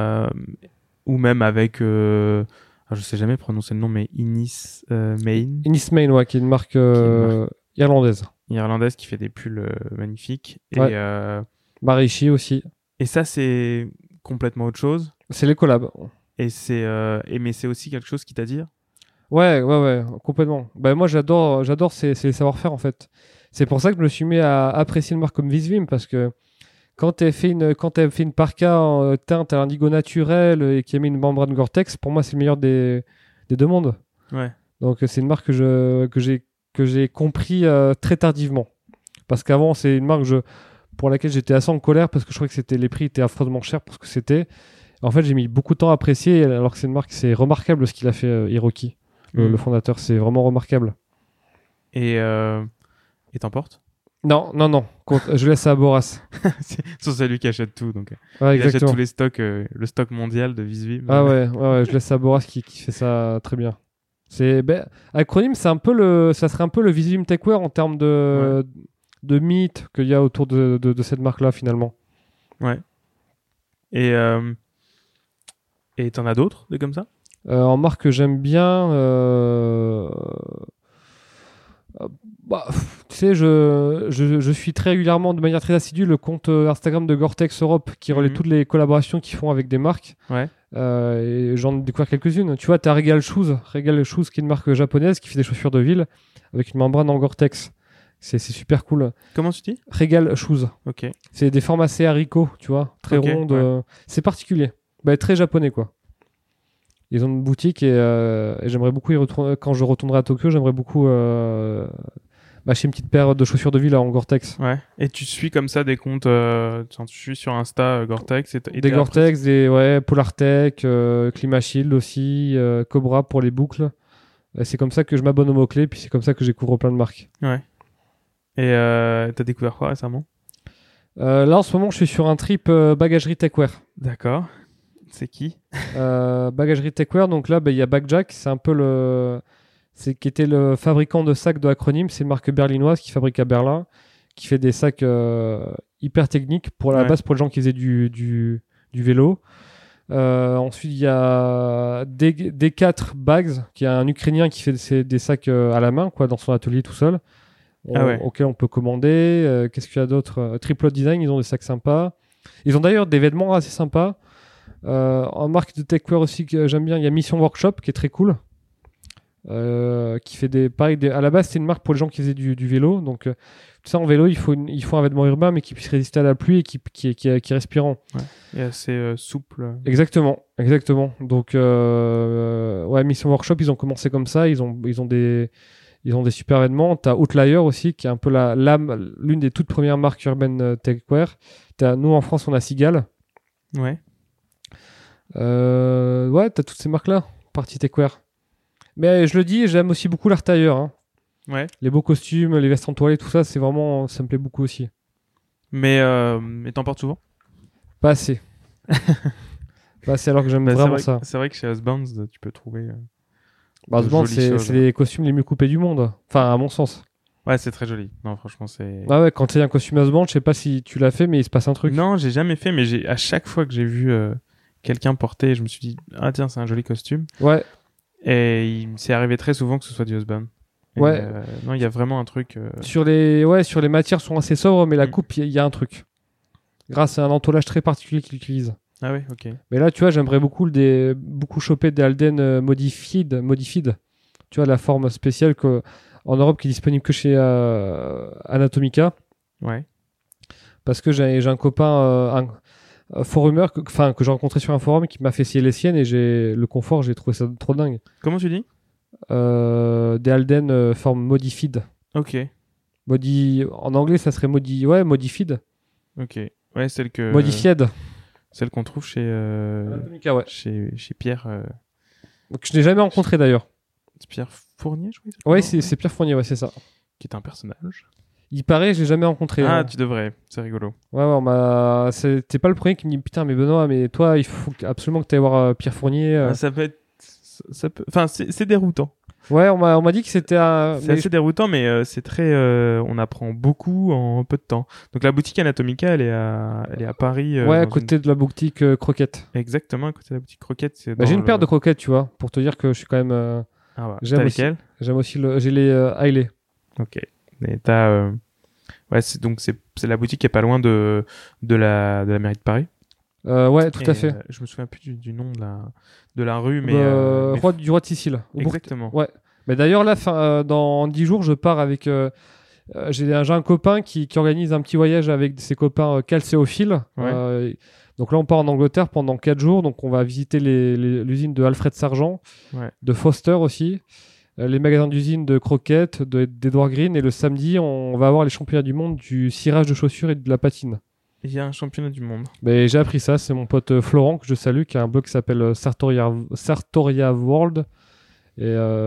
ou même avec. Je sais jamais prononcer le nom, mais Innis Main. Innis Main, ouais, qui est une marque irlandaise. Irlandaise qui fait des pulls magnifiques. Ouais. Et Marichi aussi. Et ça, c'est complètement autre chose. C'est les collabs. Et mais c'est aussi quelque chose qui t'attire ? Ouais, complètement. Moi, j'adore ces savoir-faire, en fait. C'est pour ça que je me suis mis à apprécier une marque comme Visvim, parce que quand tu as fait une parka en teinte à l'indigo naturel et qui a mis une membrane Gore-Tex, pour moi, c'est le meilleur des deux mondes. Ouais. Donc, c'est une marque que j'ai compris très tardivement. Parce qu'avant, c'est une marque pour laquelle j'étais assez en colère parce que je trouvais que les prix étaient affreusement chers pour ce que c'était. En fait, j'ai mis beaucoup de temps à apprécier, alors que c'est une marque, c'est remarquable ce qu'il a fait, Hiroki, le fondateur. C'est vraiment remarquable. Et t'emportes ? Non. Je laisse ça à Boras. C'est lui qui achète tout. Donc, ouais, il achète tous les stocks, le stock mondial de Visvim. Ah ouais, je laisse ça à Boras qui fait ça très bien. Acronym, ça serait un peu le Visvim Techwear en termes de mythe qu'il y a autour de cette marque-là, finalement. Ouais. Et t'en as d'autres, des comme ça ? En marque que j'aime bien... tu sais, je suis très régulièrement, de manière très assidue, le compte Instagram de Gore-Tex Europe qui relaie toutes les collaborations qu'ils font avec des marques. Ouais. Et j'en ai découvert quelques-unes. Tu vois, t'as Regal Shoes qui est une marque japonaise qui fait des chaussures de ville avec une membrane en Gore-Tex. C'est super cool. Comment tu dis ? Regal Shoes. Ok. C'est des formes assez haricots, tu vois, très rondes. Ouais. C'est particulier. Très japonais, quoi. Ils ont une boutique et j'aimerais beaucoup y retourner. Quand je retournerai à Tokyo, j'aimerais beaucoup acheter une petite paire de chaussures de ville en Gore-Tex. Ouais. Et tu suis comme ça des comptes, tu suis sur Insta Gore-Tex et des Gore-Tex, des Polartec, Climashield aussi, Cobra pour les boucles. Et c'est comme ça que je m'abonne aux mots-clés, puis c'est comme ça que je découvre plein de marques. Ouais. Et t'as découvert quoi récemment ? Là, en ce moment, je suis sur un trip bagagerie Techwear. D'accord. C'est qui ? Bagagerie Techwear, donc là, il y a Bagjack, c'est un peu qui était le fabricant de sacs de Acronym, c'est une marque berlinoise qui fabrique à Berlin, qui fait des sacs hyper techniques pour la base pour les gens qui faisaient du vélo. Ensuite, il y a D4 Bags, qui est un Ukrainien qui fait des sacs à la main, quoi, dans son atelier tout seul. auxquels on peut commander. Qu'est-ce qu'il y a d'autre? Triplo Design, ils ont des sacs sympas. Ils ont d'ailleurs des vêtements assez sympas. En marque de techwear aussi que j'aime bien, il y a Mission Workshop qui est très cool. Qui fait à la base c'était une marque pour les gens qui faisaient du vélo, donc tout ça en vélo il faut un vêtement urbain mais qui puisse résister à la pluie et qui est respirant, et assez souple. Exactement, donc Mission Workshop ils ont commencé comme ça, ils ont des super vêtements. T'as Outlier aussi qui est un peu l'une des toutes premières marques urbaines techwear. Nous en France on a Cigale, t'as toutes ces marques là partie techwear. Mais je le dis, j'aime aussi beaucoup l'art tailleur. Hein. Les beaux costumes, les vestes en toile et tout ça, ça me plaît beaucoup aussi. Mais t'en portes souvent? Pas assez. Pas assez alors que j'aime vraiment ça. C'est vrai que chez Usbound, tu peux trouver... Usbound, c'est les costumes les mieux coupés du monde. Enfin, à mon sens. Ouais, c'est très joli. Non, franchement, c'est... Ah ouais, quand tu as un costume Usbound, je sais pas si tu l'as fait, mais il se passe un truc. Non, j'ai jamais fait, mais à chaque fois que j'ai vu quelqu'un porter, je me suis dit, ah tiens, c'est un joli costume. Ouais. Et il s'est arrivé très souvent que ce soit du Usbound. Non, il y a vraiment un truc... Sur les matières sont assez sobres, mais la coupe, il y a un truc. Grâce à un entoilage très particulier qu'il utilise. Ah ouais, ok. Mais là, tu vois, j'aimerais beaucoup choper des Alden modified. Tu vois, la forme spéciale en Europe qui est disponible que chez Anatomica. Ouais. Parce que j'ai un copain, un forumeur que j'ai rencontré sur un forum qui m'a fait essayer les siennes et le confort, j'ai trouvé ça trop dingue. Comment tu dis? Des Alden forme modified. Ok. En anglais, ça serait modified. Ok. Ouais, Modified. Celle qu'on trouve chez Anatomica, ouais. Chez Pierre. Que je n'ai jamais rencontré d'ailleurs. C'est Pierre Fournier, je crois. Ouais, c'est Pierre Fournier, ouais, c'est ça. Qui est un personnage. Il paraît, je l'ai jamais rencontré. Ah, tu devrais, c'est rigolo. Ouais, c'était pas le premier qui me dit putain, mais Benoît, mais toi, il faut absolument que tu ailles voir Pierre Fournier. Ça peut être. Enfin, c'est déroutant. Ouais, on m'a dit que c'était c'est assez déroutant, mais c'est très. On apprend beaucoup en peu de temps. Donc la boutique Anatomica, elle est à Paris. Ouais, à côté de la boutique Croquette. Exactement, à côté de la boutique Croquette. J'ai une paire de croquettes, tu vois, pour te dire que je suis quand même. Ah ouais. J'aime lesquelles? J'aime aussi j'ai les Hailey. Ok. Et t'as. Ouais, c'est la boutique qui est pas loin de la mairie de Paris. Ouais, tout à fait. Je me souviens plus du nom de la rue, mais... du roi de Sicile. Exactement. Ouais. Mais d'ailleurs, là, dans 10 jours, je pars avec... j'ai un copain qui organise un petit voyage avec ses copains calcéophiles. Ouais. Donc là, on part en Angleterre pendant 4 jours. Donc on va visiter l'usine de Alfred Sargent, de Foster aussi, les magasins d'usine de Croquette, d'Edward Green. Et le samedi, on va avoir les championnats du monde du cirage de chaussures et de la patine. Il y a un championnat du monde. J'ai appris ça, c'est mon pote Florent que je salue, qui a un blog qui s'appelle Sartoria World. Et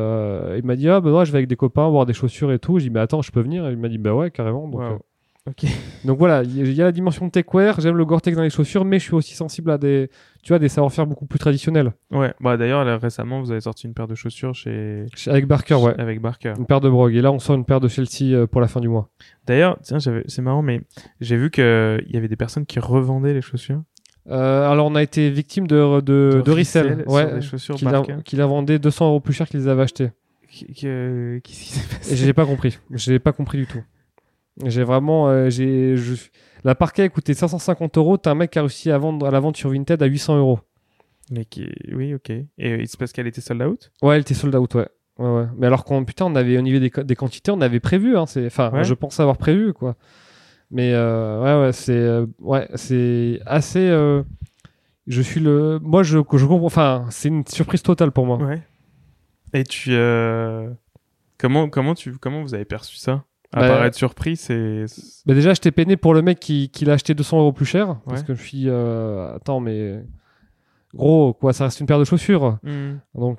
il m'a dit Benoît, je vais avec des copains voir des chaussures et tout. J'ai dit mais attends, je peux venir? Et il m'a dit bah ouais, carrément. Donc, ok. Donc voilà, il y a la dimension techwear. J'aime le Gore-Tex dans les chaussures, mais je suis aussi sensible à des savoir-faire beaucoup plus traditionnels. Ouais. Bah d'ailleurs là, récemment vous avez sorti une paire de chaussures avec Barker, ouais. Avec Barker. Une paire de Brogg. Et là on sort une paire de Chelsea pour la fin du mois. D'ailleurs, tiens, c'est marrant, mais j'ai vu qu'il y avait des personnes qui revendaient les chaussures. Alors on a été victime de resell, ouais, des chaussures qui la vendaient 200 € plus cher qu'ils les avaient achetées. Qu'est-ce qui s'est passé? Et je l'ai pas compris. Je l'ai pas compris du tout. J'ai vraiment, la parquet coûtait 550 €. T'as un mec qui a réussi à la vendre sur Vinted à 800 €. Mais oui, ok. Et c'est parce qu'elle était sold out? Ouais, elle était sold out, ouais. Mais alors on avait au niveau des quantités, on avait prévu. Hein, je pense avoir prévu, quoi. Mais c'est assez. Moi, je comprends. Enfin, c'est une surprise totale pour moi. Ouais. Et comment vous avez perçu ça? À part être surpris, c'est... déjà, j'étais peiné pour le mec qui l'a acheté 200 € plus cher. Parce que je suis... attends, mais... Gros, quoi, ça reste une paire de chaussures. Donc...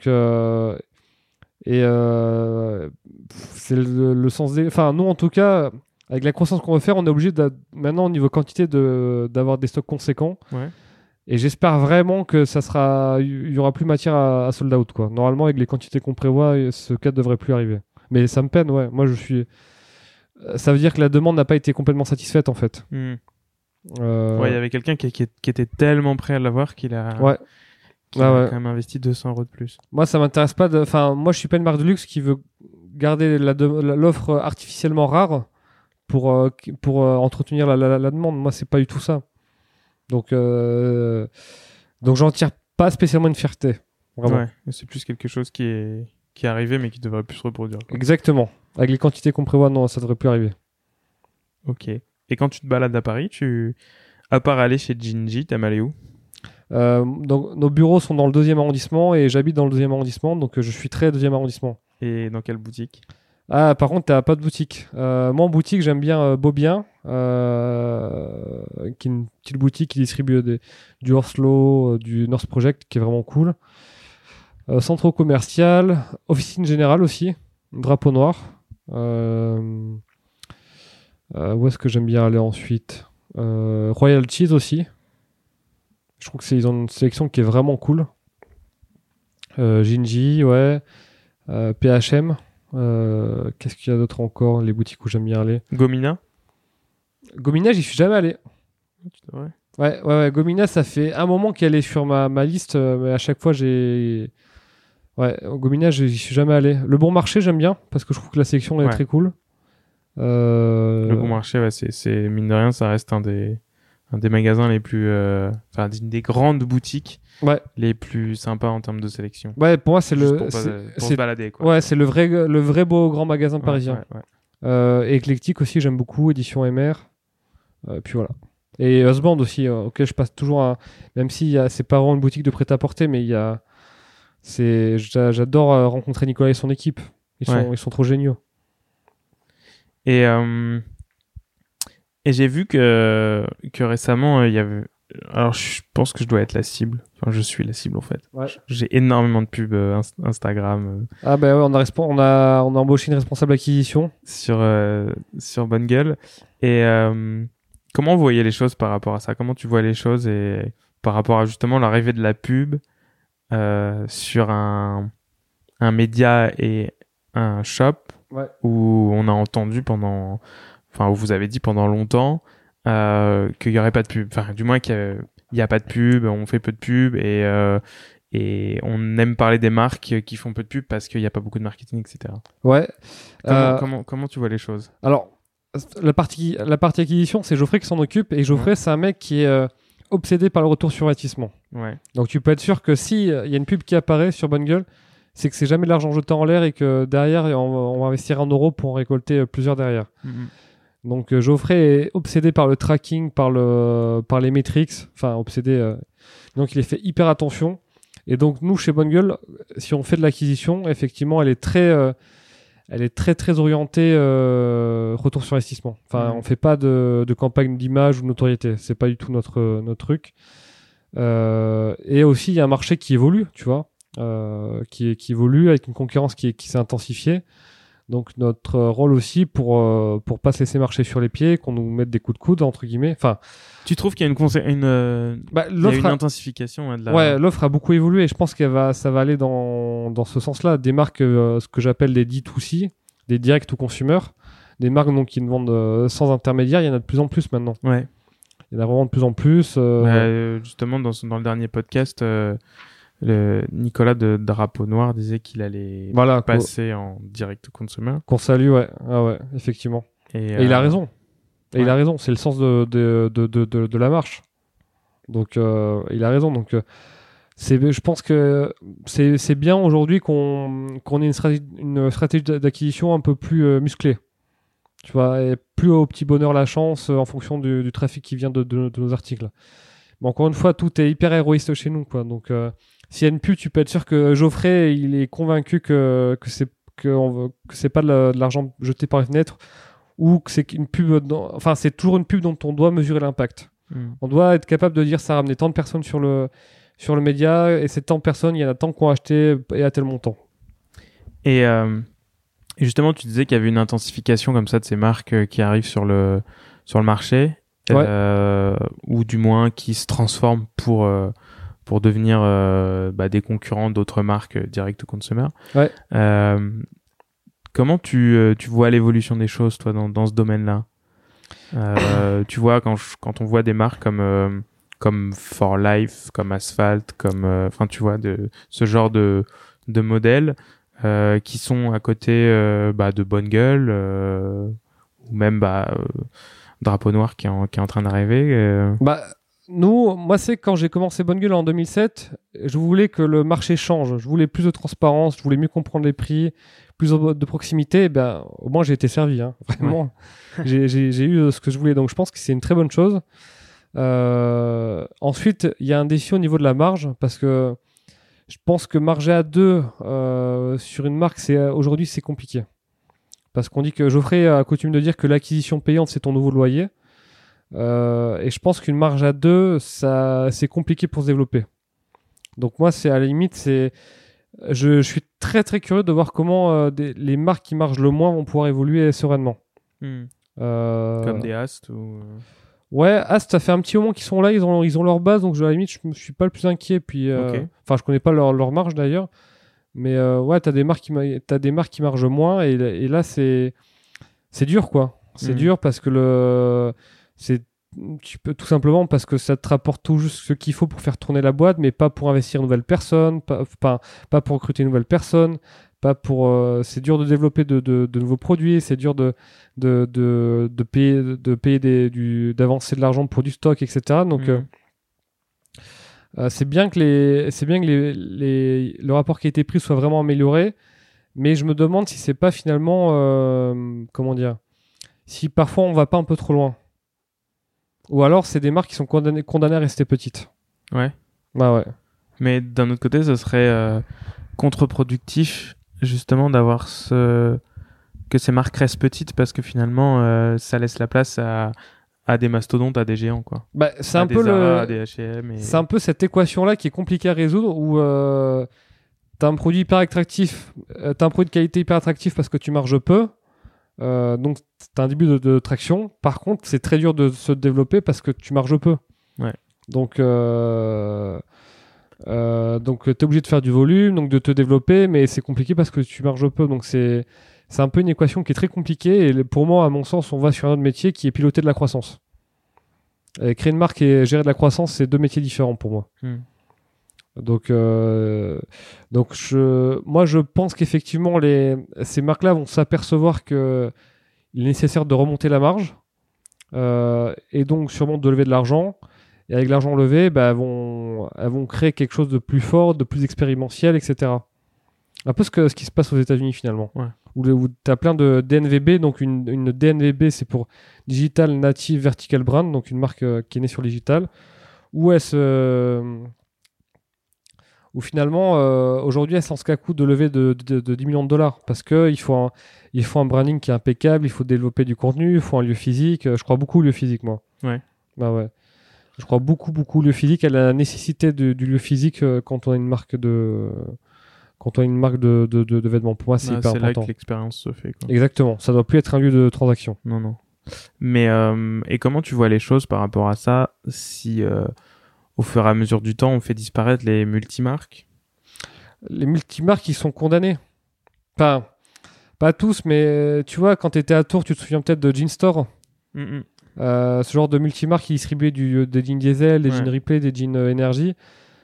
c'est le sens des... Enfin, nous, en tout cas, avec la croissance qu'on veut faire, on est obligé maintenant, au niveau quantité, d'avoir des stocks conséquents. Ouais. Et j'espère vraiment que il y aura plus matière à sold out, quoi. Normalement, avec les quantités qu'on prévoit, ce cas devrait plus arriver. Mais ça me peine, ouais. Moi, ça veut dire que la demande n'a pas été complètement satisfaite, en fait. Ouais, il y avait quelqu'un qui était tellement prêt à l'avoir qu'il a... Ouais. Qui a quand même investi 200 € de plus. Moi, ça m'intéresse pas moi, je suis pas une marque de luxe qui veut garder l'offre artificiellement rare pour entretenir la demande. Moi, c'est pas du tout ça. Donc j'en tire pas spécialement une fierté. Vraiment. Ouais, c'est plus quelque chose qui est arrivé mais qui devrait plus se reproduire. Quoi. Exactement. Avec les quantités qu'on prévoit, non, ça devrait plus arriver. Ok. Et quand tu te balades à Paris, à part aller chez Gingy, t'aimes aller où ? Donc, nos bureaux sont dans le 2e arrondissement et j'habite dans le 2e arrondissement, donc je suis très 2e arrondissement. Et dans quelle boutique ? Ah, par contre, t'as pas de boutique. Moi, en boutique, j'aime bien Beaubien, qui est une petite boutique qui distribue du Horslow, du North Project, qui est vraiment cool. Centre commercial, officine générale aussi, drapeau noir. Où est-ce que j'aime bien aller ensuite ? Royal Cheese aussi. Je trouve qu'ils ont une sélection qui est vraiment cool. Gingy, ouais. PHM. Qu'est-ce qu'il y a d'autre encore ? Les boutiques où j'aime bien aller. Gomina ? Gomina, j'y suis jamais allé. Ouais. Ouais. Gomina, ça fait un moment qu'elle est sur ma liste, mais à chaque fois, Ouais, Gomina, j'y suis jamais allé. Le Bon Marché, j'aime bien, parce que je trouve que la sélection est très cool. Le Bon Marché, ouais, c'est mine de rien, ça reste un des magasins les plus... Enfin, des grandes boutiques les plus sympas en termes de sélection. Ouais, pour moi, c'est pour se balader, quoi. Ouais, c'est le vrai beau grand magasin parisien. Ouais. Éclectique aussi, j'aime beaucoup, édition MR. Puis voilà. Et Husband aussi, auquel je passe toujours même si c'est pas vraiment une boutique de prêt-à-porter, mais j'adore rencontrer Nicolas et son équipe. Ils sont trop géniaux. Et j'ai vu que récemment, il y avait... Alors, je pense que je dois être la cible. Enfin, je suis la cible, en fait. Ouais. J'ai énormément de pubs ouais, Instagram. on a embauché une responsable acquisition. Sur Bonne Gueule. Et comment vous voyez les choses par rapport à ça ? Comment tu vois les choses et par rapport à justement l'arrivée de la pub sur un média et un shop où on a entendu où vous avez dit pendant longtemps qu'il n'y aurait pas de pub. Enfin, du moins qu'il n'y a pas de pub, on fait peu de pub et on aime parler des marques qui font peu de pub parce qu'il n'y a pas beaucoup de marketing, etc. Ouais. Comment tu vois les choses ? Alors, la partie acquisition, c'est Geoffrey qui s'en occupe et Geoffrey, c'est un mec qui est obsédé par le retour sur investissement. Ouais. Donc tu peux être sûr que si il y a une pub qui apparaît sur Bonne Gueule, c'est que c'est jamais de l'argent jeté en l'air et que derrière on va investir 1 euro pour en récolter plusieurs derrière. Donc Geoffrey est obsédé par le tracking, par les metrics, enfin obsédé. Donc il est fait hyper attention. Et donc nous chez Bonne Gueule, si on fait de l'acquisition, effectivement, elle est très très orientée retour sur investissement. Enfin, on fait pas de campagne d'image ou de notoriété. C'est pas du tout notre truc. Et aussi il y a un marché qui évolue, tu vois, qui évolue avec une concurrence qui s'est intensifiée. Donc notre rôle aussi pour pas se laisser marcher sur les pieds, qu'on nous mette des coups de coude entre guillemets. Enfin, tu trouves qu'il y a une intensification de la... Ouais, l'offre a beaucoup évolué et je pense ça va aller dans ce sens-là. Des marques, ce que j'appelle des D2C, des direct to consumer, des marques donc qui ne vendent sans intermédiaire, il y en a de plus en plus maintenant. Ouais. Il y en a vraiment de plus en plus. Justement, dans le dernier podcast, Nicolas de Drapeau Noir disait qu'il allait passer en direct to consumer. Qu'on salue, ouais. Ah ouais, effectivement. Et il a raison. Et il a raison, c'est le sens de la marche. Donc il a raison. Donc je pense que c'est bien aujourd'hui qu'on ait une stratégie d'acquisition un peu plus musclée. Tu vois, et plus au petit bonheur la chance en fonction du trafic qui vient de nos articles. Mais encore une fois, tout est hyper héroïste chez nous, quoi. Donc s'il y a une pub, tu peux être sûr que Geoffrey, il est convaincu que c'est pas de l'argent jeté par les fenêtres ou que c'est une pub. Enfin, c'est toujours une pub dont on doit mesurer l'impact. On doit être capable de dire ça a ramené tant de personnes sur le média et c'est tant de personnes, il y en a tant qui ont acheté et à tel montant. Et justement, tu disais qu'il y avait une intensification comme ça de ces marques qui arrivent sur le marché, ou du moins qui se transforment pour devenir des concurrents d'autres marques direct to consumer. Ouais. Comment tu vois l'évolution des choses, toi, dans ce domaine-là ? Tu vois, quand on voit des marques comme For Life, comme Asphalt, comme tu vois, de ce genre de modèle, qui sont à côté de Bonne Gueule ou même Drapeau Noir qui est en train d'arriver. Moi, c'est quand j'ai commencé Bonne Gueule en 2007, je voulais que le marché change. Je voulais plus de transparence, je voulais mieux comprendre les prix, plus de proximité. Au moins, j'ai été servi. Hein. Vraiment, ouais. j'ai eu ce que je voulais. Donc, je pense que c'est une très bonne chose. Ensuite, il y a un défi au niveau de la marge parce que je pense que marger à deux sur une marque, aujourd'hui, c'est compliqué. Parce qu'on dit que Geoffrey a coutume de dire que l'acquisition payante, c'est ton nouveau loyer. Et je pense qu'une marge à deux, c'est compliqué pour se développer. Donc moi, c'est à la limite, je suis très très curieux de voir comment les marques qui margent le moins vont pouvoir évoluer sereinement. Comme des Ast ou... Ouais, Ast, ça fait un petit moment qu'ils sont là, ils ont leur base, donc à la limite, je ne suis pas le plus inquiet. Puis, je connais pas leur marge d'ailleurs. Mais t'as des marques qui margent moins, et là, c'est dur, quoi. C'est dur parce que tu peux tout simplement parce que ça te rapporte tout juste ce qu'il faut pour faire tourner la boîte, mais pas pour investir une nouvelle personne, pas pour recruter une nouvelle personne, pas pour. C'est dur de développer de nouveaux produits, c'est dur de payer d'avancer de l'argent pour du stock, etc. Donc c'est bien que le rapport qualité-prix soit vraiment amélioré, mais je me demande si c'est pas finalement comment dire, si parfois on va pas un peu trop loin. Ou alors, c'est des marques qui sont condamnées à rester petites. Ouais. Bah ouais. Mais d'un autre côté, ce serait contre-productif, justement, d'avoir que ces marques restent petites parce que finalement, ça laisse la place à des mastodontes, à des géants, quoi. C'est un peu Zara, des H&M. C'est un peu cette équation-là qui est compliquée à résoudre où t'as un produit hyper attractif, t'as un produit de qualité hyper attractif parce que tu marges peu. Donc t'as un début de traction. Par contre, c'est très dur de se développer parce que tu marges peu. Ouais. Donc t'es obligé de faire du volume, donc de te développer, mais c'est compliqué parce que tu marges peu. Donc c'est un peu une équation qui est très compliquée. Et pour moi, à mon sens, on va sur un autre métier qui est piloter de la croissance. Et créer une marque et gérer de la croissance, c'est deux métiers différents pour moi. Donc je pense qu'effectivement ces marques-là vont s'apercevoir que il est nécessaire de remonter la marge et donc sûrement de lever de l'argent, et avec l'argent levé elles vont créer quelque chose de plus fort, de plus expérimentiel, etc. Un peu ce qui se passe aux États-Unis finalement, où tu as plein de DNVB. Donc une DNVB, c'est pour Digital Native Vertical Brand, donc une marque qui est née sur le digital, où finalement, aujourd'hui, elle s'en se casse de lever de 10 millions de dollars parce qu'il faut un branding qui est impeccable, il faut développer du contenu, il faut un lieu physique. Je crois beaucoup au lieu physique, moi. Ouais. Ouais. Je crois beaucoup au lieu physique, à la nécessité du lieu physique quand on a une marque de vêtements. Pour moi, c'est hyper important. C'est là que l'expérience se fait, quoi. Exactement. Ça doit plus être un lieu de transaction. Non. Mais et comment tu vois les choses par rapport à ça si au fur et à mesure du temps, on fait disparaître les multimarques? Les multimarques, ils sont condamnés. Pas tous, mais tu vois, quand tu étais à Tours, tu te souviens peut-être de Jean Store. Ce genre de multimarques qui distribuaient des jeans diesel, des jeans Ripley, des jeans énergie.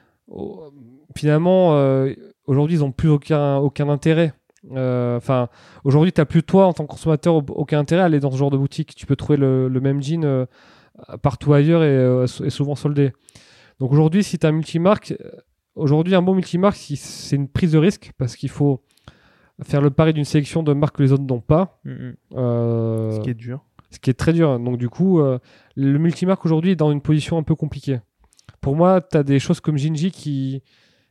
Finalement, aujourd'hui, ils n'ont plus aucun intérêt. Aujourd'hui, tu n'as plus, toi, en tant que consommateur, aucun intérêt à aller dans ce genre de boutique. Tu peux trouver le même jean partout ailleurs et souvent soldé. Donc aujourd'hui, si tu as un multimarque, un bon multimarque, c'est une prise de risque parce qu'il faut faire le pari d'une sélection de marques que les autres n'ont pas. Ce qui est dur. Ce qui est très dur. Donc du coup, le multimarque aujourd'hui est dans une position un peu compliquée. Pour moi, tu as des choses comme Jinji qui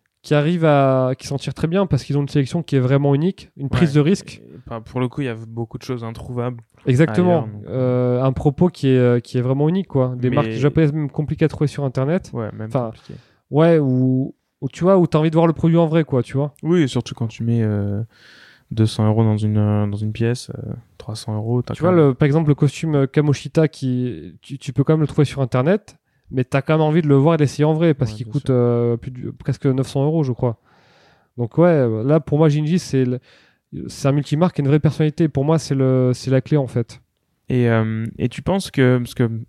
s'en tirent très bien parce qu'ils ont une sélection qui est vraiment unique, une prise de risque. Pour le coup, il y a beaucoup de choses introuvables. Exactement. Un propos qui est vraiment unique, quoi. Des marques japonaises même compliquées à trouver sur Internet. Ouais, même compliqué. Ouais, où tu vois, où t'as envie de voir le produit en vrai, quoi, tu vois. Oui, surtout quand tu mets 200 € dans une pièce, 300 €. Tu vois, par exemple, le costume Kamoshita, tu peux quand même le trouver sur Internet, mais t'as quand même envie de le voir et d'essayer en vrai parce qu'il coûte presque 900 €, je crois. Donc ouais, là, pour moi, Jinji, c'est un multimarque et une vraie personnalité. Pour moi, c'est la clé, en fait. Et tu penses que... Parce que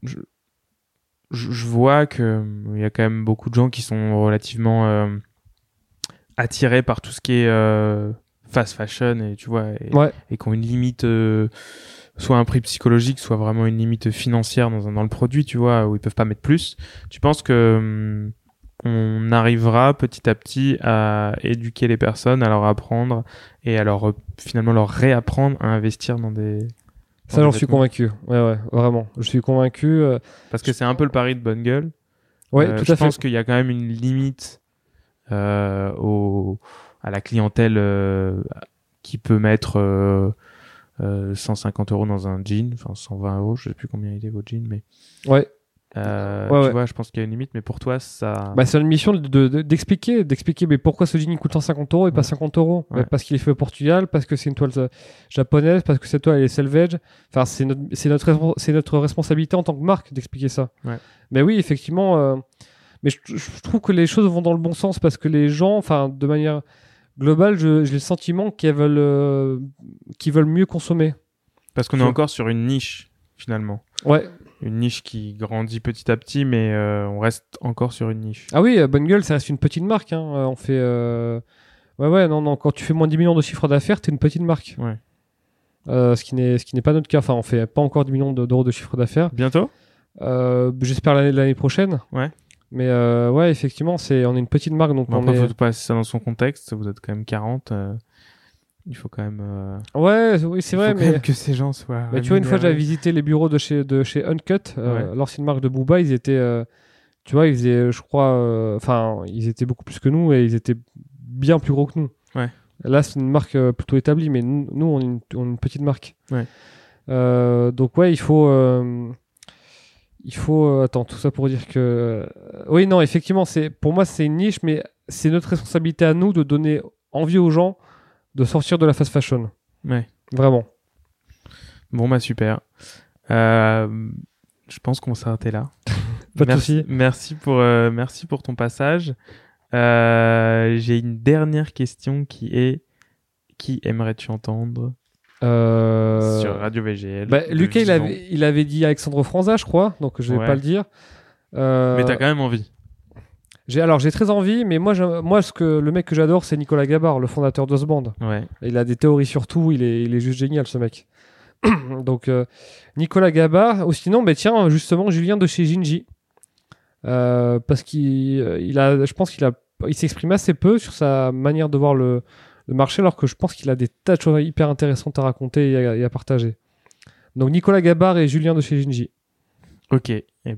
je vois qu'il y a quand même beaucoup de gens qui sont relativement attirés par tout ce qui est fast fashion et tu vois et qui ont une limite soit un prix psychologique, soit vraiment une limite financière dans le produit, tu vois, où ils peuvent pas mettre plus. Tu penses que on arrivera petit à petit à éduquer les personnes, à leur apprendre et à leur finalement leur réapprendre à investir dans des... Ça, j'en suis convaincu. Ouais, vraiment. Je suis convaincu. Parce que c'est un peu le pari de Bonne Gueule. Ouais, tout à fait. Je pense qu'il y a quand même une limite à la clientèle qui peut mettre 150 € dans un jean, enfin 120 €, je sais plus combien il est votre jean, mais... Ouais. Tu vois, je pense qu'il y a une limite, mais pour toi, ça... Bah, c'est une mission d'expliquer, mais pourquoi ce jean il coûte 150 € et pas 50 €. Ouais. Parce qu'il est fait au Portugal, parce que c'est une toile japonaise, parce que cette toile elle est selvage. Enfin, c'est notre responsabilité en tant que marque d'expliquer ça. Ouais. Mais oui, effectivement, mais je trouve que les choses vont dans le bon sens parce que les gens, enfin, de manière globale, j'ai le sentiment qu'ils veulent mieux consommer. Parce qu'on est encore sur une niche, finalement. Ouais. Une niche qui grandit petit à petit, mais on reste encore sur une niche. Ah oui, Bonne Gueule, ça reste une petite marque. Hein. On fait... non. Quand tu fais moins de 10 millions de chiffre d'affaires, t'es une petite marque. Ouais. Ce qui n'est pas notre cas. Enfin, on fait pas encore 10 millions d'euros de chiffre d'affaires. Bientôt ? J'espère l'année prochaine. Ouais. Mais effectivement, on est une petite marque. Donc après, faut passer ça dans son contexte. Vous êtes quand même 40. Il faut quand même... oui, c'est vrai, mais... Il faut quand même que ces gens soient... Mais tu vois, une fois, j'avais visité les bureaux de chez Uncut, l'ancienne marque de Booba. Ils étaient... tu vois, ils faisaient, je crois... ils étaient beaucoup plus que nous et ils étaient bien plus gros que nous. Ouais. Là, c'est une marque plutôt établie, mais nous, on est une petite marque. Ouais. Donc, ouais, il faut... attends, tout ça pour dire que... oui, non, effectivement, pour moi, c'est une niche, mais c'est notre responsabilité à nous de donner envie aux gens de sortir de la fast fashion. Ouais. Vraiment. Bon, bah super. Je pense qu'on va s'arrêter là. Pas de souci. Merci pour ton passage. J'ai une dernière question qui est: qui aimerais-tu entendre sur Radio VGL? Lucas, il avait dit Alexandre Franza, je crois, donc je vais pas le dire. Mais t'as quand même envie. J'ai très envie, mais moi le mec que j'adore, c'est Nicolas Gabard, le fondateur d'Osband. Ouais. Il a des théories sur tout, il est juste génial, ce mec. Donc, Nicolas Gabard, ou sinon, tiens, justement, Julien de chez Ginji. Parce je pense qu'il s'exprime assez peu sur sa manière de voir le marché, alors que je pense qu'il a des tas de choses hyper intéressantes à raconter et à partager. Donc, Nicolas Gabard et Julien de chez Ginji. Ok,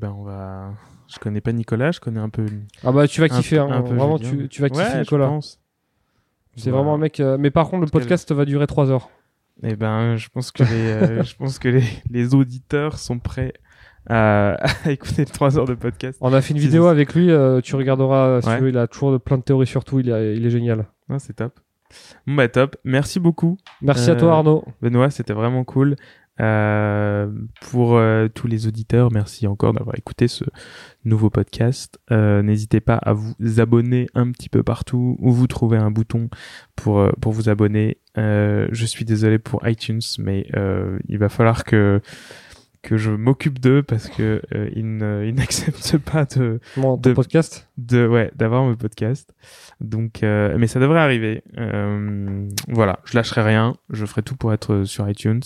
je connais pas Nicolas, je connais un peu... Ah bah tu vas kiffer, vraiment tu vas kiffer Nicolas. Je pense. C'est vraiment un mec... mais par contre le podcast va durer 3 heures. Je pense que les auditeurs sont prêts à écouter 3 heures de podcast. On a fait une vidéo avec lui, tu regarderas, si tu veux, il a toujours plein de théories sur tout, il est génial. Ah, c'est top. Bon top, merci beaucoup. Merci à toi Arnaud. Benoît, c'était vraiment cool. Pour tous les auditeurs, merci encore d'avoir écouté ce nouveau podcast. N'hésitez pas à vous abonner un petit peu partout où vous trouvez un bouton pour vous abonner. Je suis désolé pour iTunes, mais il va falloir que je m'occupe d'eux parce que ils n'acceptent pas ton podcast. D'avoir mon podcast. Donc, mais ça devrait arriver. Voilà, je lâcherai rien. Je ferai tout pour être sur iTunes.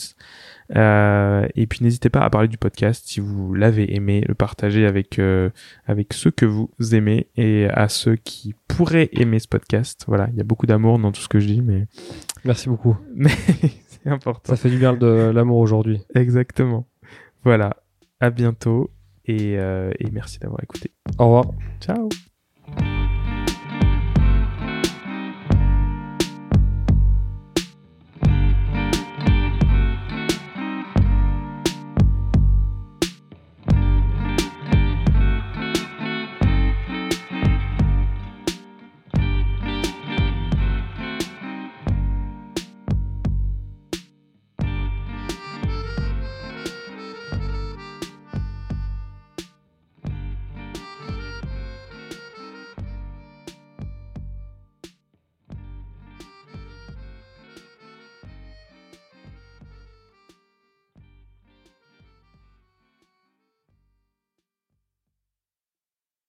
Et puis n'hésitez pas à parler du podcast si vous l'avez aimé, le partager avec ceux que vous aimez et à ceux qui pourraient aimer ce podcast. Voilà, il y a beaucoup d'amour dans tout ce que je dis, mais merci beaucoup. Mais c'est important. Ça fait du bien de l'amour aujourd'hui. Exactement. Voilà, à bientôt et merci d'avoir écouté. Au revoir. Ciao.